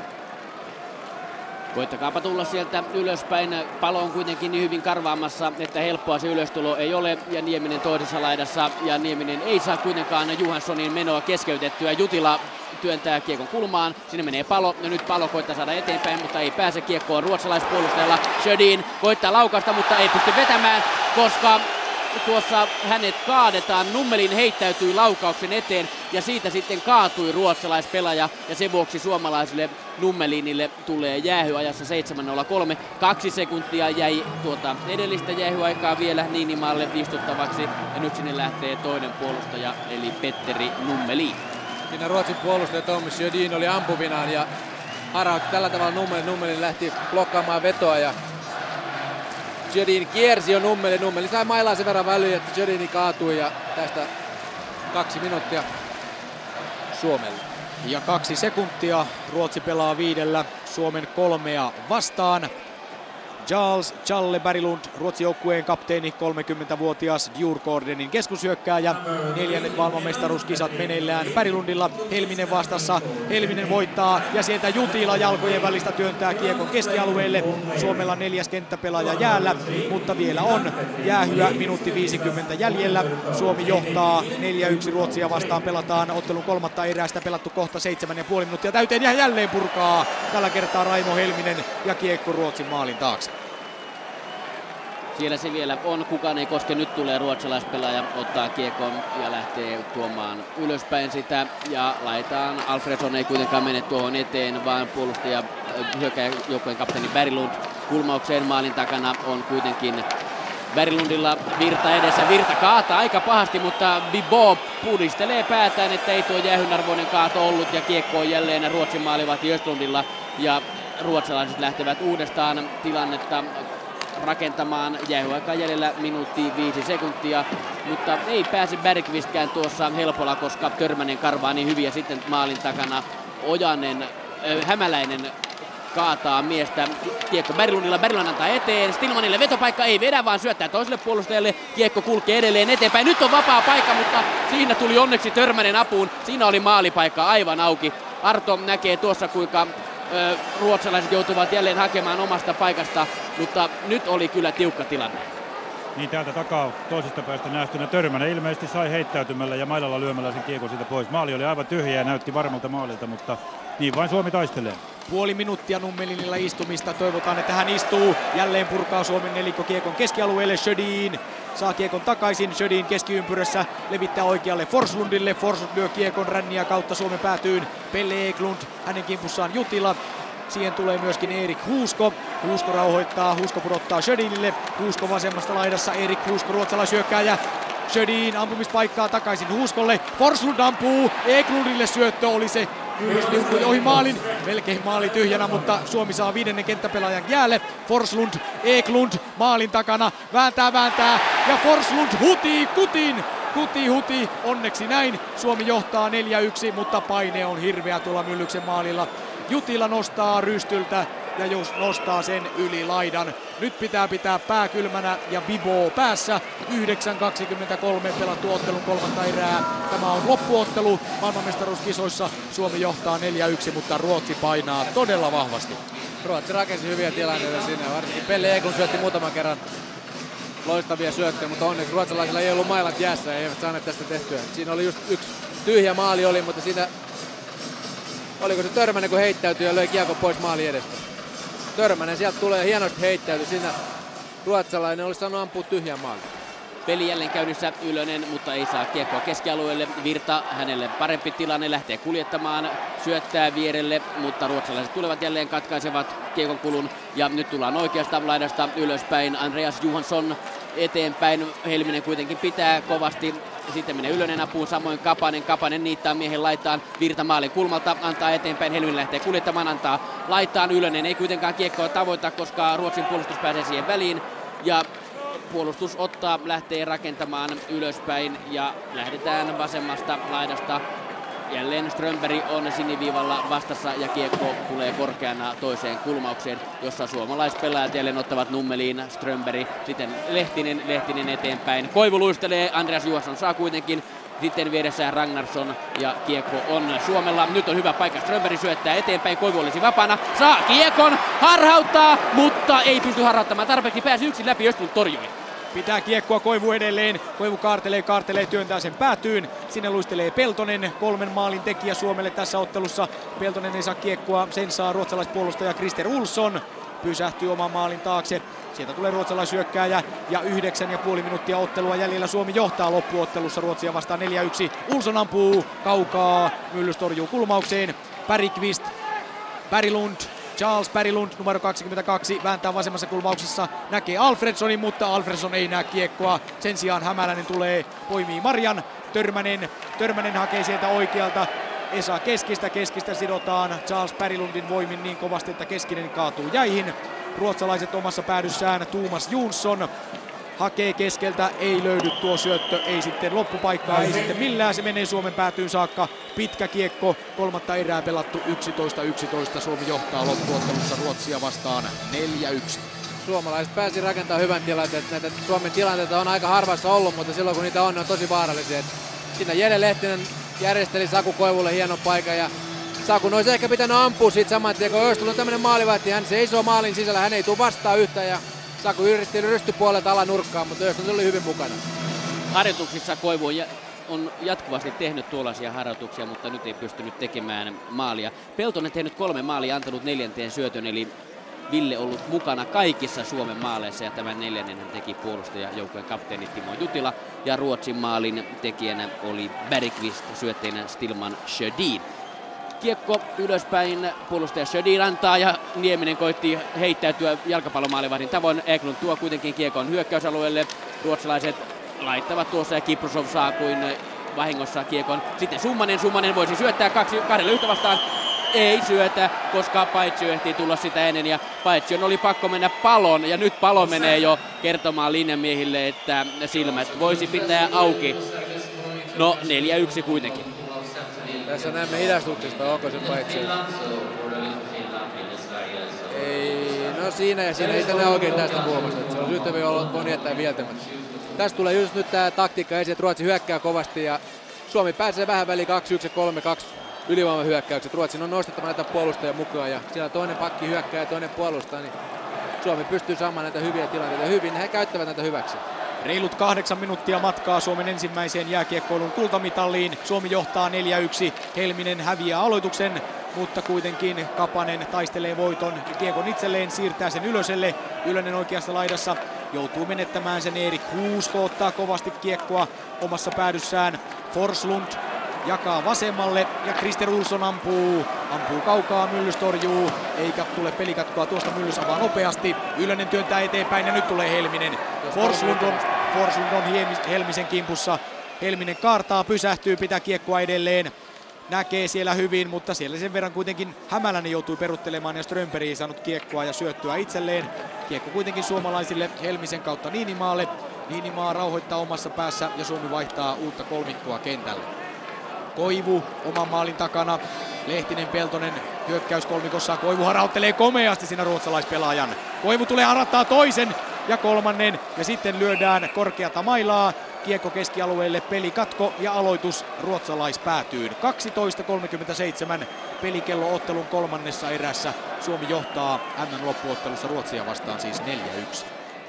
Koittakaapa tulla sieltä ylöspäin. Palo on kuitenkin niin hyvin karvaamassa, että helppoa se ylöstulo ei ole. Ja Nieminen toisessa laidassa. Ja Nieminen ei saa kuitenkaan Johanssonin menoa keskeytettyä. Jutila työntää kiekon kulmaan. Sinne menee Palo. Ja nyt Palo koittaa saada eteenpäin, mutta ei pääse kiekkoon ruotsalaispuolustajalla. Sjödin koittaa laukasta, mutta ei pysty vetämään, koska tuossa hänet kaadetaan. Nummelin heittäytyy laukauksen eteen ja siitä sitten kaatui ruotsalaispelaaja ja sen vuoksi suomalaisille Nummelinille tulee jäähy ajassa seitsemän nolla kolme. Kaksi sekuntia jäi tuota edellistä jäähyaikaa vielä Niinimaalle istuttavaksi ja nyt sinne lähtee toinen puolustaja eli Petteri Nummelin. Siinä Ruotsin puolustaja Tommy Sjödin oli ampuvinaan ja harautti tällä tavalla Nummelin. Nummelin lähti blokkaamaan vetoa ja Sjödin kiersi jo Nummelin. Nummelin sai mailaa sen verran väliin, että Sjödin kaatui ja tästä kaksi minuuttia Suomelle. Ja kaksi sekuntia. Ruotsi pelaa viidellä Suomen kolmea vastaan. Charles Challe Berglund, Ruotsin joukkueen kapteeni, kolmekymmentävuotias Djurgårdenin keskushyökkääjä. Neljännet maailmanmestaruuskisat meneillään Berglundilla. Helminen vastassa. Helminen voittaa ja sieltä Jutila jalkojen välistä työntää kiekon keskialueelle. Suomella neljäs kenttäpelaaja jäällä, mutta vielä on jäähyä minuutti viisikymmentä jäljellä. Suomi johtaa neljä yksi Ruotsia vastaan. Pelataan ottelun kolmatta erästä, pelattu kohta seitsemän ja puoli minuuttia täyteen ja jälleen purkaa. Tällä kertaa Raimo Helminen ja kiekko Ruotsin maalin taakse. Siellä se vielä on, kukaan ei koske, nyt tulee ruotsalaispelaaja, ottaa kiekon ja lähtee tuomaan ylöspäin sitä ja laitetaan. Alfredsson ei kuitenkaan mene tuohon eteen, vaan puolustaja hyökkääjäjoukkueen kapteeni Berglund kulmaukseen maalin takana on kuitenkin Berglundilla Virta edessä. Virta kaataa aika pahasti, mutta Bibo pudistelee päätään, että ei tuo jäähyn arvoinen kaato ollut. Ja kiekko on jälleen Ruotsin maalivahti Östlundilla. Ja ruotsalaiset lähtevät uudestaan tilannetta rakentamaan. Jäähyaikaa jäljellä minuutti viisi sekuntia, mutta ei pääse Bergqvistkään tuossa helpolla, koska Törmänen karvaa niin hyvin ja sitten maalin takana Ojanen, äh, Hämäläinen kaataa miestä. Kiekko Berglundilla, Berglund antaa eteen, Stillmanille vetopaikka, ei vedä vaan syöttää toiselle puolustajalle. Kiekko kulkee edelleen eteenpäin, nyt on vapaa paikka, mutta siinä tuli onneksi Törmänen apuun. Siinä oli maalipaikka aivan auki. Arto näkee tuossa kuinka ö, ruotsalaiset joutuvat jälleen hakemaan omasta paikasta, mutta nyt oli kyllä tiukka tilanne. Niin täältä takaa toisesta päästä nähtynä Törmänen ilmeisesti sai heittäytymällä ja mailalla lyömällä sen kiekon siitä pois. Maali oli aivan tyhjä ja näytti varmalta maalilta, mutta niin vain Suomi taistelee. Puoli minuuttia Nummelinilla istumista. Toivotaan, että hän istuu. Jälleen purkaa Suomen nelikko kiekon keskialueelle. Sjödin saa kiekon takaisin. Sjödin keskiympyrässä levittää oikealle Forslundille. Forslund lyö kiekon ränniä kautta Suomen päätyyn. Pelle Eklund, hänen kimpussaan Jutila. Siihen tulee myöskin Erik Huusko. Huusko rauhoittaa, Huusko pudottaa Sjödinille. Huusko vasemmasta laidassa, Erik Huusko ruotsalaishyökkääjä. Sjödin ampumispaikkaa takaisin Huuskolle. Forslund ampuu, Eklundille syöttö oli se. Myös liukkui ohi maalin, melkein maali tyhjänä, mutta Suomi saa viidennen kenttäpelaajan jäälle. Forslund, Eklund maalin takana, vääntää, vääntää ja Forslund hutii kutin. Kuti huti, onneksi näin. Suomi johtaa neljä yksi, mutta paine on hirveä tuolla Myllyksen maalilla. Jutila nostaa rystyltä ja jos nostaa sen yli laidan. Nyt pitää pitää pää kylmänä ja Bibo päässä. yhdeksän kaksikymmentäkolme pelattu ottelun kolmatta erää. Tämä on loppuottelu maailmanmestaruuskisoissa. Suomi johtaa neljä yksi, mutta Ruotsi painaa todella vahvasti. Ruotsi rakensi hyviä tilanteita sinne. Varsinkin Pelle Eklund syötti muutaman kerran loistavia syöttöjä, mutta onneksi ruotsalaisilla ei ollut mailat jäässä ja eivät saaneet tästä tehtyä. Siinä oli just yksi tyhjä maali oli, mutta siinä oliko se Törmänen, kun heittäytyi ja löi kiekon pois maali edestä. Törmänen sieltä tulee hienosti heittäytyi. Siinä ruotsalainen olisi saanut ampua tyhjään maali. Peli jälleen käynnissä, Ylönen, mutta ei saa kiekkoa keskialueelle. Virta, hänelle parempi tilanne, lähtee kuljettamaan, syöttää vierelle, mutta ruotsalaiset tulevat jälleen, katkaisevat kiekon kulun. Ja nyt tullaan oikeasta laidasta ylöspäin. Andreas Johansson eteenpäin. Helminen kuitenkin pitää kovasti. Sitten menee Ylönen apuun, samoin Kapanen. Kapanen niittää miehen laitaan. Virta maalin kulmalta, antaa eteenpäin. Helminen lähtee kuljettamaan, antaa laitaan. Ylönen ei kuitenkaan kiekkoa tavoita, koska Ruotsin puolustus pääsee siihen väliin. Ja puolustus ottaa, lähtee rakentamaan ylöspäin ja lähdetään vasemmasta laidasta. Jälleen Strömberg on siniviivalla vastassa ja kiekko tulee korkeana toiseen kulmaukseen, jossa suomalaispelaajat jälleen ottavat Nummeliin. Strömberg, sitten Lehtinen, Lehtinen eteenpäin. Koivu luistelee, Andreas Johansson saa kuitenkin. Sitten vieressä Ragnarsson ja kiekko on Suomella. Nyt on hyvä paikka, Strömberg syöttää eteenpäin, Koivu olisi vapaana. Saa kiekon, harhauttaa, mutta ei pysty harhauttamaan tarpeeksi, pääsi yksin läpi, Östlund torjui. Pitää kiekkoa Koivu edelleen. Koivu kaartelee, kaartelee, työntää sen päätyyn. Sinne luistelee Peltonen, kolmen maalin tekijä Suomelle tässä ottelussa. Peltonen ei saa kiekkoa, sen saa ruotsalaispuolustaja Christer Olsson. Pysähtyy oman maalin taakse. Sieltä tulee ruotsalaisyökkääjä ja yhdeksän ja puoli minuuttia ottelua jäljellä. Suomi johtaa loppuottelussa Ruotsia vastaan neljä yksi. Olsson ampuu kaukaa, Myllys torjuu kulmaukseen. Bergqvist, Berglund. Charles Berglund, numero kaksikymmentäkaksi, vääntää vasemmassa kulmauksessa, näkee Alfredssonin, mutta Alfredsson ei näe kiekkoa. Sen sijaan Hämäläinen tulee, poimii Marjan, Törmänen, Törmänen hakee sieltä oikealta. Esa keskistä, keskistä sidotaan Charles Berglundin voimin niin kovasti, että keskinen kaatuu jäihin. Ruotsalaiset omassa päädyssään, Thomas Jonsson hakee keskeltä, ei löydy tuo syöttö, ei sitten loppupaikkaa, ei sitten millään, se menee Suomen päätyyn saakka. Pitkä kiekko, kolmatta erää pelattu yksitoista yksitoista, Suomi johtaa loppuottelussa Ruotsia vastaan neljä yksi. Suomalaiset pääsi rakentamaan hyvän tilanteen, näitä Suomen tilanteita on aika harvassa ollut, mutta silloin kun niitä on, ne on tosi vaarallisia. Siinä Jere Lehtinen järjesteli Saku Koivulle hienon paikan ja Saku olisi ehkä pitänyt ampua siitä saman tien, kun Östlund on tämmöinen maalivahti, hän seisoo maalin sisällä, hän ei tule vastaan yhtään ja Saku yritti rystypuolelta alanurkkaan, mutta Östlund oli hyvin mukana. Harjoituksissa Koivu on jatkuvasti tehnyt tuollaisia harjoituksia, mutta nyt ei pystynyt tekemään maalia. Peltonen tehnyt kolme maalia, antanut neljänteen syötön, eli Ville ollut mukana kaikissa Suomen maaleissa ja tämän neljännen hän teki puolustaja joukkueen kapteeni Timo Jutila ja Ruotsin maalin tekijänä oli Bergqvist, syötteinä Stillman Sjödin. Kiekko ylöspäin, puolustaja Sjödin antaa ja Nieminen koitti heittäytyä jalkapallomaalivahdin tavoin. Eklund tuo kuitenkin kiekon hyökkäysalueelle. Ruotsalaiset laittavat tuossa ja Kiprusov saa kuin vahingossa kiekon. Sitten Summanen, Summanen voisi syöttää kaksi, kahdelle yhtä vastaan. Ei syötä, koska Paitsio ehtii tulla sitä ennen ja Paitsion oli pakko mennä Palon ja nyt Palo menee jo kertomaan linjamiehille, että silmät voisi pitää auki. No neljä yksi kuitenkin. Tässä näemme hidastuksesta, onko se Paitsio? Ei, no siinä ja siinä ei sitä oikein tästä kulmasta. Se on syyttävä, jolloin voi jättää vieltämättä. Tästä tulee just nyt tää taktiikka esiin, että Ruotsi hyökkää kovasti ja Suomi pääsee vähän väliin kaksi yksi ja kolme kaksi ylivoimahyökkäykset. Ruotsin on nostettava näitä puolustajia mukaan ja siellä toinen pakki hyökkää ja toinen puolustaa, niin Suomi pystyy saamaan näitä hyviä tilanteita hyvin. He käyttävät näitä hyväksi. Reilut kahdeksan minuuttia matkaa Suomen ensimmäiseen jääkiekkoilun kultamitalliin. Suomi johtaa neljä yksi. Helminen häviää aloituksen, mutta kuitenkin Kapanen taistelee voiton. Kiekon itselleen siirtää sen Ylöselle. Ylönen oikeassa laidassa joutuu menettämään sen. Erik Huusko ottaa kovasti kiekkoa omassa päädyssään. Forslund jakaa vasemmalle ja Krister Olsson ampuu. Ampuu kaukaa, Myllys torjuu, eikä tule pelikatkoa tuosta. Myllys avaa nopeasti. Ylönen työntää eteenpäin ja nyt tulee Helminen. Forslund on, Forslund on Helmisen kimpussa. Helminen kaartaa, pysähtyy, pitää kiekkoa edelleen. Näkee siellä hyvin, mutta siellä sen verran kuitenkin Hämäläinen joutui peruttelemaan ja Strömberg ei saanut kiekkoa ja syöttöä itselleen. Kiekko kuitenkin suomalaisille Helmisen kautta Niinimaalle. Niinimaa rauhoittaa omassa päässä ja Suomi vaihtaa uutta kolmikkoa kentälle. Koivu oman maalin takana. Lehtinen, Peltonen hyökkäyskolmikossa. Koivu harauttelee komeasti siinä ruotsalaispelaajan. Koivu tulee harattaa toisen ja kolmannen ja sitten lyödään korkeata mailaa. Kiekko keskialueelle, pelikatko ja aloitus ruotsalaispäätyyn. kaksitoista kolmekymmentäseitsemän pelikello ottelun kolmannessa erässä. Suomi johtaa M M-loppuottelussa Ruotsia vastaan siis neljä yksi.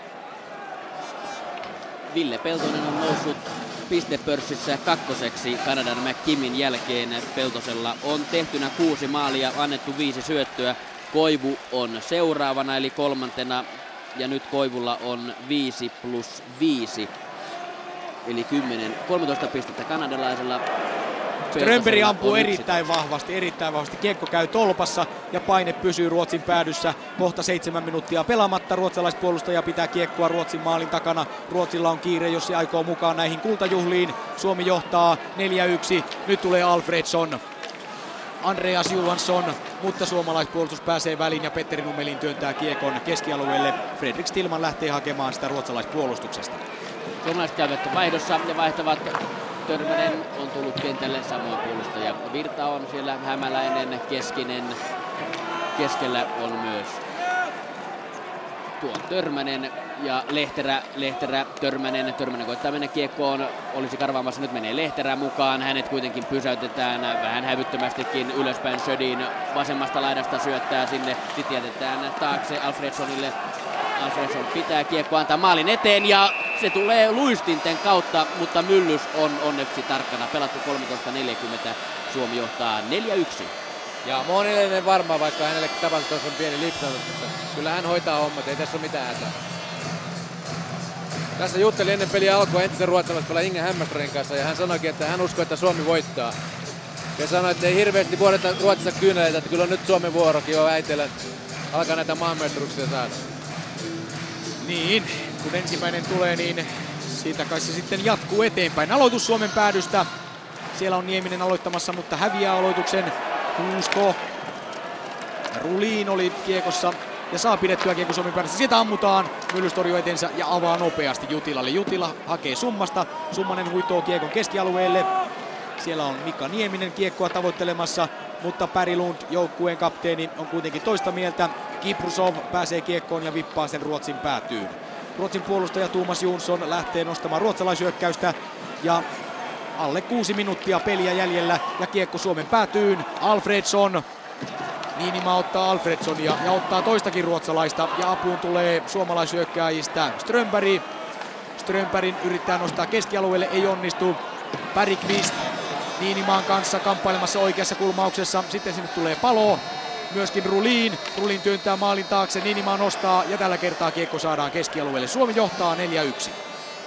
Ville Peltonen on noussut pistepörssissä kakkoseksi Kanadan McKimmin jälkeen. Peltosella on tehtynä kuusi maalia, annettu viisi syöttöä. Koivu on seuraavana eli kolmantena ja nyt Koivulla on viisi plus viisi. Eli kymmenen, kolmetoista pistettä kanadalaisella. Strömberg ampuu erittäin vahvasti, erittäin vahvasti. Kiekko käy tolpassa ja paine pysyy Ruotsin päädyssä. Kohta seitsemän minuuttia pelaamatta. Ruotsalaispuolustaja pitää kiekkoa Ruotsin maalin takana. Ruotsilla on kiire, jos se aikoo mukaan näihin kultajuhliin. Suomi johtaa neljä yksi. Nyt tulee Alfredsson. Andreas Johansson, mutta suomalaispuolustus pääsee väliin ja Petteri Nummelin työntää kiekon keskialueelle. Fredrik Stillman lähtee hakemaan sitä ruotsalaispuolustuksesta. Suomalaiset käyvät vaihdossa ja vaihtavat. Törmänen on tullut kentälle, samoin puolustaja Virta on siellä, Hämäläinen, Keskinen. Keskellä on myös tuo Törmänen ja Lehterä, Lehterä, Törmänen. Törmänen koittaa mennä kiekkoon, olisi karvaamassa, nyt menee Lehterä mukaan. Hänet kuitenkin pysäytetään vähän hävyttömästikin ylöspäin. Sjödin vasemmasta laidasta syöttää sinne, sitten jätetään taakse Alfredssonille. Alfredsson pitää kiekko antaa maalin eteen ja se tulee luistinten kautta, mutta Myllys on onneksi tarkkana. Pelattu kolmetoista neljäkymmentä, Suomi johtaa neljä yksi. Ja monellinen varmaan, vaikka hänellekin tapahtuu tuossa on pieni lipsaus, mutta kyllä hän hoitaa hommat, ei tässä ole mitään hätää. Tässä juttelin ennen peliä alkua entisen ruotsalaispelaajan Inge Hämmästränin kanssa ja hän sanoikin, että hän uskoo, että Suomi voittaa. Ja sanoi, että ei hirveästi vuodeta Ruotsissa kyyneleitä, että kyllä on nyt Suomen vuorokin jo väitellä, alkaa näitä maanmestaruuksia saada. Niin, kun ensimmäinen tulee, niin siitä kai se sitten jatkuu eteenpäin. Aloitus Suomen päädystä. Siellä on Nieminen aloittamassa, mutta häviää aloituksen. Huusko. Ruliin oli kiekossa ja saa pidettyä kiekko Suomen päädystä. Sieltä ammutaan. Myllys torjuu etensä ja avaa nopeasti Jutilalle. Jutila hakee Summasta. Summanen huitoo kiekon keskialueelle. Siellä on Mika Nieminen kiekkoa tavoittelemassa, mutta Pärilund, joukkueen kapteeni, on kuitenkin toista mieltä. Kiprusov pääsee kiekkoon ja vippaa sen Ruotsin päätyyn. Ruotsin puolustaja Thomas Jonsson lähtee nostamaan ruotsalaisyökkäystä ja alle kuusi minuuttia peliä jäljellä ja kiekko Suomen päätyyn. Alfredsson. Niinimaa ottaa Alfredssonia ja ottaa toistakin ruotsalaista ja apuun tulee suomalaisyökkääjistä Strömberg. Strömbergin yrittää nostaa keskialueelle, ei onnistu. Bergqvist Niinimaan kanssa kamppailemassa oikeassa kulmauksessa. Sitten sinne tulee Palo. Myöskin Ruliin. Ruliin työntää maalin taakse. Niinimaa nostaa ja tällä kertaa kiekko saadaan keskialueelle. Suomi johtaa neljä yksi.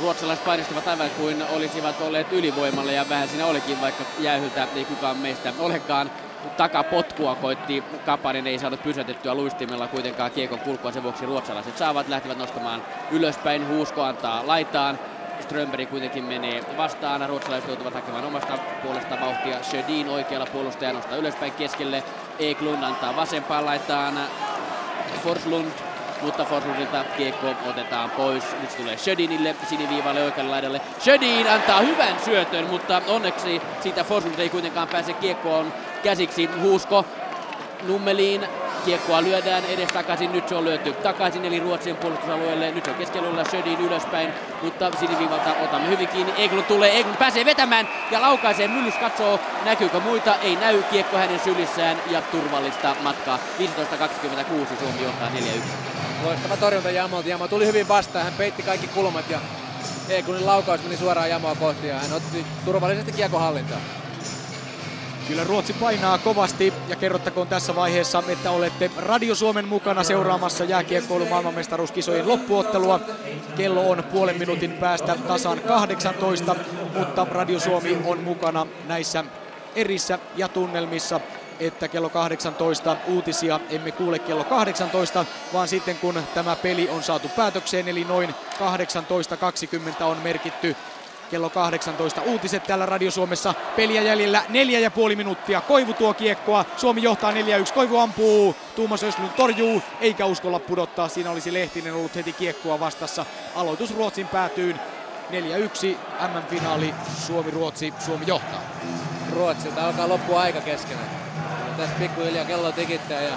Ruotsalaiset painistivat aivan kuin olisivat olleet ylivoimalla ja vähän siinä olikin, vaikka jäähyltä ei kukaan meistä olekaan. Takapotkua koitti Kapanen, ei saanut pysäytettyä luistimella kuitenkaan kiekon kulkua, sen vuoksi ruotsalaiset saavat, lähtevät nostamaan ylöspäin, Huusko antaa laitaan. Strömberg kuitenkin menee vastaan, ruotsalaiset joutuvat hakemaan omasta puolesta vauhtia. Sjödin oikealla puolustaja nostaa ylöspäin keskelle, Eklund antaa vasempaan laitaan Forslund, mutta Forslundilta kiekko otetaan pois. Nyt se tulee Sjödinille, siniviivalle oikealle laidalle. Sjödin antaa hyvän syötön, mutta onneksi siitä Forslund ei kuitenkaan pääse kiekkoon käsiksi. Huusko Nummeliin. Kiekkoa lyödään edestakaisin, nyt se on lyöty takaisin eli Ruotsin puolustusalueelle. Nyt se on keskialueella Sjödin ylöspäin, mutta siniviivalta otamme hyvin kiinni. Eklund tulee, Eklund pääsee vetämään ja laukaisee. Myllys katsoo, näkyykö muita, ei näy, kiekko hänen sylissään ja turvallista matkaa. viisitoista kaksikymmentäkuusi, Suomi johtaa neljä yksi. Loistava torjunta Jamolta. Jamo tuli hyvin vastaan, hän peitti kaikki kulmat ja Eklundin laukaus meni suoraan Jamoa kohti ja hän otti turvallisesti kiekon hallintaan. Kyllä Ruotsi painaa kovasti ja kerrottakoon tässä vaiheessa, että olette Radio Suomen mukana seuraamassa jääkiekkoilun maailmanmestaruuskisojen loppuottelua. Kello on puolen minuutin päästä tasan kahdeksantoista, mutta Radio Suomi on mukana näissä erissä ja tunnelmissa, että kello kahdeksantoista uutisia emme kuule kello kahdeksantoista, vaan sitten kun tämä peli on saatu päätökseen, eli noin kahdeksantoista kaksikymmentä on merkitty kello kahdeksantoista uutiset täällä Radio Suomessa. Peliä jäljellä neljä ja puoli minuuttia. Koivu tuo kiekkoa. Suomi johtaa neljä yksi. Koivu ampuu. Tuomas Östlund torjuu. Eikä uskalla pudottaa. Siinä olisi Lehtinen ollut heti kiekkoa vastassa. Aloitus Ruotsin päätyyn. neljä yksi. M M-finaali. Suomi-Ruotsi. Suomi johtaa. Ruotsilta alkaa loppua aika keskenä. Tässä pikkuhiljaa kello tikittää ja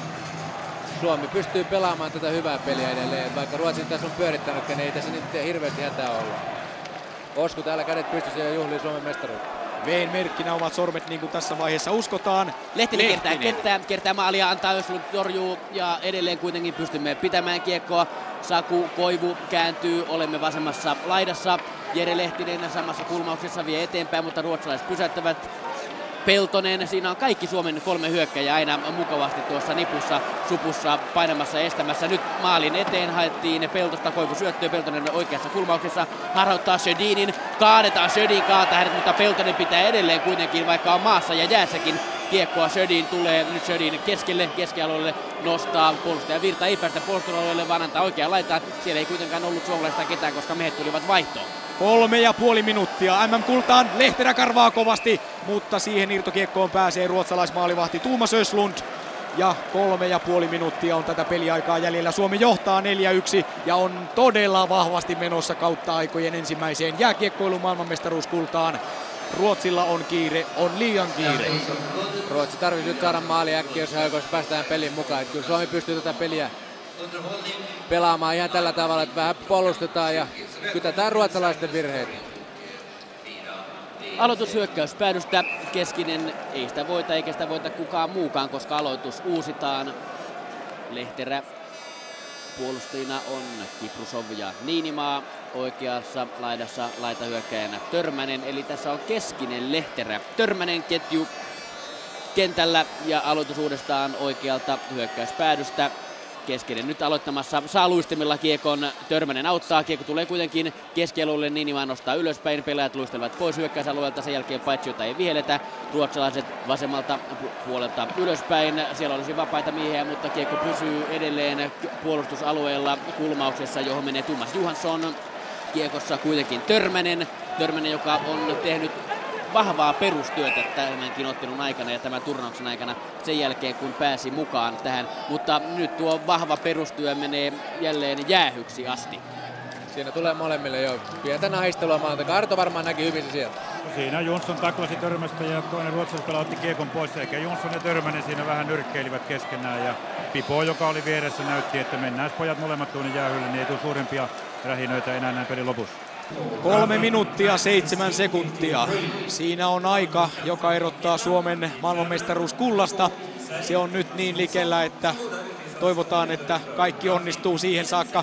Suomi pystyy pelaamaan tätä hyvää peliä edelleen. Vaikka Ruotsi tässä on pyörittänytkin, niin ei tässä nyt hirveästi hätää olla. Osku täällä kädet pystyssä ja juhlii Suomen mestaruutta. Veen merkkinä ovat sormet niin kuin tässä vaiheessa uskotaan. Lehtinen, Lehtinen. kertaa kenttää, kertaa maalia, antaa Östlund torjuu ja edelleen kuitenkin pystymme pitämään kiekkoa. Saku Koivu kääntyy, olemme vasemmassa laidassa. Jere Lehtinen samassa kulmauksessa vie eteenpäin, mutta ruotsalaiset pysäyttävät. Peltonen, siinä on kaikki Suomen kolme hyökkäjää aina mukavasti tuossa nipussa, supussa, painamassa, estämässä. Nyt maalin eteen haettiin Peltosta, Koivu syöttöä, Peltonen oikeassa kulmauksessa, harhauttaa Sjödinin, kaadetaan, Sjödin kaataa hänet, mutta Peltonen pitää edelleen kuitenkin, vaikka on maassa ja jäässäkin. Kiekkoa Sjödin tulee, nyt Sjödin keskelle, keskialueelle nostaa, puolustaja Virta ei päästä puolustusalueelle, vaan antaa oikeaan laitaan. Siellä ei kuitenkaan ollut suomalaista ketään, koska miehet tulivat vaihtoon. Kolme ja puoli minuuttia. M M-kultaan Lehterä karvaa kovasti, mutta siihen irtokiekkoon pääsee ruotsalaismaalivahti Tuomas Östlund. Ja kolme ja puoli minuuttia on tätä peliaikaa jäljellä. Suomi johtaa neljä yksi ja on todella vahvasti menossa kautta aikojen ensimmäiseen jääkiekkoilun maailmanmestaruuskultaan. Ruotsilla on kiire, on liian kiire. Ruotsi tarvitsisi nyt saada maali äkkiä, jos aikoissa päästään pelin mukaan. Että kyllä Suomi pystyy tätä peliä pelaamaan ihan tällä tavalla, että vähän puolustetaan ja kytätään ruotsalaisten virheitä. Aloitushyökkäys päädystä, Keskinen ei sitä voita eikä sitä voita kukaan muukaan, koska aloitus uusitaan. Lehterä puolustajina on Kiprusov ja Niinimaa, oikeassa laidassa laitahyökkäjänä Törmänen, eli tässä on Keskinen, Lehterä, Törmänen ketju kentällä ja aloitus uudestaan oikealta hyökkäyspäädystä. Keskinen nyt aloittamassa, saa luistimilla kiekon, Törmänen auttaa, kiekko tulee kuitenkin keskialueelle, Niinimaa nostaa ylöspäin, pelaajat luistelevat pois hyökkäysalueelta, sen jälkeen Paitsiota ei vihelletä, ruotsalaiset vasemmalta puolelta ylöspäin, siellä olisi vapaita miehiä, mutta kiekko pysyy edelleen puolustusalueella kulmauksessa, johon menee Tuomas Johansson, kiekossa kuitenkin Törmänen, Törmänen joka on tehnyt vahvaa perustyötä tämänkin ottelun aikana ja tämän turnauksen aikana sen jälkeen, kun pääsi mukaan tähän. Mutta nyt tuo vahva perustyö menee jälleen jäähyksi asti. Siinä tulee molemmille jo pientä naistelua maalta. Arto varmaan näki hyvin se sieltä. Siinä Jonsson taklasi Törmästä ja toinen ruotsalaispelaaja otti kiekon pois. Eikä Jonsson ja Törmänen siinä vähän nyrkkeilivät keskenään. Ja Pipo, joka oli vieressä, näytti, että mennään pojat molemmat tuonne jäähylle, niin ei tule suurempia rähinöitä enää näin pelin lopussa. Kolme minuuttia, seitsemän sekuntia. Siinä on aika, joka erottaa Suomen maailmanmestaruuskullasta. Se on nyt niin likellä, että toivotaan, että kaikki onnistuu siihen saakka.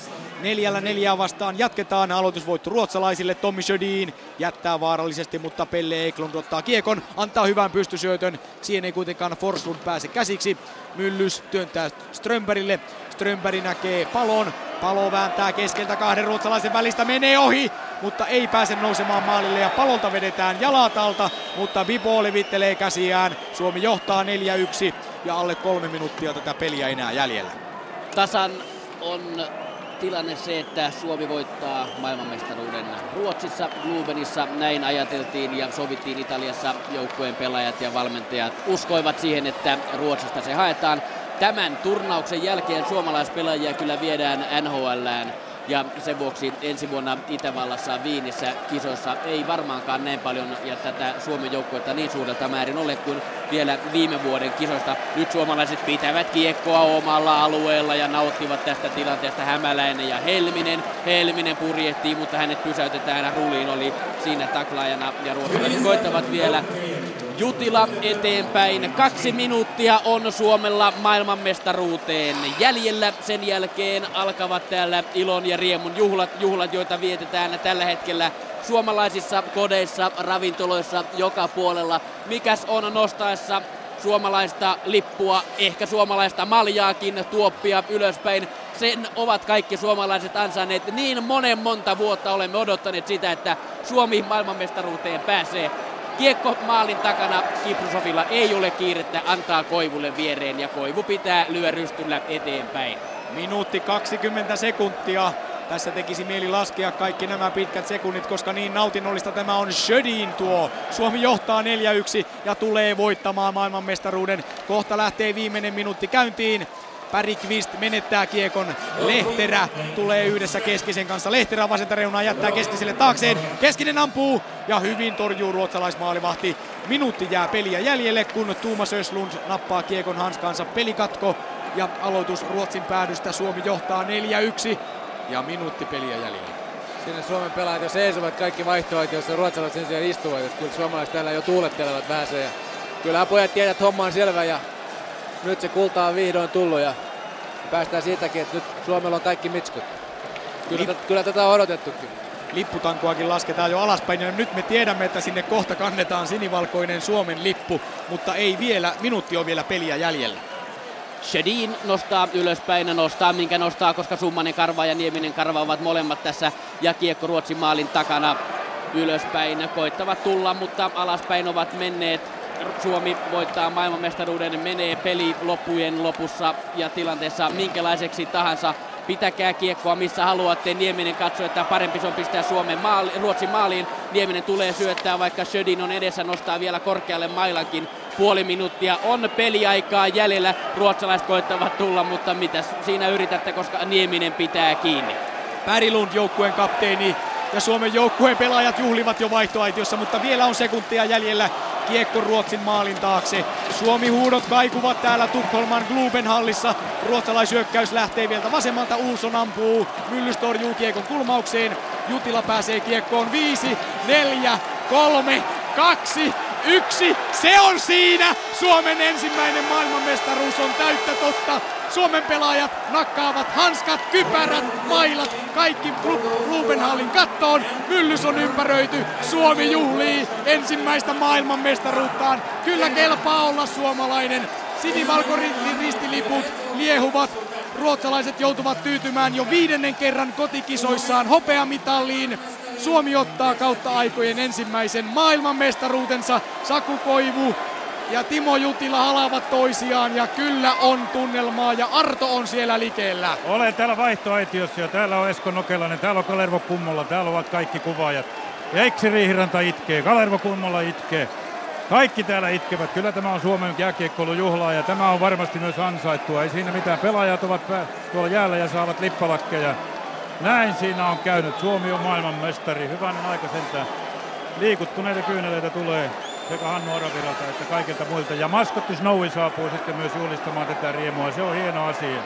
Neljällä neljää vastaan jatketaan. Aloitusvoitto ruotsalaisille. Tommy Sjödin jättää vaarallisesti, mutta Pelle Eklund ottaa kiekon. Antaa hyvän pystysyötön. Siihen ei kuitenkaan Forslund pääse käsiksi. Myllys työntää Strömbergille. Strömberg näkee Palon. Palo vääntää keskeltä kahden ruotsalaisen välistä. Menee ohi, mutta ei pääse nousemaan maalille. Ja Palolta vedetään jalat alta, mutta Bibo levittelee käsiään. Suomi johtaa neljä yksi ja alle kolme minuuttia tätä peliä enää jäljellä. Tasan on tilanne se, että Suomi voittaa maailmanmestaruuden Ruotsissa, Globenissa. Näin ajateltiin ja sovittiin Italiassa. Joukkueen pelaajat ja valmentajat uskoivat siihen, että Ruotsista se haetaan. Tämän turnauksen jälkeen suomalaispelaajia kyllä viedään N H L:ään ja sen vuoksi ensi vuonna Itävallassa Viinissä kisoissa ei varmaankaan näin paljon ja tätä Suomen joukkuetta niin suurelta määrin ole kuin vielä viime vuoden kisoista. Nyt suomalaiset pitävät kiekkoa omalla alueella ja nauttivat tästä tilanteesta. Hämäläinen ja Helminen. Helminen purjehtii, mutta hänet pysäytetään. Rulin oli siinä taklaajana ja ruotsalaiset koittavat vielä. Jutila eteenpäin. Kaksi minuuttia on Suomella maailmanmestaruuteen jäljellä. Sen jälkeen alkavat täällä ilon ja riemun juhlat, juhlat joita vietetään tällä hetkellä suomalaisissa kodeissa, ravintoloissa, joka puolella. Mikäs on nostaessa suomalaista lippua, ehkä suomalaista maljaakin, tuoppia ylöspäin. Sen ovat kaikki suomalaiset ansainneet. Niin monen monta vuotta olemme odottaneet sitä, että Suomi maailmanmestaruuteen pääsee. Kiekko maalin takana, Kiprusovilla ei ole kiirettä, antaa Koivulle viereen ja Koivu pitää lyö rystyllä eteenpäin. Minuutti kaksikymmentä sekuntia. Tässä tekisi mieli laskea kaikki nämä pitkät sekunnit, koska niin nautinnollista tämä on. Sjödin tuo. Suomi johtaa neljä yksi ja tulee voittamaan maailmanmestaruuden. Kohta lähtee viimeinen minuutti käyntiin. Bergqvist menettää kiekon. Lehterä tulee yhdessä Keskisen kanssa. Lehterä vasenta reunaa jättää Keskiselle taakseen. Keskinen ampuu ja hyvin torjuu ruotsalaismaalivahti. Minuutti jää peliä jäljelle, kun Thomas Östlund nappaa kiekon hanskansa. Pelikatko ja aloitus Ruotsin päädystä. Suomi johtaa neljä yksi ja minuutti peliä jäljellä. Sinne Suomen pelaajat jo seisovat kaikki vaihtoehtoja, joissa ruotsalaiset sen sijaan istuvat. Että kyllä suomalaiset täällä jo tuulettelevat vähän se. Ja kyllähän pojat tiedät, että homma on selvä ja nyt se kulta on vihdoin tullut ja päästään siitäkin, että nyt Suomella on kaikki mitskut. Kyllä, Lip- kyllä tätä on odotettukin. Lipputankoakin lasketaan jo alaspäin ja nyt me tiedämme, että sinne kohta kannetaan sinivalkoinen Suomen lippu, mutta ei vielä, minuutti on vielä peliä jäljellä. Sjödin nostaa ylöspäin, nostaa minkä nostaa, koska Summanen Karva ja Nieminen Karva ovat molemmat tässä ja kiekko Ruotsin maalin takana ylöspäin. Koittavat tulla, mutta alaspäin ovat menneet. Suomi voittaa maailmanmestaruuden, menee peli loppujen lopussa ja tilanteessa minkälaiseksi tahansa. Pitäkää kiekkoa missä haluatte. Nieminen katsoo, että parempi se on pistää Suomen maali, Ruotsin maaliin. Nieminen tulee syöttää, vaikka Sjödin on edessä, nostaa vielä korkealle mailankin. Puoli minuuttia on peliaikaa jäljellä. Ruotsalaiset koittavat tulla, mutta mitäs siinä yritätte, koska Nieminen pitää kiinni. Berglund joukkueen kapteeni ja Suomen joukkueen pelaajat juhlivat jo vaihtoaitiossa, mutta vielä on sekuntia jäljellä. Kiekko Ruotsin maalin taakse. Suomi-huudot kaikuvat täällä Tukholman Globenhallissa. Ruotsalaisyökkäys lähtee vielä vasemmalta. Uusson ampuu. Myllys torjuu kiekon kulmaukseen. Jutila pääsee kiekkoon. Viisi, neljä, kolme, kaksi, yksi. Se on siinä! Suomen ensimmäinen maailmanmestaruus on täyttä totta. Suomen pelaajat nakkaavat hanskat, kypärät, mailat, kaikki Globenhallin kattoon. Myllys on ympäröity. Suomi juhlii ensimmäistä maailmanmestaruuttaan. Kyllä kelpaa olla suomalainen. Sinivalkoristiliput liehuvat. Ruotsalaiset joutuvat tyytymään jo viidennen kerran kotikisoissaan hopeamitalliin. Suomi ottaa kautta aikojen ensimmäisen maailmanmestaruutensa. Saku Koivu ja Timo Jutila halaavat toisiaan ja kyllä on tunnelmaa ja Arto on siellä likellä. Olen täällä vaihtoaitiossa ja täällä on Esko Nokelainen, täällä on Kalervo Kummola, täällä ovat kaikki kuvaajat. Ja Eksi Riihiranta itkee, Kalervo Kummola itkee. Kaikki täällä itkevät. Kyllä tämä on Suomen jääkiekkoilun juhlaa ja tämä on varmasti myös ansaittua. Ei siinä mitään. Pelaajat ovat tuolla jäällä ja saavat lippalakkeja. Näin siinä on käynyt. Suomi on maailmanmestari. Hyvänen aika sentään. Liikuttuneita kyyneleitä tulee sekä Hannu Araviralta että kaikilta muilta. Ja maskotti Snowy saapuu sitten myös juhlistamaan tätä riemua. Se on hieno asia.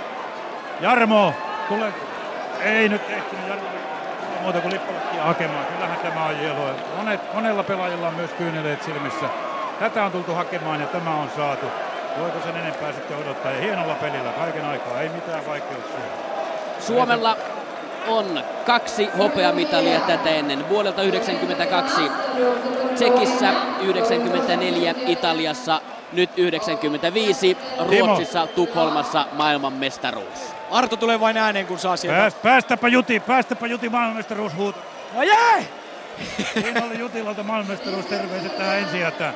Jarmo, tule. Ei nyt ehtinyt Jarmo muuta kuin lippalakkia hakemaan. Kyllähän tämä on hienoa. Monet, monella pelaajilla on myös kyyneleet silmissä. Tätä on tultu hakemaan ja tämä on saatu. Voiko sen enempää sitten odottaa? Ja hienolla pelillä kaiken aikaa. Ei mitään vaikeuksia. Suomella on kaksi hopeamitalia tätä ennen. Vuodelta yhdeksänkymmentäkaksi Tsekissä, yhdeksänkymmentäneljä Italiassa, nyt yhdeksänkymmentäviisi Ruotsissa, Tukholmassa maailmanmestaruus. Arto tulee vain ääneen, kun saa sieltä. Pääst, päästäpä Juti, päästäpä Juti maailmanmestaruus huuto. No jää! Siinä oli Jutilalta maailmanmestaruus, terveiset tähän ensi hätään.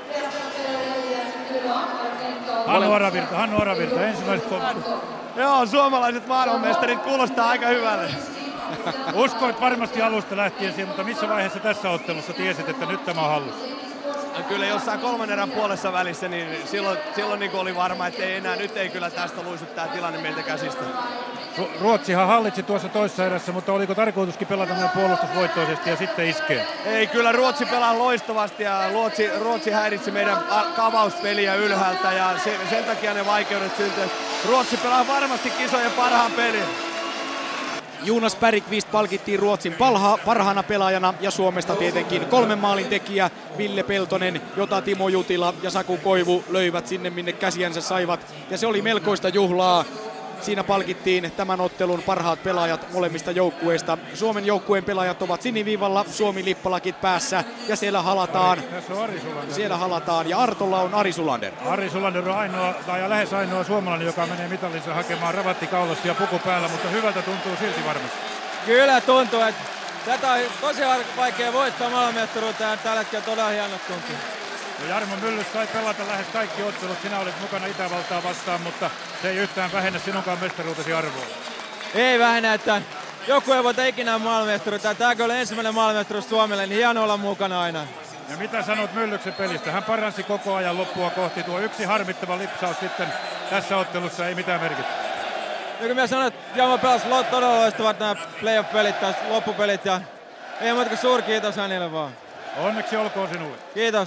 Hannu Aravirta, Hannu Aravirta, ensimmäiset kommentit. Joo, suomalaiset maailmanmestarit kuulostaa aika hyvälle. Uskoit varmasti alusta lähtien siihen, mutta missä vaiheessa tässä ottelussa tiesit, että nyt tämä on hallussa? No kyllä jossain kolmen erän puolessa välissä, niin silloin, silloin niin oli varma, että ei enää, nyt ei kyllä tästä luisu tämä tilanne meiltä käsistä. Ruotsihan hallitsi tuossa toisessa erässä, mutta oliko tarkoituskin pelata näin puolustusvoittoisesti ja sitten iskee? Ei, kyllä Ruotsi pelaa loistavasti ja Ruotsi, Ruotsi häiritsi meidän kavauspeliä ylhäältä ja se, sen takia ne vaikeudet syntyivät. Ruotsi pelaa varmasti kisojen parhaan pelin. Jonas Bergqvist palkittiin Ruotsin palha, parhaana pelaajana ja Suomesta tietenkin kolmen maalin tekijä Ville Peltonen, jota Timo Jutila ja Saku Koivu löivät sinne minne käsiänsä saivat. Ja se oli melkoista juhlaa. Siinä palkittiin tämän ottelun parhaat pelaajat molemmista joukkueista. Suomen joukkueen pelaajat ovat siniviivalla, Suomi-lippalakit päässä ja siellä halataan. Siellä halataan ja Artolla on Ari Sulander. Ari Sulander on ainoa, tai lähes ainoa suomalainen, joka menee mitallinsa hakemaan ravattikaulossa ja puku päällä, mutta hyvältä tuntuu silti varmasti. Kyllä tuntuu, että tätä on tosi vaikea voittaa maailmanmestaruutta ja tällä hetkellä todella hienot tuntuu. No Jarmo Myllys sai pelata lähes kaikki ottelut, sinä olit mukana Itävaltaa vastaan, mutta se ei yhtään vähennä sinunkaan mestaruutesi arvoa. Ei vähennä, että joku ei voita ikinä maailmanmestaruutta. Tämä on ensimmäinen maailmanmestaruus Suomelle, niin hieno olla mukana aina. Ja mitä sanot Myllyksen pelistä? Hän paransi koko ajan loppua kohti. Tuo yksi harmittava lipsaus sitten tässä ottelussa ei mitään merkitä. Ja kun minä sanoin, että Jamo pelasi todella loistavat nämä playoff-pelit tai loppupelit. Ja ei muuta kuin suuri kiitos hänelle vaan. Onneksi olkoon sinulle. Kiitos.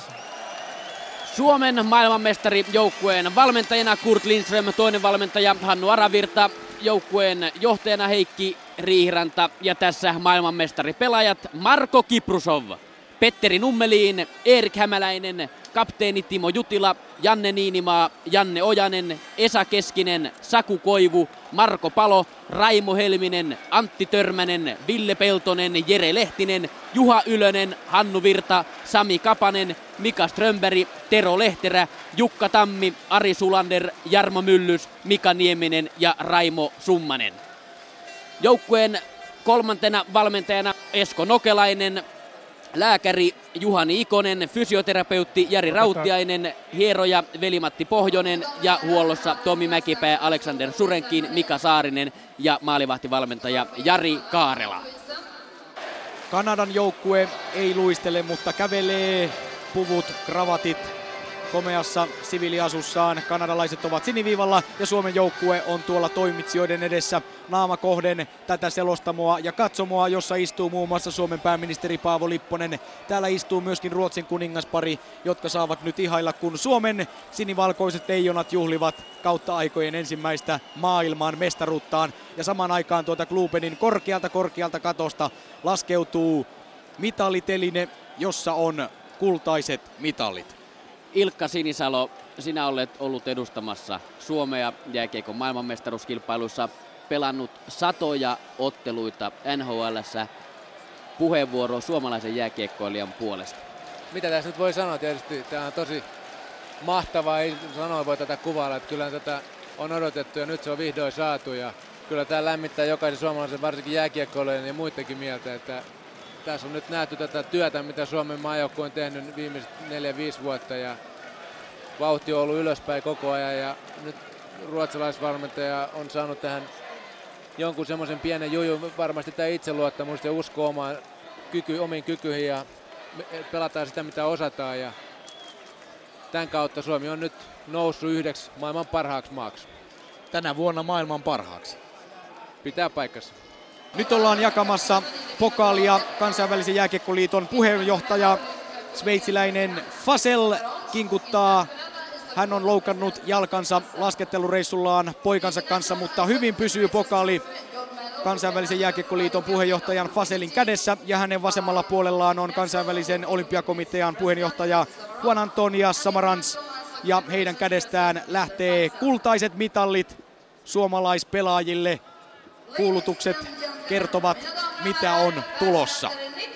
Suomen maailmanmestarijoukkueen valmentajana Kurt Lindström, toinen valmentaja Hannu Aravirta, joukkueen johtajana Heikki Riihiranta ja tässä maailmanmestaripelaajat Marko Kiprusov, Petteri Nummeliin, Erik Hämäläinen, kapteeni Timo Jutila, Janne Niinimaa, Janne Ojanen, Esa Keskinen, Saku Koivu, Marko Palo, Raimo Helminen, Antti Törmänen, Ville Peltonen, Jere Lehtinen, Juha Ylönen, Hannu Virta, Sami Kapanen, Mika Strömberg, Tero Lehterä, Jukka Tammi, Ari Sulander, Jarmo Myllys, Mika Nieminen ja Raimo Summanen. Joukkueen kolmantena valmentajana Esko Nokelainen, lääkäri Juhani Ikonen, fysioterapeutti Jari Rautiainen, hieroja Veli-Matti Pohjonen ja huollossa Tomi Mäkipää, Alexander Surenkin, Mika Saarinen ja maalivahtivalmentaja Jari Kaarela. Kanadan joukkue ei luistele, mutta kävelee, puvut, kravatit komeassa siviiliasussaan. Kanadalaiset ovat siniviivalla ja Suomen joukkue on tuolla toimitsijoiden edessä naama kohden tätä selostamoa ja katsomoa, jossa istuu muun muassa Suomen pääministeri Paavo Lipponen. Täällä istuu myöskin Ruotsin kuningaspari, jotka saavat nyt ihailla, kun Suomen sinivalkoiset leijonat juhlivat kautta aikojen ensimmäistä maailman mestaruuttaan. Ja samaan aikaan tuota Klubenin korkealta korkealta katosta laskeutuu mitaliteline, jossa on kultaiset mitalit. Ilkka Sinisalo, sinä olet ollut edustamassa Suomea jääkiekon maailmanmestaruuskilpailuissa, pelannut satoja otteluita N H L:ssä. Puheenvuoro suomalaisen jääkiekkoilijan puolesta. Mitä tässä nyt voi sanoa? Tietysti tämä on tosi mahtavaa, ei sanoa voi tätä kuvailla, että kyllä tätä on odotettu ja nyt se on vihdoin saatu. Ja kyllä tämä lämmittää jokaisen suomalaisen, varsinkin jääkiekkoilijan ja muidenkin mieltä, että tässä on nyt nähty tätä työtä, mitä Suomen maajoukkue on tehnyt viimeiset neljä viisi vuotta ja vauhti on ollut ylöspäin koko ajan ja nyt ruotsalaisvalmentaja on saanut tähän jonkun semmoisen pienen jujun, varmasti tämä itseluottamus ja usko omaan kyky, omiin kykyihin ja pelataan sitä mitä osataan ja tämän kautta Suomi on nyt noussut yhdeksi maailman parhaaksi maaksi. Tänä vuonna maailman parhaaksi. Pitää paikkansa. Nyt ollaan jakamassa pokaalia. Kansainvälisen jääkiekkoliiton puheenjohtaja sveitsiläinen Fasel kinkuttaa. Hän on loukannut jalkansa laskettelureissullaan poikansa kanssa, mutta hyvin pysyy pokaali Kansainvälisen jääkiekkoliiton puheenjohtajan Faselin kädessä. Ja hänen vasemmalla puolellaan on Kansainvälisen olympiakomitean puheenjohtaja Juan Antonias Samarans. Ja heidän kädestään lähtee kultaiset mitallit suomalaispelaajille. Kuulutukset kertovat, mitä on tulossa.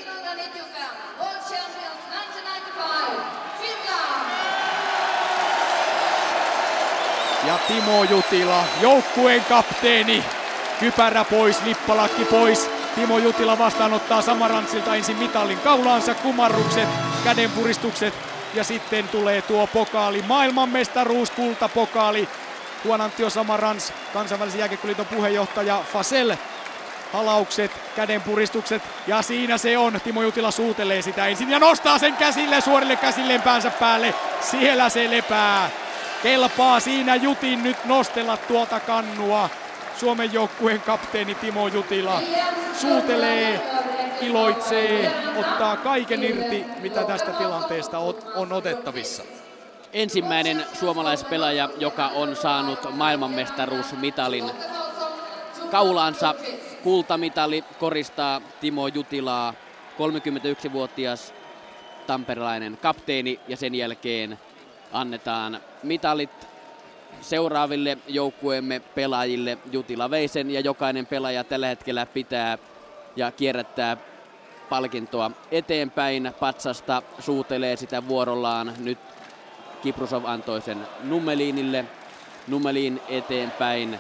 Ja Timo Jutila, joukkueen kapteeni. Kypärä pois, lippalakki pois. Timo Jutila vastaanottaa Samarantsilta ensin mitalin kaulaansa, kumarrukset, kädenpuristukset ja sitten tulee tuo pokaali, maailmanmestaruus, kultapokaali. Juan Anttio Samarans, kansainvälisen jääkiekkoliiton puheenjohtaja, Fasel, halaukset, kädenpuristukset ja siinä se on. Timo Jutila suutelee sitä ensin ja nostaa sen käsille, suorille käsilleen päänsä päälle. Siellä se lepää. Kelpaa siinä Jutin nyt nostella tuota kannua. Suomen joukkueen kapteeni Timo Jutila suutelee, iloitsee, ottaa kaiken irti, mitä tästä tilanteesta on otettavissa. Ensimmäinen suomalaispelaaja, joka on saanut maailmanmestaruusmitalin kaulaansa. Kultamitali koristaa Timo Jutilaa, kolmekymmentäyksivuotias tamperelainen kapteeni, ja sen jälkeen annetaan mitalit seuraaville joukkueemme pelaajille. Jutila vei sen ja jokainen pelaaja tällä hetkellä pitää ja kierrättää palkintoa eteenpäin. Patsasta suutelee sitä vuorollaan. Nyt Kiprusov antoi sen Nummelinille. Nummelin eteenpäin.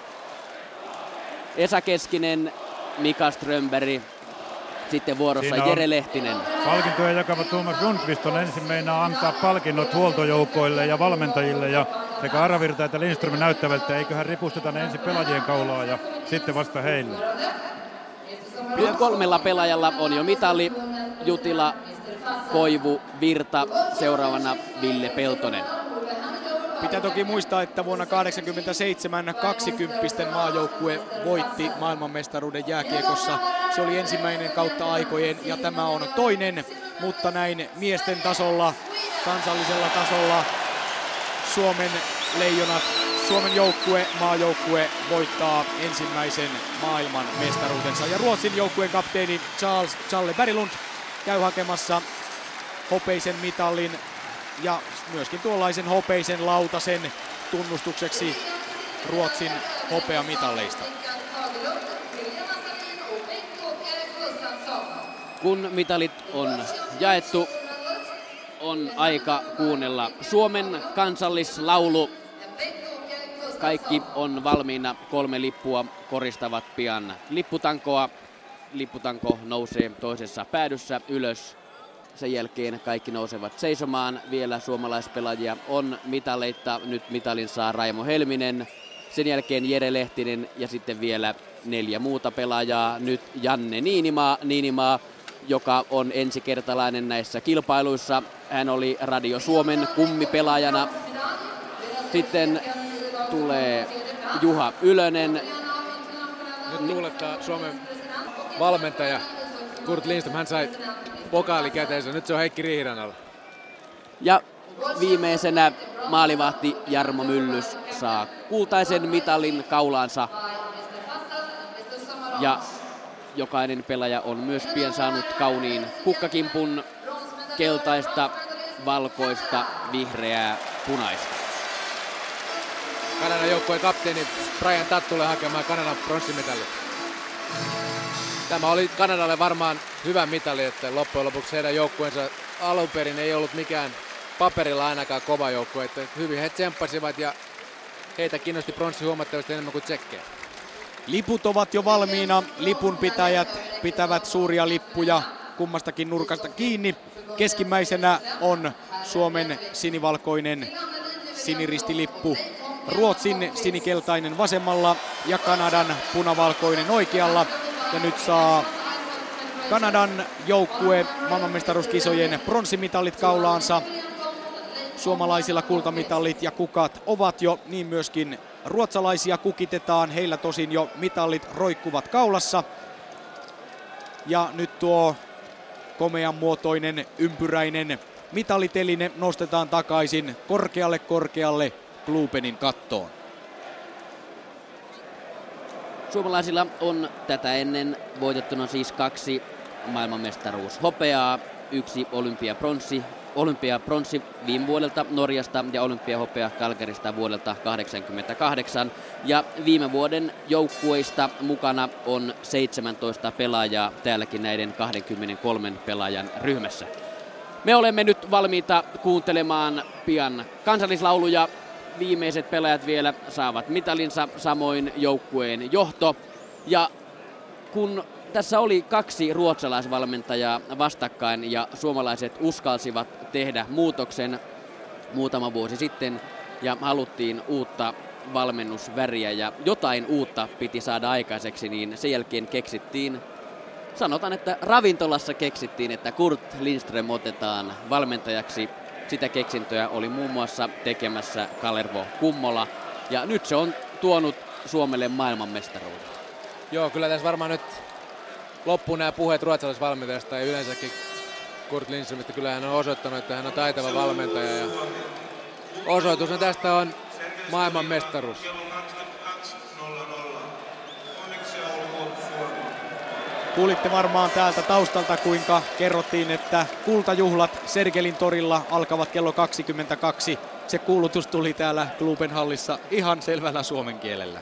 Esa Keskinen, Mika Strömberg. Sitten vuorossa Jere Lehtinen. Palkintoja jakava Tuomas Lundqvist on ensimmäinen antaa palkinnot huoltojoukoille ja valmentajille, ja sekä Aravirta että Lindström näyttävät, että eiköhän ripusteta ne ensin pelaajien kaulaa ja sitten vasta heille. Nyt kolmella pelaajalla on jo mitali. Jutila, Koivu, Virta, seuraavana Ville Peltonen. Pitää toki muistaa, että vuonna kahdeksankymmentäseitsemän kaksikymppisten maajoukkue voitti maailmanmestaruuden jääkiekossa. Se oli ensimmäinen kautta aikojen ja tämä on toinen, mutta näin miesten tasolla, kansallisella tasolla Suomen leijonat, Suomen joukkue, maajoukkue voittaa ensimmäisen maailmanmestaruutensa. Ja Ruotsin joukkueen kapteeni Charles Challe Berglund käy hakemassa hopeisen mitalin ja myöskin tuollaisen hopeisen lautasen tunnustukseksi Ruotsin hopeamitalleista. Kun mitalit on jaettu, on aika kuunnella Suomen kansallislaulu. Kaikki on valmiina, kolme lippua koristavat pian lipputankoa. Lipputanko nousee toisessa päädyssä ylös. Sen jälkeen kaikki nousevat seisomaan. Vielä suomalaispelaajia on mitaleita. Nyt mitalin saa Raimo Helminen. Sen jälkeen Jere Lehtinen ja sitten vielä neljä muuta pelaajaa. Nyt Janne Niinimaa, Niinimaa joka on ensikertalainen näissä kilpailuissa. Hän oli Radio Suomen kummipelaajana. Sitten tulee Juha Ylönen. Nyt tuulettaa Suomen valmentaja Kurt Lindström. Hän sai pokaali käteensä. Nyt se on Heikki Riihirannalla. Ja viimeisenä maalivahti Jarmo Myllys saa kultaisen mitalin kaulaansa. Ja jokainen pelaaja on myös pian saanut kauniin kukkakimpun, keltaista, valkoista, vihreää, punaista. Kanadan joukkueen kapteeni Brian Tatt tulee hakemaan Kanadan pronssimitali. Tämä oli Kanadalle varmaan hyvä mitali, että loppujen lopuksi heidän joukkueensa alun perin ei ollut mikään paperilla ainakaan kova joukkue. Että hyvin he tsemppasivat ja heitä kiinnosti pronssi huomattavasti enemmän kuin tsekkejä. Liput ovat jo valmiina. Lipunpitäjät pitävät suuria lippuja kummastakin nurkasta kiinni. Keskimmäisenä on Suomen sinivalkoinen siniristilippu, Ruotsin sinikeltainen vasemmalla ja Kanadan punavalkoinen oikealla. Ja nyt saa Kanadan joukkue maailmanmestaruuskisojen pronssimitalit kaulaansa. Suomalaisilla kultamitalit ja kukat ovat jo, niin myöskin ruotsalaisia kukitetaan. Heillä tosin jo mitallit roikkuvat kaulassa. Ja nyt tuo komean muotoinen ympyräinen mitaliteline nostetaan takaisin korkealle korkealle Bluepenin kattoon. Suomalaisilla on tätä ennen voitettuna siis kaksi maailmanmestaruushopeaa, yksi olympiapronssi, olympiapronssi viime vuodelta Norjasta ja olympiahopea Calgarysta vuodelta kahdeksankymmentäkahdeksan. Ja viime vuoden joukkueista mukana on seitsemäntoista pelaajaa täälläkin näiden kaksikymmentäkolme pelaajan ryhmässä. Me olemme nyt valmiita kuuntelemaan pian kansallislauluja. Viimeiset pelaajat vielä saavat mitalinsa, samoin joukkueen johto. Ja kun tässä oli kaksi ruotsalaisvalmentajaa vastakkain ja suomalaiset uskalsivat tehdä muutoksen muutama vuosi sitten ja haluttiin uutta valmennusväriä ja jotain uutta piti saada aikaiseksi, niin sen jälkeen keksittiin, sanotaan, että ravintolassa keksittiin, että Kurt Lindström otetaan valmentajaksi. Sitä keksintöä oli muun muassa tekemässä Kalervo Kummola ja nyt se on tuonut Suomelle maailmanmestaruuden. Joo, kyllä tässä varmaan nyt loppuu nämä puheet ruotsalaisvalmentajasta ja yleensäkin Kurt Lindströmistä. Kyllä hän on osoittanut, että hän on taitava valmentaja ja osoitusna tästä on maailmanmestaruus. Kuulitte varmaan täältä taustalta, kuinka kerrottiin, että kultajuhlat Sergelin torilla alkavat kello kaksikymmentäkaksi. Se kuulutus tuli täällä Klubenhallissa ihan selvällä suomen kielellä.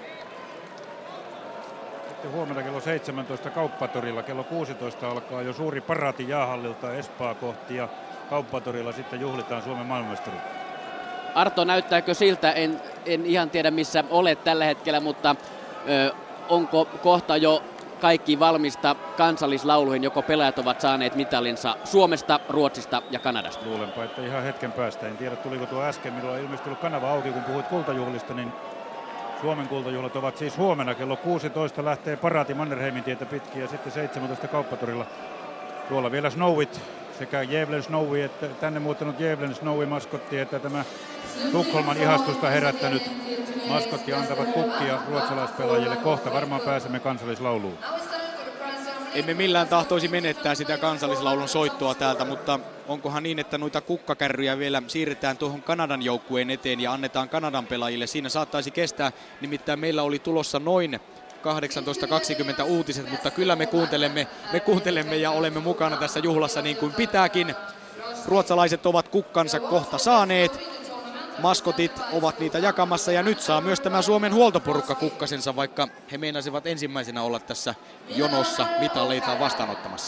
Sitten huomenna kello seitsemäntoista Kauppatorilla. Kello kuusitoista alkaa jo suuri paraati jäähallilta Espaa kohti ja Kauppatorilla sitten juhlitaan Suomen maailmanmestaruutta. Arto, näyttääkö siltä, en, en ihan tiedä missä olet tällä hetkellä, mutta ö, onko kohta jo kaikki valmista kansallislauluihin, joko pelaajat ovat saaneet mitalinsa Suomesta, Ruotsista ja Kanadasta? Luulenpa, että ihan hetken päästä. En tiedä, tuliko tuo äsken, minulla on ilmeisesti tullut kanava auki, kun puhuit kultajuhlista, niin Suomen kultajuhlat ovat siis huomenna. Kello kuusitoista lähtee paraati Mannerheimin tietä pitkin ja sitten seitsemäntoista Kauppatorilla. Tuolla vielä Snowit, sekä Gävlen Snowy, että tänne muuttanut Gävlen Snowy maskotti, että tämä Tukholman ihastusta herättänyt maskotti antavat kukkia ruotsalaispelaajille. Kohta varmaan pääsemme kansallislauluun. Emme millään tahtoisi menettää sitä kansallislaulun soittoa täältä, mutta onkohan niin, että noita kukkakärryjä vielä siirretään tuohon Kanadan joukkueen eteen ja annetaan Kanadan pelaajille. Siinä saattaisi kestää, nimittäin meillä oli tulossa noin kahdeksantoista kaksikymmentä uutiset, mutta kyllä me kuuntelemme, me kuuntelemme ja olemme mukana tässä juhlassa niin kuin pitääkin. Ruotsalaiset ovat kukkansa kohta saaneet. Maskotit ovat niitä jakamassa ja nyt saa myös tämä Suomen huoltoporukka kukkasensa, vaikka he meinasivat ensimmäisenä olla tässä jonossa mitaleitaan vastaanottamassa.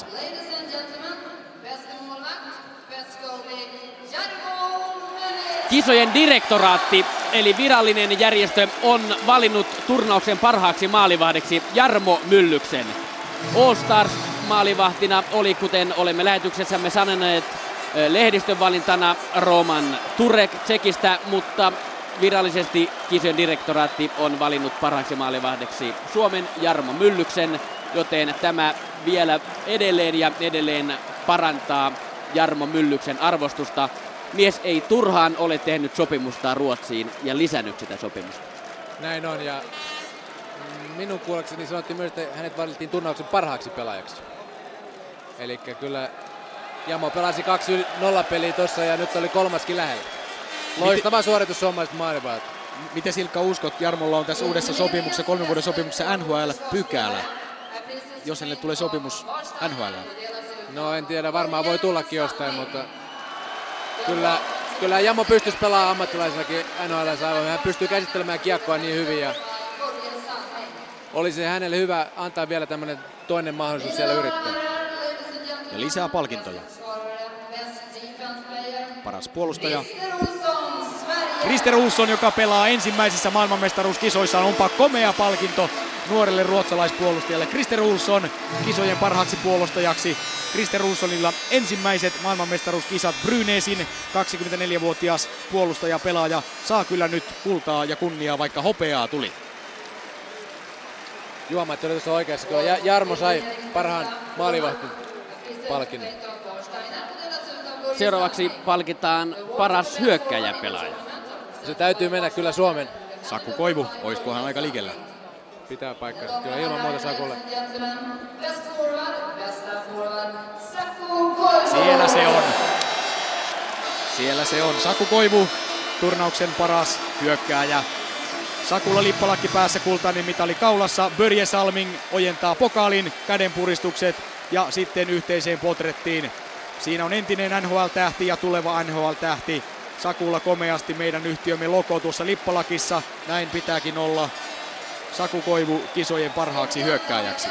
Kisojen direktoraatti eli virallinen järjestö on valinnut turnauksen parhaaksi maalivahdiksi Jarmo Myllyksen. All Stars maalivahtina oli, kuten olemme lähetyksessämme sanoneet, lehdistön valintana Roman Turek Tsekistä, mutta virallisesti kisojen direktoraatti on valinnut parhaaksi maalivahdeksi Suomen Jarmo Myllyksen, joten tämä vielä edelleen ja edelleen parantaa Jarmo Myllyksen arvostusta. Mies ei turhaan ole tehnyt sopimusta Ruotsiin ja lisännyt sitä sopimusta. Näin on ja minun kuulekseni sanottiin myös, että hänet valittiin turnauksen parhaaksi pelaajaksi. Eli kyllä Jamo pelasi kaksi nolla peliä tuossa ja nyt oli kolmaskin lähellä. Loistava suoritus suomalaiset maalivahdet. Miten Silkka uskot, Jarmolla on tässä uudessa sopimuksessa, kolmen vuoden sopimuksessa N H L-pykälä, jos hänelle tulee sopimus N H L? No en tiedä, varmaan voi tullakin jostain, mutta kyllä, kyllä Jamo pystyisi pelaamaan ammattilaisenakin N H L. Hän pystyy käsittelemään kiekkoa niin hyvin ja olisi hänelle hyvä antaa vielä tämmöinen toinen mahdollisuus siellä yrittää. Ja lisää palkintoja. Paras puolustaja Christer Olsson, joka pelaa ensimmäisissä maailmanmestaruuskisoissa, onpa komea palkinto nuorelle ruotsalaispuolustajalle. Christer Olsson kisojen parhaaksi puolustajaksi. Christer Olssonilla ensimmäiset maailmanmestaruuskisat. Brynäsin kaksikymmentäneljävuotias puolustaja pelaaja saa kyllä nyt kultaa ja kunniaa, vaikka hopeaa tuli. Juomat oli tuossa oikeassa. Kyllä Jarmo sai parhaan maalivahtin palkinnon. Seuraavaksi palkitaan paras hyökkääjäpelaaja. Se täytyy mennä kyllä Suomen. Saku Koivu, oiskohan aika likellä? Pitää paikkansa, kyllä ilman muuta Sakulle. Siellä se on. Siellä se on. Saku Koivu, turnauksen paras hyökkääjä. Sakulla lippalakki päässä, kultainen mitali kaulassa. Börje Salming ojentaa pokaalin, kädenpuristukset ja sitten yhteiseen potrettiin Siinä on entinen N H L-tähti ja tuleva N H L-tähti. Sakulla komeasti meidän yhtiömme logo tuossa lippalakissa. Näin pitääkin olla. Saku Koivu kisojen parhaaksi hyökkääjäksi.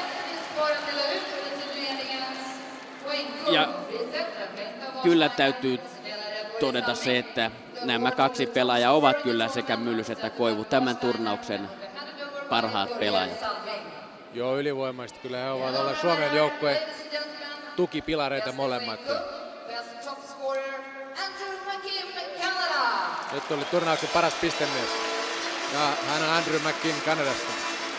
Ja kyllä täytyy todeta se, että nämä kaksi pelaajaa ovat kyllä sekä Myllys että Koivu tämän turnauksen parhaat pelaajat. Joo, ylivoimaisesti. Kyllä he ovat olleet Suomen joukkueen tukipilareita molemmat. Nyt oli turnauksen paras pistemies. Ja hän on Andrew McKim Kanadasta.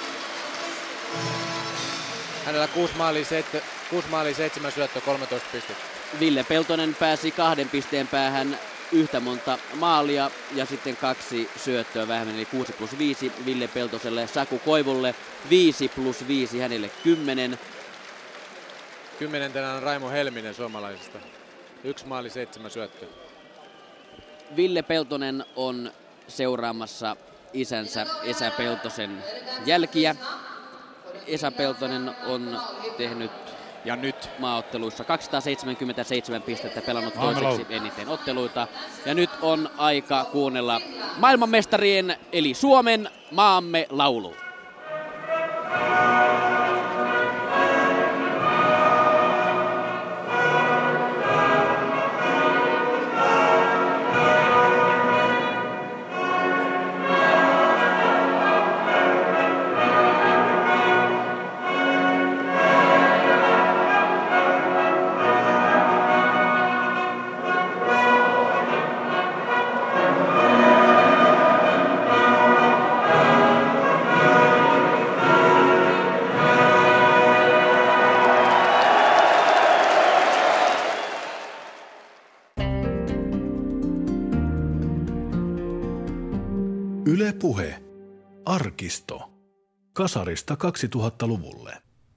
Hänellä kuusi maalia, seit- kuusi maalia seitsemän syöttöä, kolmetoista pistettä. Ville Peltonen pääsi kahden pisteen päähän yhtä monta maalia ja sitten kaksi syöttöä vähemmän, eli kuusi plus viisi Ville Peltoselle ja Saku Koivulle viisi plus viisi, hänelle kymmenen. Kymmenentenä on Raimo Helminen suomalaisista. Yksi maali, seitsemän syöttöä. Ville Peltonen on seuraamassa isänsä Esa Peltosen jälkiä. Esa Peltonen on tehnyt ja nyt maaotteluissa kaksisataaseitsemänkymmentäseitsemän pistettä, pelannut toiseksi eniten otteluita. Ja nyt on aika kuunnella maailmanmestarien eli Suomen maamme laulu. Yle Puhe. Arkisto. Kasarista kaksituhattaluvulle.